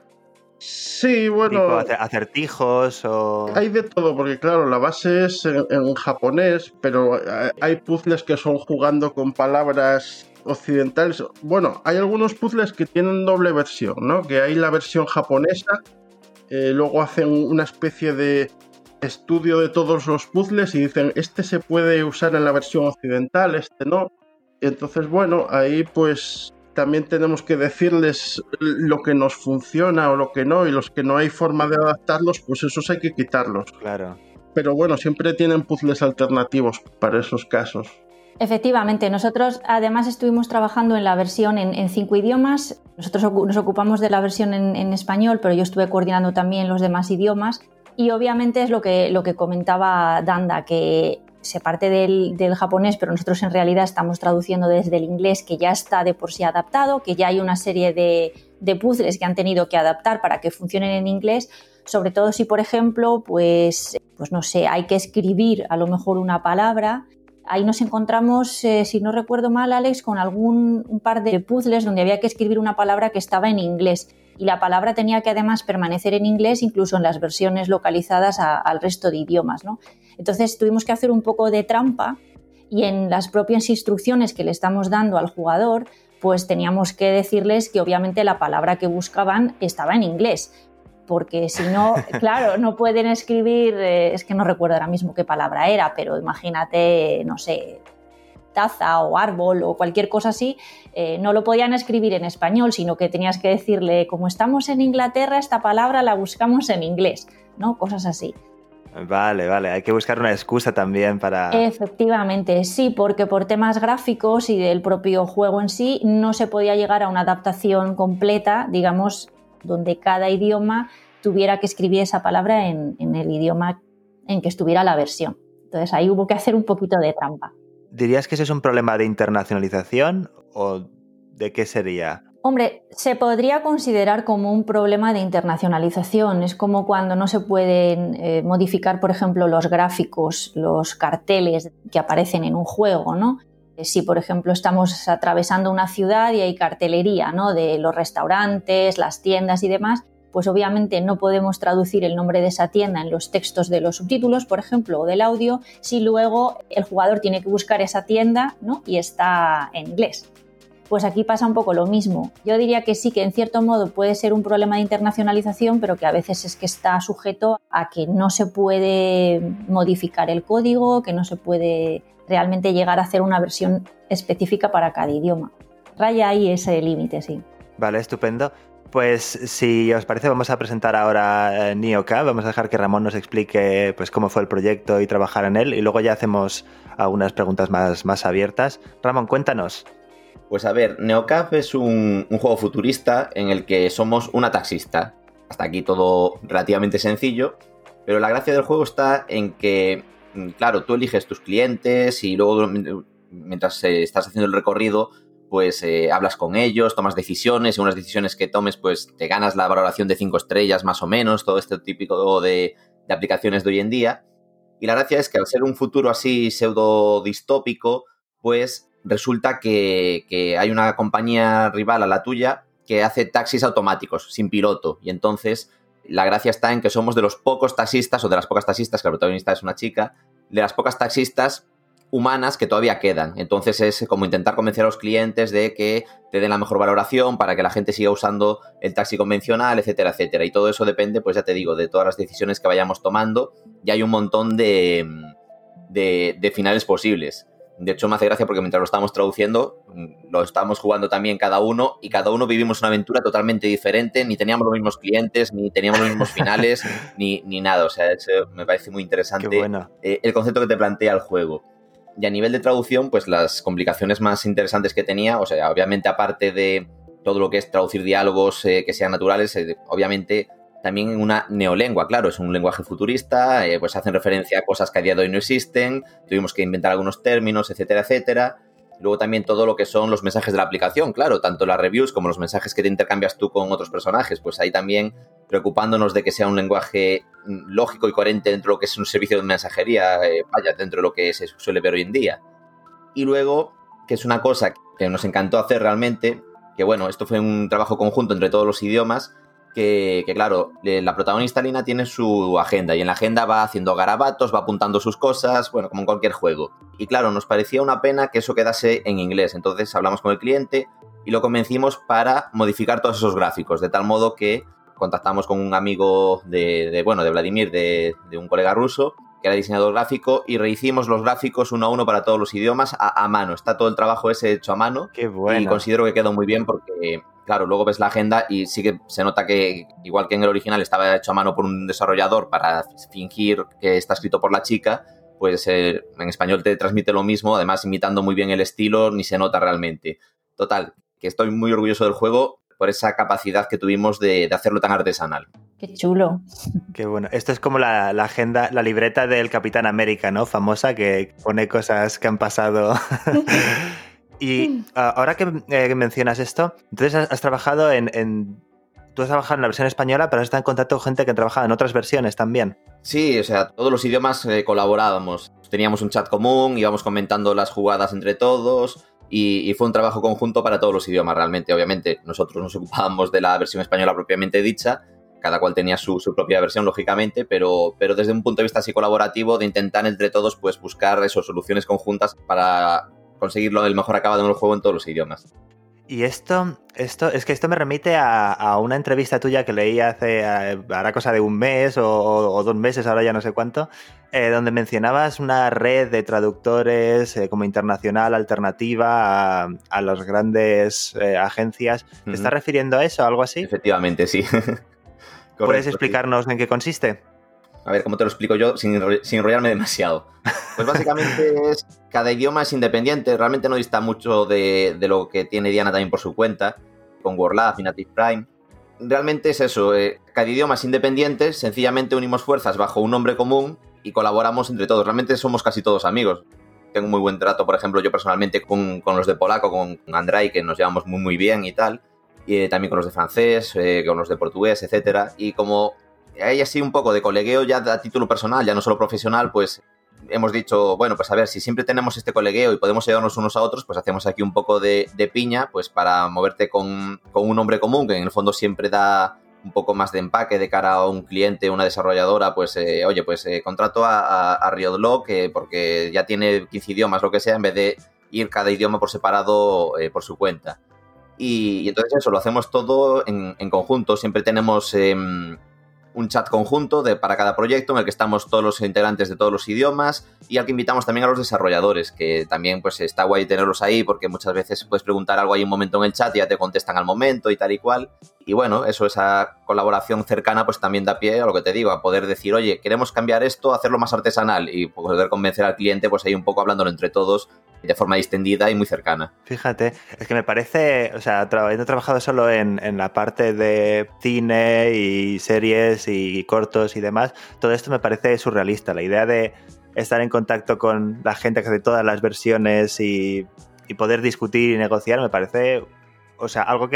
Sí, bueno... Tipo acertijos o... Hay de todo, porque claro, la base es en japonés, pero hay puzzles que son jugando con palabras occidentales. Bueno, hay algunos puzzles que tienen doble versión, ¿no? Que hay la versión japonesa, luego hacen una especie de estudio de todos los puzzles y dicen, este se puede usar en la versión occidental, este no. Y entonces, bueno, ahí pues... También tenemos que decirles lo que nos funciona o lo que no, y los que no hay forma de adaptarlos, pues esos hay que quitarlos. Claro. Pero bueno, siempre tienen puzzles alternativos para esos casos. Efectivamente, nosotros además estuvimos trabajando en la versión en 5 idiomas. Nosotros nos ocupamos de la versión en español, pero yo estuve coordinando también los demás idiomas. Y obviamente es lo que comentaba Danda, que se parte del japonés, pero nosotros en realidad estamos traduciendo desde el inglés, que ya está de por sí adaptado, que ya hay una serie de puzzles que han tenido que adaptar para que funcionen en inglés, sobre todo si, por ejemplo, pues no sé, hay que escribir a lo mejor una palabra. Ahí nos encontramos, si no recuerdo mal, Alex, con un par de puzzles donde había que escribir una palabra que estaba en inglés. Y la palabra tenía que además permanecer en inglés incluso en las versiones localizadas al resto de idiomas, ¿no? Entonces tuvimos que hacer un poco de trampa y en las propias instrucciones que le estamos dando al jugador, pues teníamos que decirles que obviamente la palabra que buscaban estaba en inglés, porque si no, claro, no pueden escribir, es que no recuerdo ahora mismo qué palabra era, pero imagínate, no sé, taza o árbol o cualquier cosa así, no lo podían escribir en español, sino que tenías que decirle, como estamos en Inglaterra, esta palabra la buscamos en inglés, ¿no? Cosas así. Vale, hay que buscar una excusa también para... Efectivamente, sí, porque por temas gráficos y del propio juego en sí no se podía llegar a una adaptación completa, digamos, donde cada idioma tuviera que escribir esa palabra en el idioma en que estuviera la versión. Entonces ahí hubo que hacer un poquito de trampa. ¿Dirías que ese es un problema de internacionalización o de qué sería? Hombre, se podría considerar como un problema de internacionalización. Es como cuando no se pueden modificar, por ejemplo, los gráficos, los carteles que aparecen en un juego, ¿no? Si, por ejemplo, estamos atravesando una ciudad y hay cartelería, ¿no?, de los restaurantes, las tiendas y demás, pues obviamente no podemos traducir el nombre de esa tienda en los textos de los subtítulos, por ejemplo, o del audio, si luego el jugador tiene que buscar esa tienda, ¿no?, y está en inglés. Pues aquí pasa un poco lo mismo. Yo diría que sí, que en cierto modo puede ser un problema de internacionalización, pero que a veces es que está sujeto a que no se puede modificar el código, que no se puede realmente llegar a hacer una versión específica para cada idioma. Raya ahí ese límite, sí. Vale, estupendo. Pues si os parece vamos a presentar ahora Neoka, vamos a dejar que Ramón nos explique pues cómo fue el proyecto y trabajar en él y luego ya hacemos algunas preguntas más abiertas. Ramón, cuéntanos. Pues a ver, Neocab es un juego futurista en el que somos una taxista. Hasta aquí todo relativamente sencillo, pero la gracia del juego está en que, claro, tú eliges tus clientes y luego mientras estás haciendo el recorrido, pues hablas con ellos, tomas decisiones y unas decisiones que tomes, pues te ganas la valoración de 5 estrellas más o menos, todo este típico de aplicaciones de hoy en día. Y la gracia es que al ser un futuro así pseudo distópico, pues resulta que hay una compañía rival a la tuya que hace taxis automáticos, sin piloto. Y entonces la gracia está en que somos de los pocos taxistas, o de las pocas taxistas, que la protagonista es una chica, de las pocas taxistas humanas que todavía quedan. Entonces es como intentar convencer a los clientes de que te den la mejor valoración para que la gente siga usando el taxi convencional, etcétera, etcétera. Y todo eso depende, pues ya te digo, de todas las decisiones que vayamos tomando. Y hay un montón de finales posibles. De hecho, me hace gracia porque mientras lo estábamos traduciendo, lo estábamos jugando también cada uno, y cada uno vivimos una aventura totalmente diferente. Ni teníamos los mismos clientes, ni teníamos los mismos finales, ni nada. O sea, eso me parece muy interesante. Qué bueno. El concepto que te plantea el juego. Y a nivel de traducción, pues las complicaciones más interesantes que tenía, o sea, obviamente aparte de todo lo que es traducir diálogos que sean naturales, obviamente también en una neolengua, claro, es un lenguaje futurista, pues hacen referencia a cosas que a día de hoy no existen, tuvimos que inventar algunos términos, etcétera, etcétera. Luego también todo lo que son los mensajes de la aplicación, claro, tanto las reviews como los mensajes que te intercambias tú con otros personajes, pues ahí también preocupándonos de que sea un lenguaje lógico y coherente dentro de lo que es un servicio de mensajería, dentro de lo que se suele ver hoy en día. Y luego, que es una cosa que nos encantó hacer realmente, que bueno, esto fue un trabajo conjunto entre todos los idiomas, que claro, la protagonista Lina tiene su agenda, y en la agenda va haciendo garabatos, va apuntando sus cosas, bueno, como en cualquier juego. Y claro, nos parecía una pena que eso quedase en inglés, entonces hablamos con el cliente y lo convencimos para modificar todos esos gráficos, de tal modo que contactamos con un amigo de Vladimir, de un colega ruso, que era diseñador gráfico, y rehicimos los gráficos uno a uno para todos los idiomas a mano. Está todo el trabajo ese hecho a mano. Qué bueno. Y considero que quedó muy bien porque, claro, luego ves la agenda y sí que se nota que, igual que en el original estaba hecho a mano por un desarrollador para fingir que está escrito por la chica, pues en español te transmite lo mismo, además imitando muy bien el estilo, ni se nota realmente. Total, que estoy muy orgulloso del juego por esa capacidad que tuvimos de hacerlo tan artesanal. Qué chulo. Qué bueno. Esto es como la agenda, la libreta del Capitán América, ¿no? Famosa, que pone cosas que han pasado. Y ahora que mencionas esto, entonces has trabajado tú has trabajado en la versión española, pero has estado en contacto con gente que ha trabajado en otras versiones también. Sí, o sea, todos los idiomas colaborábamos. Teníamos un chat común, íbamos comentando las jugadas entre todos, y fue un trabajo conjunto para todos los idiomas realmente. Obviamente nosotros nos ocupábamos de la versión española propiamente dicha, cada cual tenía su propia versión, lógicamente, pero desde un punto de vista así colaborativo, de intentar entre todos pues buscar soluciones conjuntas para conseguir el mejor acabado en el juego en todos los idiomas. Y esto me remite a una entrevista tuya que leí hará cosa de un mes o 2 meses, ahora ya no sé cuánto, donde mencionabas una red de traductores como internacional, alternativa a las grandes agencias. ¿Te estás refiriendo a eso, algo así? Efectivamente, sí. ¿Puedes explicarnos en qué consiste? A ver, ¿cómo te lo explico yo sin enrollarme demasiado? Pues básicamente cada idioma es independiente, realmente no dista mucho de lo que tiene Diana también por su cuenta, con WordLab y Native Prime. Realmente es eso, cada idioma es independiente, sencillamente unimos fuerzas bajo un nombre común y colaboramos entre todos. Realmente somos casi todos amigos. Tengo un muy buen trato, por ejemplo, yo personalmente con los de polaco, con Andrei, que nos llevamos muy muy bien y tal, y también con los de francés, con los de portugués, etcétera. Y como hay así un poco de colegueo ya a título personal, ya no solo profesional, pues hemos dicho, bueno, pues a ver, si siempre tenemos este colegueo y podemos ayudarnos unos a otros, pues hacemos aquí un poco de piña, pues para moverte con un nombre común, que en el fondo siempre da un poco más de empaque de cara a un cliente, una desarrolladora, pues contrato a Riodlog, porque ya tiene 15 idiomas, lo que sea, en vez de ir cada idioma por separado por su cuenta. Y entonces eso, lo hacemos todo en conjunto, siempre tenemos un chat conjunto para cada proyecto en el que estamos todos los integrantes de todos los idiomas, y al que invitamos también a los desarrolladores, que también pues está guay tenerlos ahí porque muchas veces puedes preguntar algo ahí un momento en el chat y ya te contestan al momento y tal y cual. Y bueno, esa colaboración cercana pues también da pie a lo que te digo, a poder decir, oye, queremos cambiar esto, hacerlo más artesanal, y poder convencer al cliente pues ahí un poco hablándolo entre todos de forma distendida y muy cercana. Fíjate, es que me parece, o sea, habiendo trabajado solo en la parte de cine y series y cortos y demás, todo esto me parece surrealista. La idea de estar en contacto con la gente que hace todas las versiones y poder discutir y negociar me parece, o sea, algo que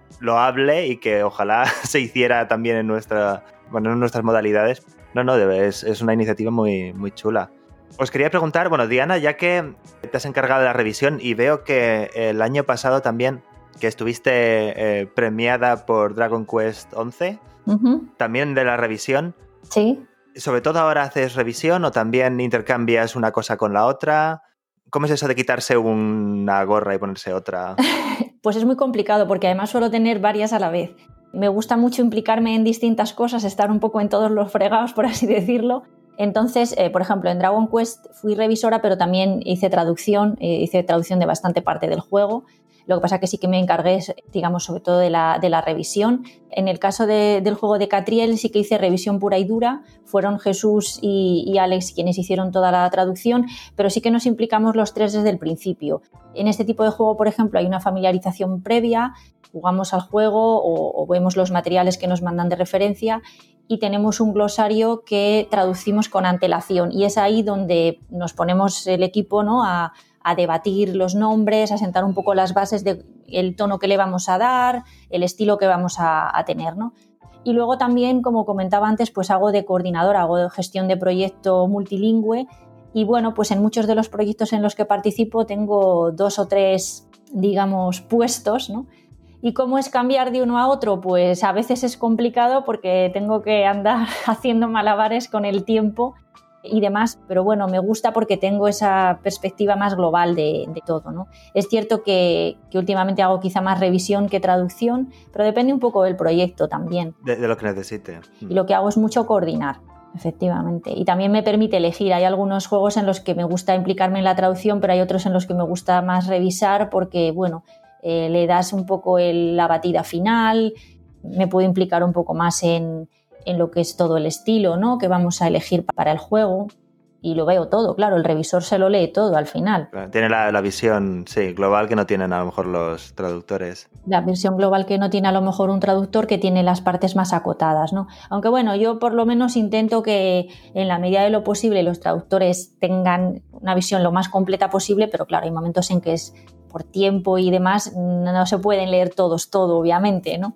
loable y que ojalá se hiciera también en nuestras modalidades. No, es una iniciativa muy, muy chula. Os quería preguntar, bueno, Diana, ya que te has encargado de la revisión y veo que el año pasado también que estuviste premiada por Dragon Quest 11, también de la revisión. Sí. ¿Sobre todo ahora haces revisión o también intercambias una cosa con la otra? ¿Cómo es eso de quitarse una gorra y ponerse otra? Pues es muy complicado porque además suelo tener varias a la vez. Me gusta mucho implicarme en distintas cosas, estar un poco en todos los fregados, por así decirlo. Entonces, por ejemplo, en Dragon Quest fui revisora, pero también hice traducción de bastante parte del juego. Lo que pasa es que sí que me encargué, digamos, sobre todo de la revisión. En el caso del juego de Catriel sí que hice revisión pura y dura. Fueron Jesús y Alex quienes hicieron toda la traducción, pero sí que nos implicamos los tres desde el principio. En este tipo de juego, por ejemplo, hay una familiarización previa, jugamos al juego o vemos los materiales que nos mandan de referencia y tenemos un glosario que traducimos con antelación. Y es ahí donde nos ponemos el equipo, ¿no?, a debatir los nombres, a sentar un poco las bases del tono que le vamos a dar, el estilo que vamos a tener, ¿no? Y luego también, como comentaba antes, pues hago de coordinadora, hago de gestión de proyecto multilingüe y bueno, pues en muchos de los proyectos en los que participo tengo 2 o 3, digamos, puestos, ¿no? ¿Y cómo es cambiar de uno a otro? Pues a veces es complicado porque tengo que andar haciendo malabares con el tiempo y demás, pero bueno, me gusta porque tengo esa perspectiva más global de todo, ¿no? Es cierto que últimamente hago quizá más revisión que traducción, pero depende un poco del proyecto también. De lo que necesite. Y lo que hago es mucho coordinar, efectivamente. Y también me permite elegir. Hay algunos juegos en los que me gusta implicarme en la traducción, pero hay otros en los que me gusta más revisar porque, bueno, le das un poco la batida final, me puedo implicar un poco más en lo que es todo el estilo, ¿no?, que vamos a elegir para el juego y lo veo todo, claro, el revisor se lo lee todo al final. Tiene la visión, sí, global que no tienen a lo mejor los traductores. La visión global que no tiene a lo mejor un traductor, que tiene las partes más acotadas, ¿no? Aunque bueno, yo por lo menos intento que en la medida de lo posible los traductores tengan una visión lo más completa posible, pero claro, hay momentos en que es por tiempo y demás, no se pueden leer todos todo, obviamente, ¿no?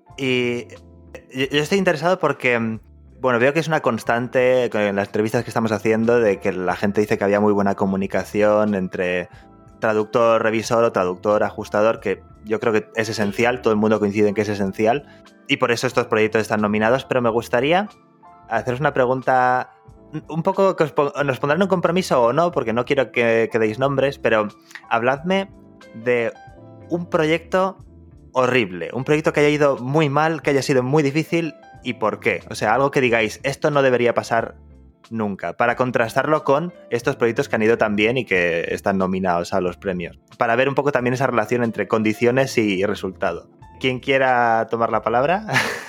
Y yo estoy interesado porque, bueno, veo que es una constante en las entrevistas que estamos haciendo de que la gente dice que había muy buena comunicación entre traductor, revisor o traductor, ajustador, que yo creo que es esencial, todo el mundo coincide en que es esencial y por eso estos proyectos están nominados, pero me gustaría haceros una pregunta un poco que nos pondrán un compromiso o no, porque no quiero que deis nombres, pero habladme de un proyecto horrible, un proyecto que haya ido muy mal, que haya sido muy difícil y por qué. O sea, algo que digáis, esto no debería pasar nunca, para contrastarlo con estos proyectos que han ido tan bien y que están nominados a los premios, para ver un poco también esa relación entre condiciones y resultado. ¿Quién quiera tomar la palabra?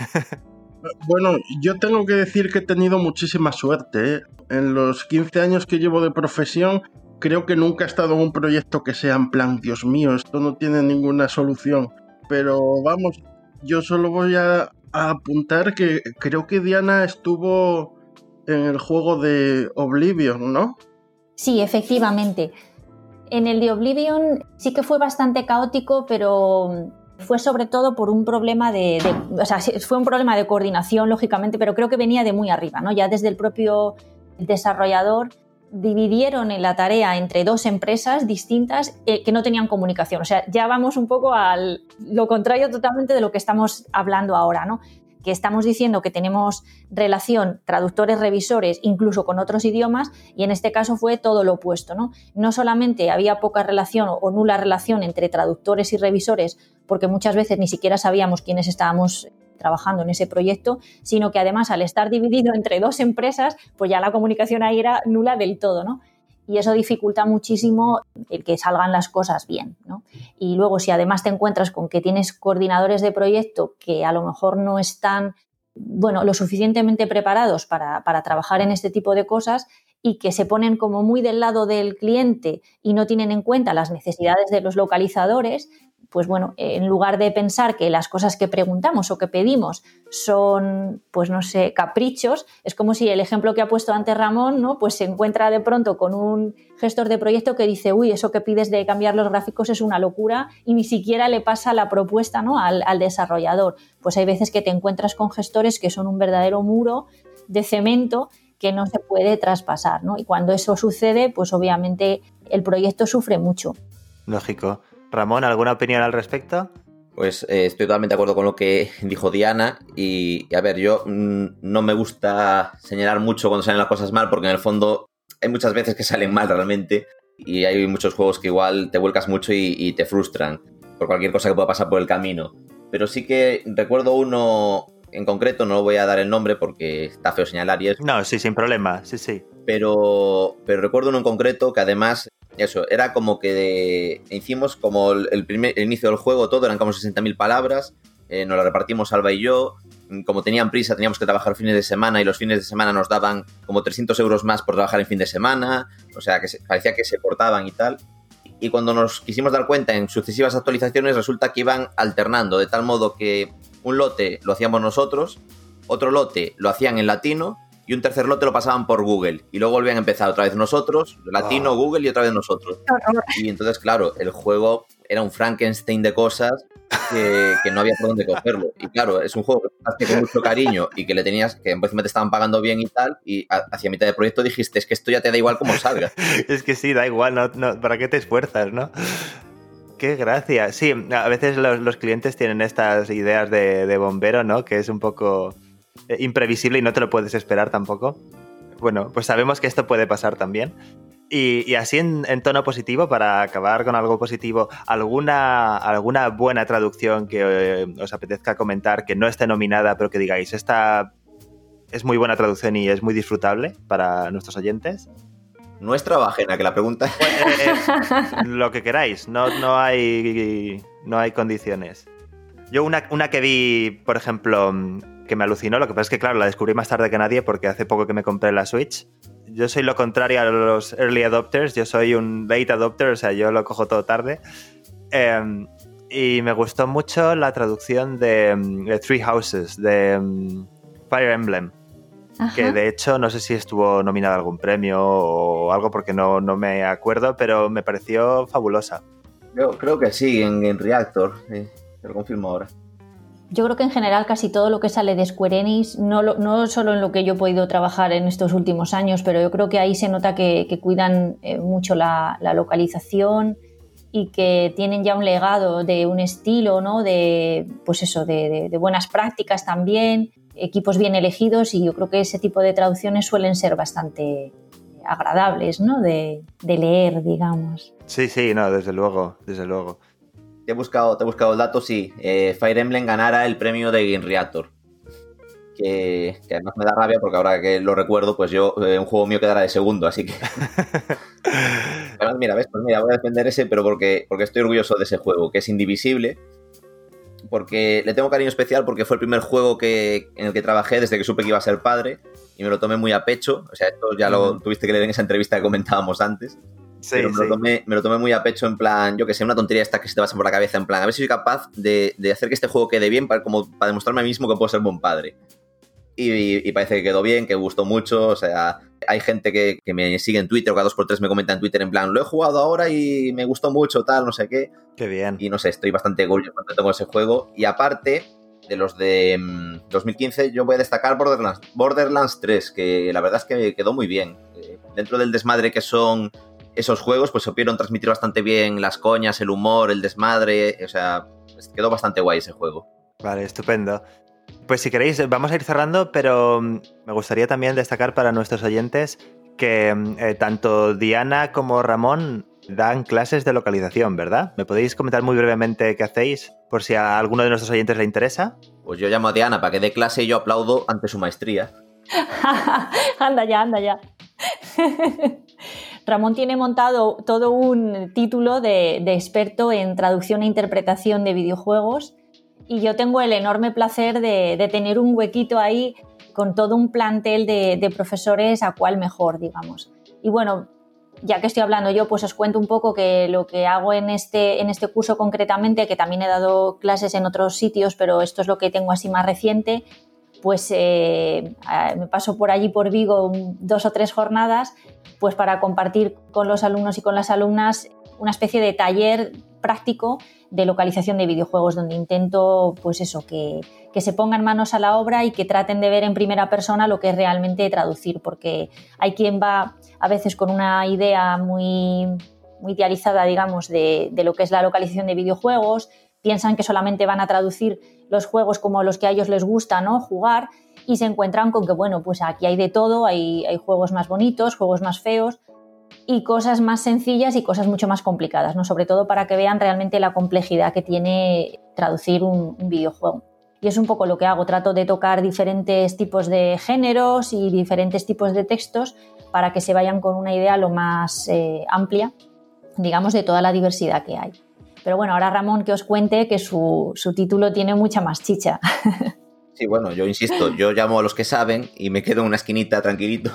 Bueno, yo tengo que decir que he tenido muchísima suerte, ¿eh? En los 15 años que llevo de profesión, creo que nunca he estado en un proyecto que sea en plan, Dios mío, esto no tiene ninguna solución. Pero vamos, yo solo voy a apuntar que creo que Diana estuvo en el juego de Oblivion, ¿no? Sí, efectivamente. En el de Oblivion sí que fue bastante caótico, pero fue sobre todo por un problema o sea, fue un problema de coordinación, lógicamente, pero creo que venía de muy arriba, ¿no? Ya desde el propio desarrollador dividieron en la tarea entre 2 empresas distintas que no tenían comunicación. O sea, ya vamos un poco a lo contrario totalmente de lo que estamos hablando ahora, ¿no? Que estamos diciendo que tenemos relación traductores-revisores incluso con otros idiomas y en este caso fue todo lo opuesto, ¿no? No solamente había poca relación o nula relación entre traductores y revisores porque muchas veces ni siquiera sabíamos quiénes estábamos trabajando en ese proyecto, sino que además al estar dividido entre 2 empresas, pues ya la comunicación ahí era nula del todo, ¿no? Y eso dificulta muchísimo el que salgan las cosas bien, ¿no? Y luego si además te encuentras con que tienes coordinadores de proyecto que a lo mejor no están, bueno, lo suficientemente preparados para trabajar en este tipo de cosas y que se ponen como muy del lado del cliente y no tienen en cuenta las necesidades de los localizadores, pues bueno, en lugar de pensar que las cosas que preguntamos o que pedimos son, pues no sé, caprichos, es como si el ejemplo que ha puesto antes Ramón, ¿no? Pues se encuentra de pronto con un gestor de proyecto que dice, uy, eso que pides de cambiar los gráficos es una locura, y ni siquiera le pasa la propuesta, ¿no? al desarrollador. Pues hay veces que te encuentras con gestores que son un verdadero muro de cemento que no se puede traspasar, ¿no? Y cuando eso sucede, pues obviamente el proyecto sufre mucho. Lógico. Ramón, ¿alguna opinión al respecto? Pues estoy totalmente de acuerdo con lo que dijo Diana y a ver, yo no me gusta señalar mucho cuando salen las cosas mal, porque en el fondo hay muchas veces que salen mal realmente y hay muchos juegos que igual te vuelcas mucho y te frustran por cualquier cosa que pueda pasar por el camino. Pero sí que recuerdo uno en concreto, no voy a dar el nombre porque está feo señalar y eso. No, sí, sin problema, sí. Pero recuerdo uno en concreto que además, eso, era como que hicimos como el inicio del juego, todo, eran como 60.000 palabras, nos lo repartimos Alba y yo, como tenían prisa teníamos que trabajar fines de semana y los fines de semana nos daban como 300 euros más por trabajar en fin de semana, o sea, que parecía que se cortaban y tal. Y cuando nos quisimos dar cuenta en sucesivas actualizaciones, resulta que iban alternando, de tal modo que un lote lo hacíamos nosotros, otro lote lo hacían en latino y un tercer lote lo pasaban por Google. Y luego volvían a empezar otra vez nosotros, latino, Google y otra vez nosotros. Y entonces, claro, el juego era un Frankenstein de cosas que no había por dónde cogerlo. Y claro, es un juego que hace con mucho cariño y que le tenías, que encima te estaban pagando bien y tal, y hacia mitad de proyecto dijiste, es que esto ya te da igual cómo salga. Es que sí, da igual, no, ¿para qué te esfuerzas, no? Qué gracia. Sí, a veces los clientes tienen estas ideas de bombero, ¿no? Que es un poco imprevisible y no te lo puedes esperar tampoco. Bueno, pues sabemos que esto puede pasar también. Y así en tono positivo, para acabar con algo positivo, ¿alguna buena traducción que os apetezca comentar, que no esté nominada, pero que digáis, esta es muy buena traducción y es muy disfrutable para nuestros oyentes? ¿Nuestra o ajena? Que la pregunta... Lo que queráis, no hay condiciones. Yo una que vi, por ejemplo, que me alucinó, lo que pasa es que, claro, la descubrí más tarde que nadie porque hace poco que me compré la Switch. Yo soy lo contrario a los early adopters, yo soy un late adopter, o sea, yo lo cojo todo tarde. Y me gustó mucho la traducción de Three Houses, de Fire Emblem. Ajá. Que de hecho no sé si estuvo nominada a algún premio o algo porque no me acuerdo, pero me pareció fabulosa. Yo creo que sí, en Reactor, te lo confirmo ahora. Yo creo que en general casi todo lo que sale de Square Enix, no solo en lo que yo he podido trabajar en estos últimos años, pero yo creo que ahí se nota que cuidan mucho la localización y que tienen ya un legado de un estilo, ¿no? Pues eso, de buenas prácticas también, equipos bien elegidos, y yo creo que ese tipo de traducciones suelen ser bastante agradables, ¿no? De leer, digamos. Sí, no, desde luego. Te he buscado el dato, sí. Fire Emblem ganara el premio de Game Reactor. Que además me da rabia porque ahora que lo recuerdo, pues yo, un juego mío quedará de segundo, así que... Además, mira, ¿ves? Pues mira, voy a defender ese, pero porque estoy orgulloso de ese juego, que es Indivisible. Porque le tengo cariño especial porque fue el primer juego en el que trabajé desde que supe que iba a ser padre y me lo tomé muy a pecho. O sea, esto ya lo tuviste que leer en esa entrevista que comentábamos antes. Sí, pero me lo tomé muy a pecho, en plan, yo que sé, una tontería esta que se te pasa por la cabeza, en plan, a ver si soy capaz de hacer que este juego quede bien para demostrarme a mí mismo que puedo ser buen padre. Y parece que quedó bien, que gustó mucho. O sea, hay gente que me sigue en Twitter o cada 2x3 me comenta en Twitter en plan, lo he jugado ahora y me gustó mucho, tal, no sé qué. Qué bien. Y no sé, estoy bastante orgulloso cuando tengo ese juego. Y aparte de los de 2015, yo voy a destacar Borderlands 3, que la verdad es que quedó muy bien. Dentro del desmadre que son esos juegos, pues supieron transmitir bastante bien las coñas, el humor, el desmadre. O sea, quedó bastante guay ese juego. Vale, estupendo. Pues si queréis, vamos a ir cerrando, pero me gustaría también destacar para nuestros oyentes que tanto Diana como Ramón dan clases de localización, ¿verdad? ¿Me podéis comentar muy brevemente qué hacéis, por si a alguno de nuestros oyentes le interesa? Pues yo llamo a Diana para que dé clase y yo aplaudo ante su maestría. Anda ya. Ramón tiene montado todo un título de experto en traducción e interpretación de videojuegos. Y yo tengo el enorme placer de tener un huequito ahí con todo un plantel de profesores a cual mejor, digamos. Y bueno, ya que estoy hablando yo, pues os cuento un poco que lo que hago en este curso concretamente, que también he dado clases en otros sitios, pero esto es lo que tengo así más reciente, pues me paso por allí, por Vigo, 2 o 3 jornadas, pues para compartir con los alumnos y con las alumnas una especie de taller práctico de localización de videojuegos, donde intento, pues eso, que se pongan manos a la obra y que traten de ver en primera persona lo que es realmente traducir, porque hay quien va a veces con una idea muy, muy idealizada, digamos, de lo que es la localización de videojuegos, piensan que solamente van a traducir los juegos como los que a ellos les gusta, ¿no?, jugar, y se encuentran con que, bueno, pues aquí hay de todo, hay juegos más bonitos, juegos más feos, y cosas más sencillas y cosas mucho más complicadas, ¿no? Sobre todo para que vean realmente la complejidad que tiene traducir un videojuego. Y es un poco lo que hago, trato de tocar diferentes tipos de géneros y diferentes tipos de textos para que se vayan con una idea lo más amplia, digamos, de toda la diversidad que hay. Pero bueno, ahora Ramón que os cuente que su título tiene mucha más chicha. Sí, bueno, yo insisto, yo llamo a los que saben y me quedo en una esquinita tranquilito.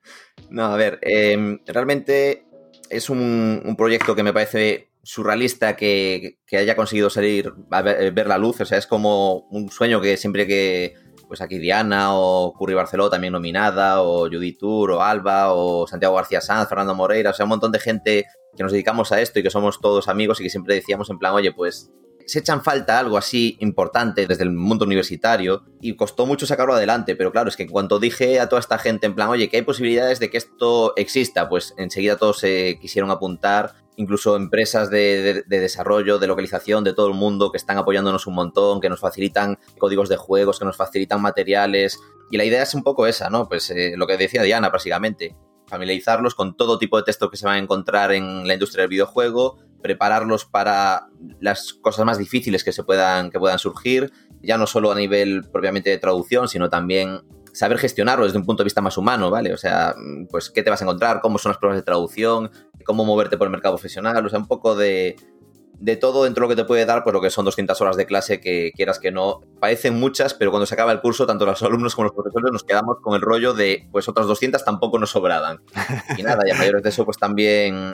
No, a ver, realmente es un proyecto que me parece surrealista que haya conseguido salir a ver la luz. O sea, es como un sueño que siempre que, pues aquí Diana o Curry Barceló también nominada, o Judy Tour, o Alba, o Santiago García Sanz, Fernando Moreira, o sea, un montón de gente que nos dedicamos a esto y que somos todos amigos y que siempre decíamos en plan, oye, pues se echan falta algo así importante desde el mundo universitario, y costó mucho sacarlo adelante, pero claro, es que en cuanto dije a toda esta gente en plan, oye, que hay posibilidades de que esto exista, pues enseguida todos se quisieron apuntar, incluso empresas de desarrollo, de localización de todo el mundo que están apoyándonos un montón, que nos facilitan códigos de juegos, que nos facilitan materiales, y la idea es un poco esa, ¿no? Pues lo que decía Diana, básicamente, familiarizarlos con todo tipo de textos que se van a encontrar en la industria del videojuego, prepararlos para las cosas más difíciles que puedan surgir, ya no solo a nivel propiamente de traducción, sino también saber gestionarlo desde un punto de vista más humano, ¿vale? O sea, pues qué te vas a encontrar, cómo son las pruebas de traducción, cómo moverte por el mercado profesional, o sea, un poco de todo dentro de lo que te puede dar, pues lo que son 200 horas de clase que, quieras que no, parecen muchas, pero cuando se acaba el curso, tanto los alumnos como los profesores nos quedamos con el rollo de, pues otras 200 tampoco nos sobraban. Y nada, y a mayores de eso, pues también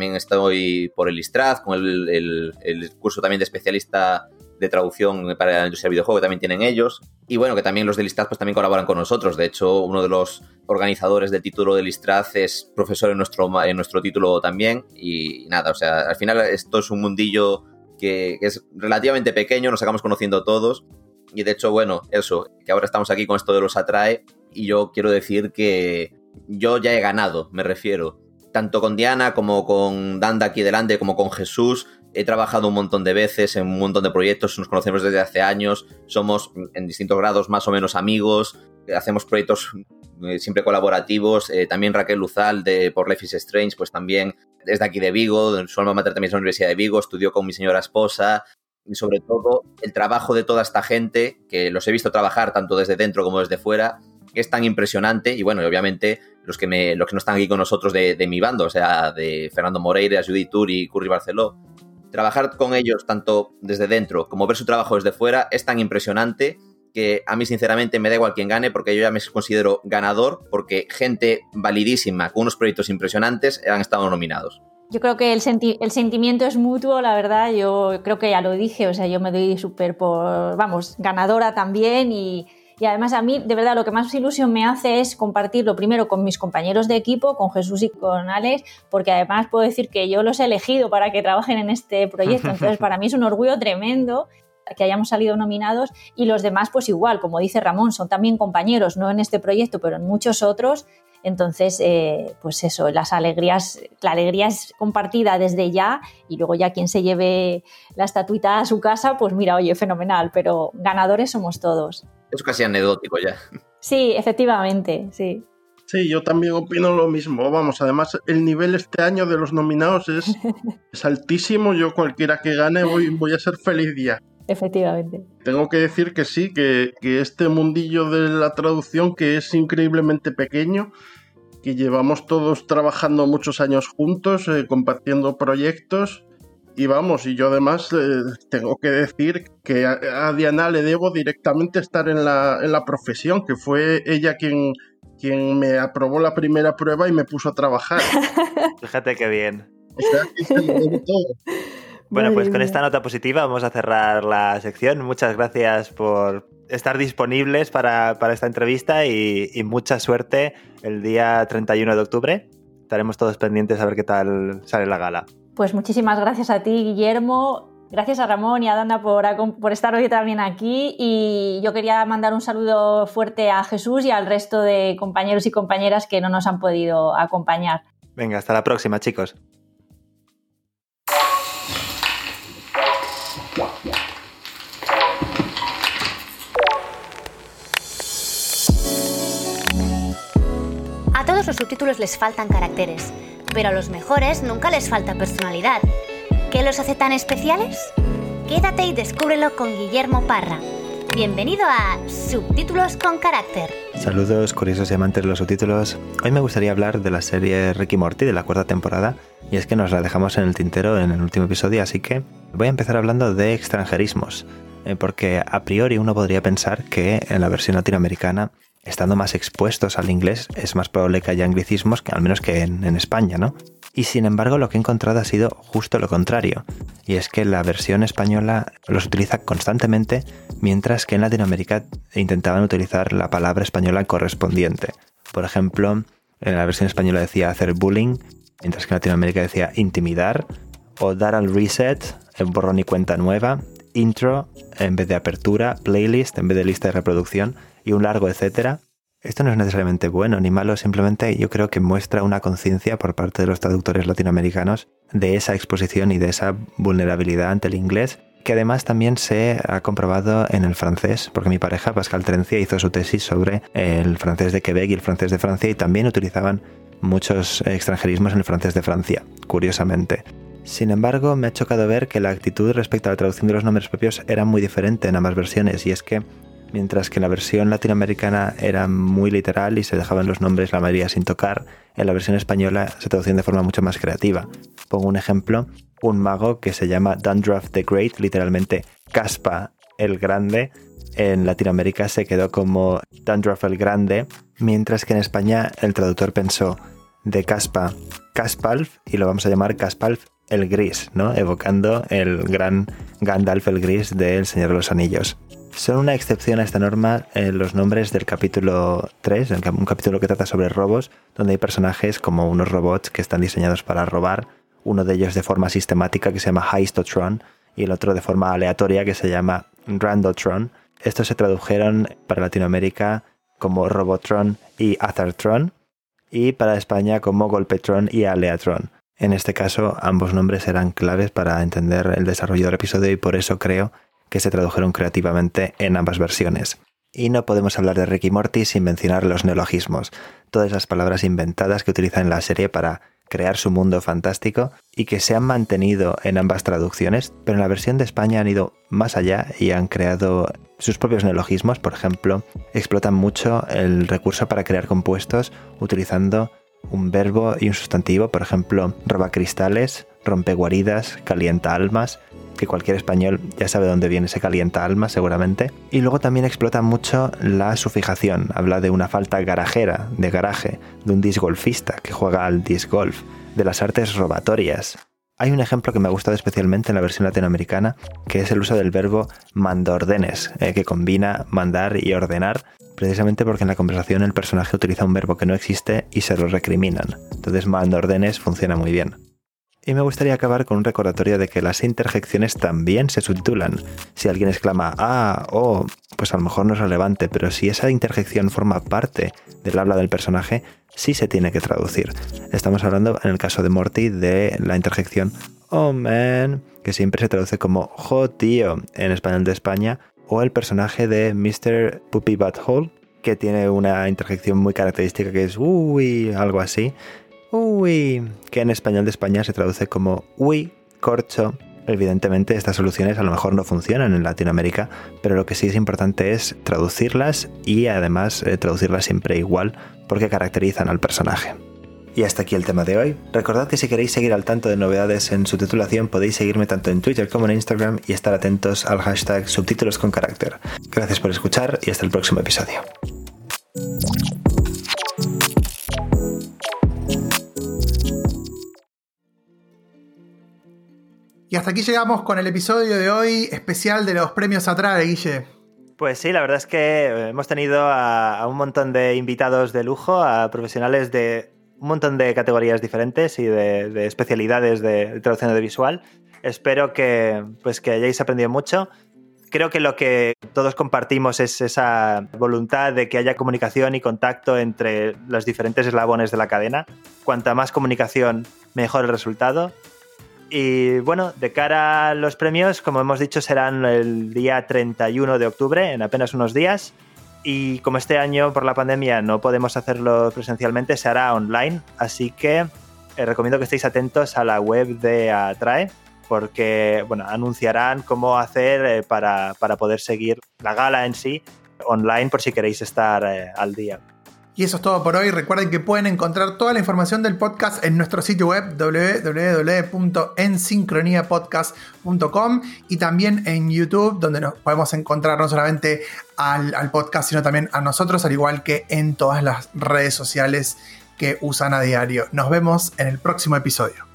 estoy por el ISTRAD, con el curso también de especialista de traducción para la industria del videojuego que también tienen ellos. Y bueno, que también los del ISTRAD pues también colaboran con nosotros. De hecho, uno de los organizadores del título del ISTRAD es profesor en nuestro título también. Y nada, o sea, al final esto es un mundillo que es relativamente pequeño, nos acabamos conociendo todos. Y de hecho, bueno, eso, que ahora estamos aquí con esto de los Atrae. Y yo quiero decir que yo ya he ganado, me refiero. Tanto con Diana como con Danda aquí delante, como con Jesús, he trabajado un montón de veces en un montón de proyectos, nos conocemos desde hace años, somos en distintos grados más o menos amigos, hacemos proyectos siempre colaborativos. También Raquel Luzal por Life is Strange, pues también es de aquí de Vigo, su alma mater también es la Universidad de Vigo, estudió con mi señora esposa, y sobre todo el trabajo de toda esta gente, que los he visto trabajar tanto desde dentro como desde fuera, es tan impresionante. Y bueno, y obviamente los que no están aquí con nosotros de mi bando, o sea, de Fernando Moreira, Judy Tour y Curry Barceló, trabajar con ellos tanto desde dentro como ver su trabajo desde fuera es tan impresionante que a mí sinceramente me da igual quién gane, porque yo ya me considero ganador, porque gente validísima con unos proyectos impresionantes han estado nominados. Yo creo que el sentimiento es mutuo, la verdad. Yo creo que ya lo dije, o sea, yo me doy súper ganadora también, y además a mí, de verdad, lo que más ilusión me hace es compartirlo primero con mis compañeros de equipo, con Jesús y con Alex, porque además puedo decir que yo los he elegido para que trabajen en este proyecto. Entonces, para mí es un orgullo tremendo que hayamos salido nominados, y los demás, pues igual, como dice Ramón, son también compañeros, no en este proyecto, pero en muchos otros. Entonces, pues eso, la alegría es compartida desde ya, y luego ya quien se lleve la estatuita a su casa, pues mira, oye, fenomenal, pero ganadores somos todos. Es casi anecdótico ya. Sí, efectivamente, sí. Sí, yo también opino lo mismo. Vamos, además el nivel este año de los nominados es altísimo. Yo cualquiera que gane voy a ser feliz día. Efectivamente. Tengo que decir que sí, que este mundillo de la traducción, que es increíblemente pequeño, que llevamos todos trabajando muchos años juntos, compartiendo proyectos, y vamos, y yo además tengo que decir que a Diana le debo directamente estar en la profesión, que fue ella quien quien me aprobó la primera prueba y me puso a trabajar. Fíjate qué bien. O sea, que se lo debo todo. Bueno, pues con esta nota positiva vamos a cerrar la sección. Muchas gracias por estar disponibles para esta entrevista y mucha suerte el día 31 de octubre. Estaremos todos pendientes a ver qué tal sale la gala. Pues muchísimas gracias a ti, Guillermo. Gracias a Ramón y a Dana por estar hoy también aquí. Y yo quería mandar un saludo fuerte a Jesús y al resto de compañeros y compañeras que no nos han podido acompañar. Venga, hasta la próxima, chicos. A todos los subtítulos les faltan caracteres, pero a los mejores nunca les falta personalidad. ¿Qué los hace tan especiales? Quédate y descúbrelo con Guillermo Parra. Bienvenido a Subtítulos con Carácter. Saludos, curiosos y amantes de los subtítulos. Hoy me gustaría hablar de la serie Rick y Morty de la 4ª temporada, y es que nos la dejamos en el tintero en el último episodio, así que voy a empezar hablando de extranjerismos, porque a priori uno podría pensar que en la versión latinoamericana, estando más expuestos al inglés, es más probable que haya anglicismos, al menos que en España, ¿no? Y sin embargo lo que he encontrado ha sido justo lo contrario, y es que la versión española los utiliza constantemente, mientras que en Latinoamérica intentaban utilizar la palabra española correspondiente. Por ejemplo, en la versión española decía hacer bullying, mientras que en Latinoamérica decía intimidar, o dar al reset, en borrón y cuenta nueva, intro en vez de apertura, playlist en vez de lista de reproducción, y un largo etcétera. Esto no es necesariamente bueno ni malo, simplemente yo creo que muestra una conciencia por parte de los traductores latinoamericanos de esa exposición y de esa vulnerabilidad ante el inglés, que además también se ha comprobado en el francés, porque mi pareja Pascal Trencia hizo su tesis sobre el francés de Quebec y el francés de Francia, y también utilizaban muchos extranjerismos en el francés de Francia, curiosamente. Sin embargo, me ha chocado ver que la actitud respecto a la traducción de los nombres propios era muy diferente en ambas versiones, y es que mientras que en la versión latinoamericana era muy literal y se dejaban los nombres la mayoría sin tocar, en la versión española se traducían de forma mucho más creativa. Pongo un ejemplo: un mago que se llama Dandruff the Great, literalmente Caspa el Grande, en Latinoamérica se quedó como Dandruff el Grande, mientras que en España el traductor pensó de Caspa, Caspalf, y lo vamos a llamar Caspalf el Gris, ¿no? Evocando el gran Gandalf el Gris de El Señor de los Anillos. Son una excepción a esta norma los nombres del capítulo 3, un capítulo que trata sobre robos, donde hay personajes como unos robots que están diseñados para robar, uno de ellos de forma sistemática que se llama Heistotron y el otro de forma aleatoria que se llama Randotron. Estos se tradujeron para Latinoamérica como Robotron y Athartron, y para España como Golpetron y Aleatron. En este caso, ambos nombres eran claves para entender el desarrollo del episodio y por eso creo que se tradujeron creativamente en ambas versiones. Y no podemos hablar de Rick y Morty sin mencionar los neologismos, todas las palabras inventadas que utilizan en la serie para crear su mundo fantástico y que se han mantenido en ambas traducciones, pero en la versión de España han ido más allá y han creado sus propios neologismos. Por ejemplo, explotan mucho el recurso para crear compuestos utilizando un verbo y un sustantivo, por ejemplo, robacristales, rompeguaridas, calienta almas, que cualquier español ya sabe de dónde viene ese calienta almas seguramente. Y luego también explota mucho la sufijación, habla de una falta garajera, de garaje, de un discgolfista que juega al disc golf, de las artes robatorias. Hay un ejemplo que me ha gustado especialmente en la versión latinoamericana, que es el uso del verbo mandordenes, que combina mandar y ordenar, precisamente porque en la conversación el personaje utiliza un verbo que no existe y se lo recriminan. Entonces mandordenes funciona muy bien. Y me gustaría acabar con un recordatorio de que las interjecciones también se subtitulan. Si alguien exclama ¡ah! ¡oh! Pues a lo mejor no es relevante, pero si esa interjección forma parte del habla del personaje, sí se tiene que traducir. Estamos hablando, en el caso de Morty, de la interjección ¡oh man!, que siempre se traduce como ¡jo tío! En español de España, o el personaje de Mr. Puppy Butthole, que tiene una interjección muy característica que es ¡uy! Algo así. Uy, que en español de España se traduce como uy, corcho. Evidentemente estas soluciones a lo mejor no funcionan en Latinoamérica, pero lo que sí es importante es traducirlas y además traducirlas siempre igual porque caracterizan al personaje. Y hasta aquí el tema de hoy. Recordad que si queréis seguir al tanto de novedades en subtitulación podéis seguirme tanto en Twitter como en Instagram y estar atentos al hashtag subtítulos con carácter. Gracias por escuchar y hasta el próximo episodio. hasta aquí llegamos con el episodio de hoy especial de los premios Atrae, Guille. Pues sí, la verdad es que hemos tenido a un montón de invitados de lujo, a profesionales de un montón de categorías diferentes y de especialidades de traducción audiovisual. Espero que hayáis aprendido mucho. Creo que lo que todos compartimos es esa voluntad de que haya comunicación y contacto entre los diferentes eslabones de la cadena. Cuanta más comunicación, mejor el resultado. Y bueno, de cara a los premios, como hemos dicho, serán el día 31 de octubre, en apenas unos días. Y como este año por la pandemia no podemos hacerlo presencialmente, se hará online. Así que recomiendo que estéis atentos a la web de Atrae, porque anunciarán cómo hacer para poder seguir la gala en sí online por si queréis estar al día. Y eso es todo por hoy. Recuerden que pueden encontrar toda la información del podcast en nuestro sitio web www.ensincroniapodcast.com y también en YouTube, donde nos podemos encontrar no solamente al podcast, sino también a nosotros, al igual que en todas las redes sociales que usan a diario. Nos vemos en el próximo episodio.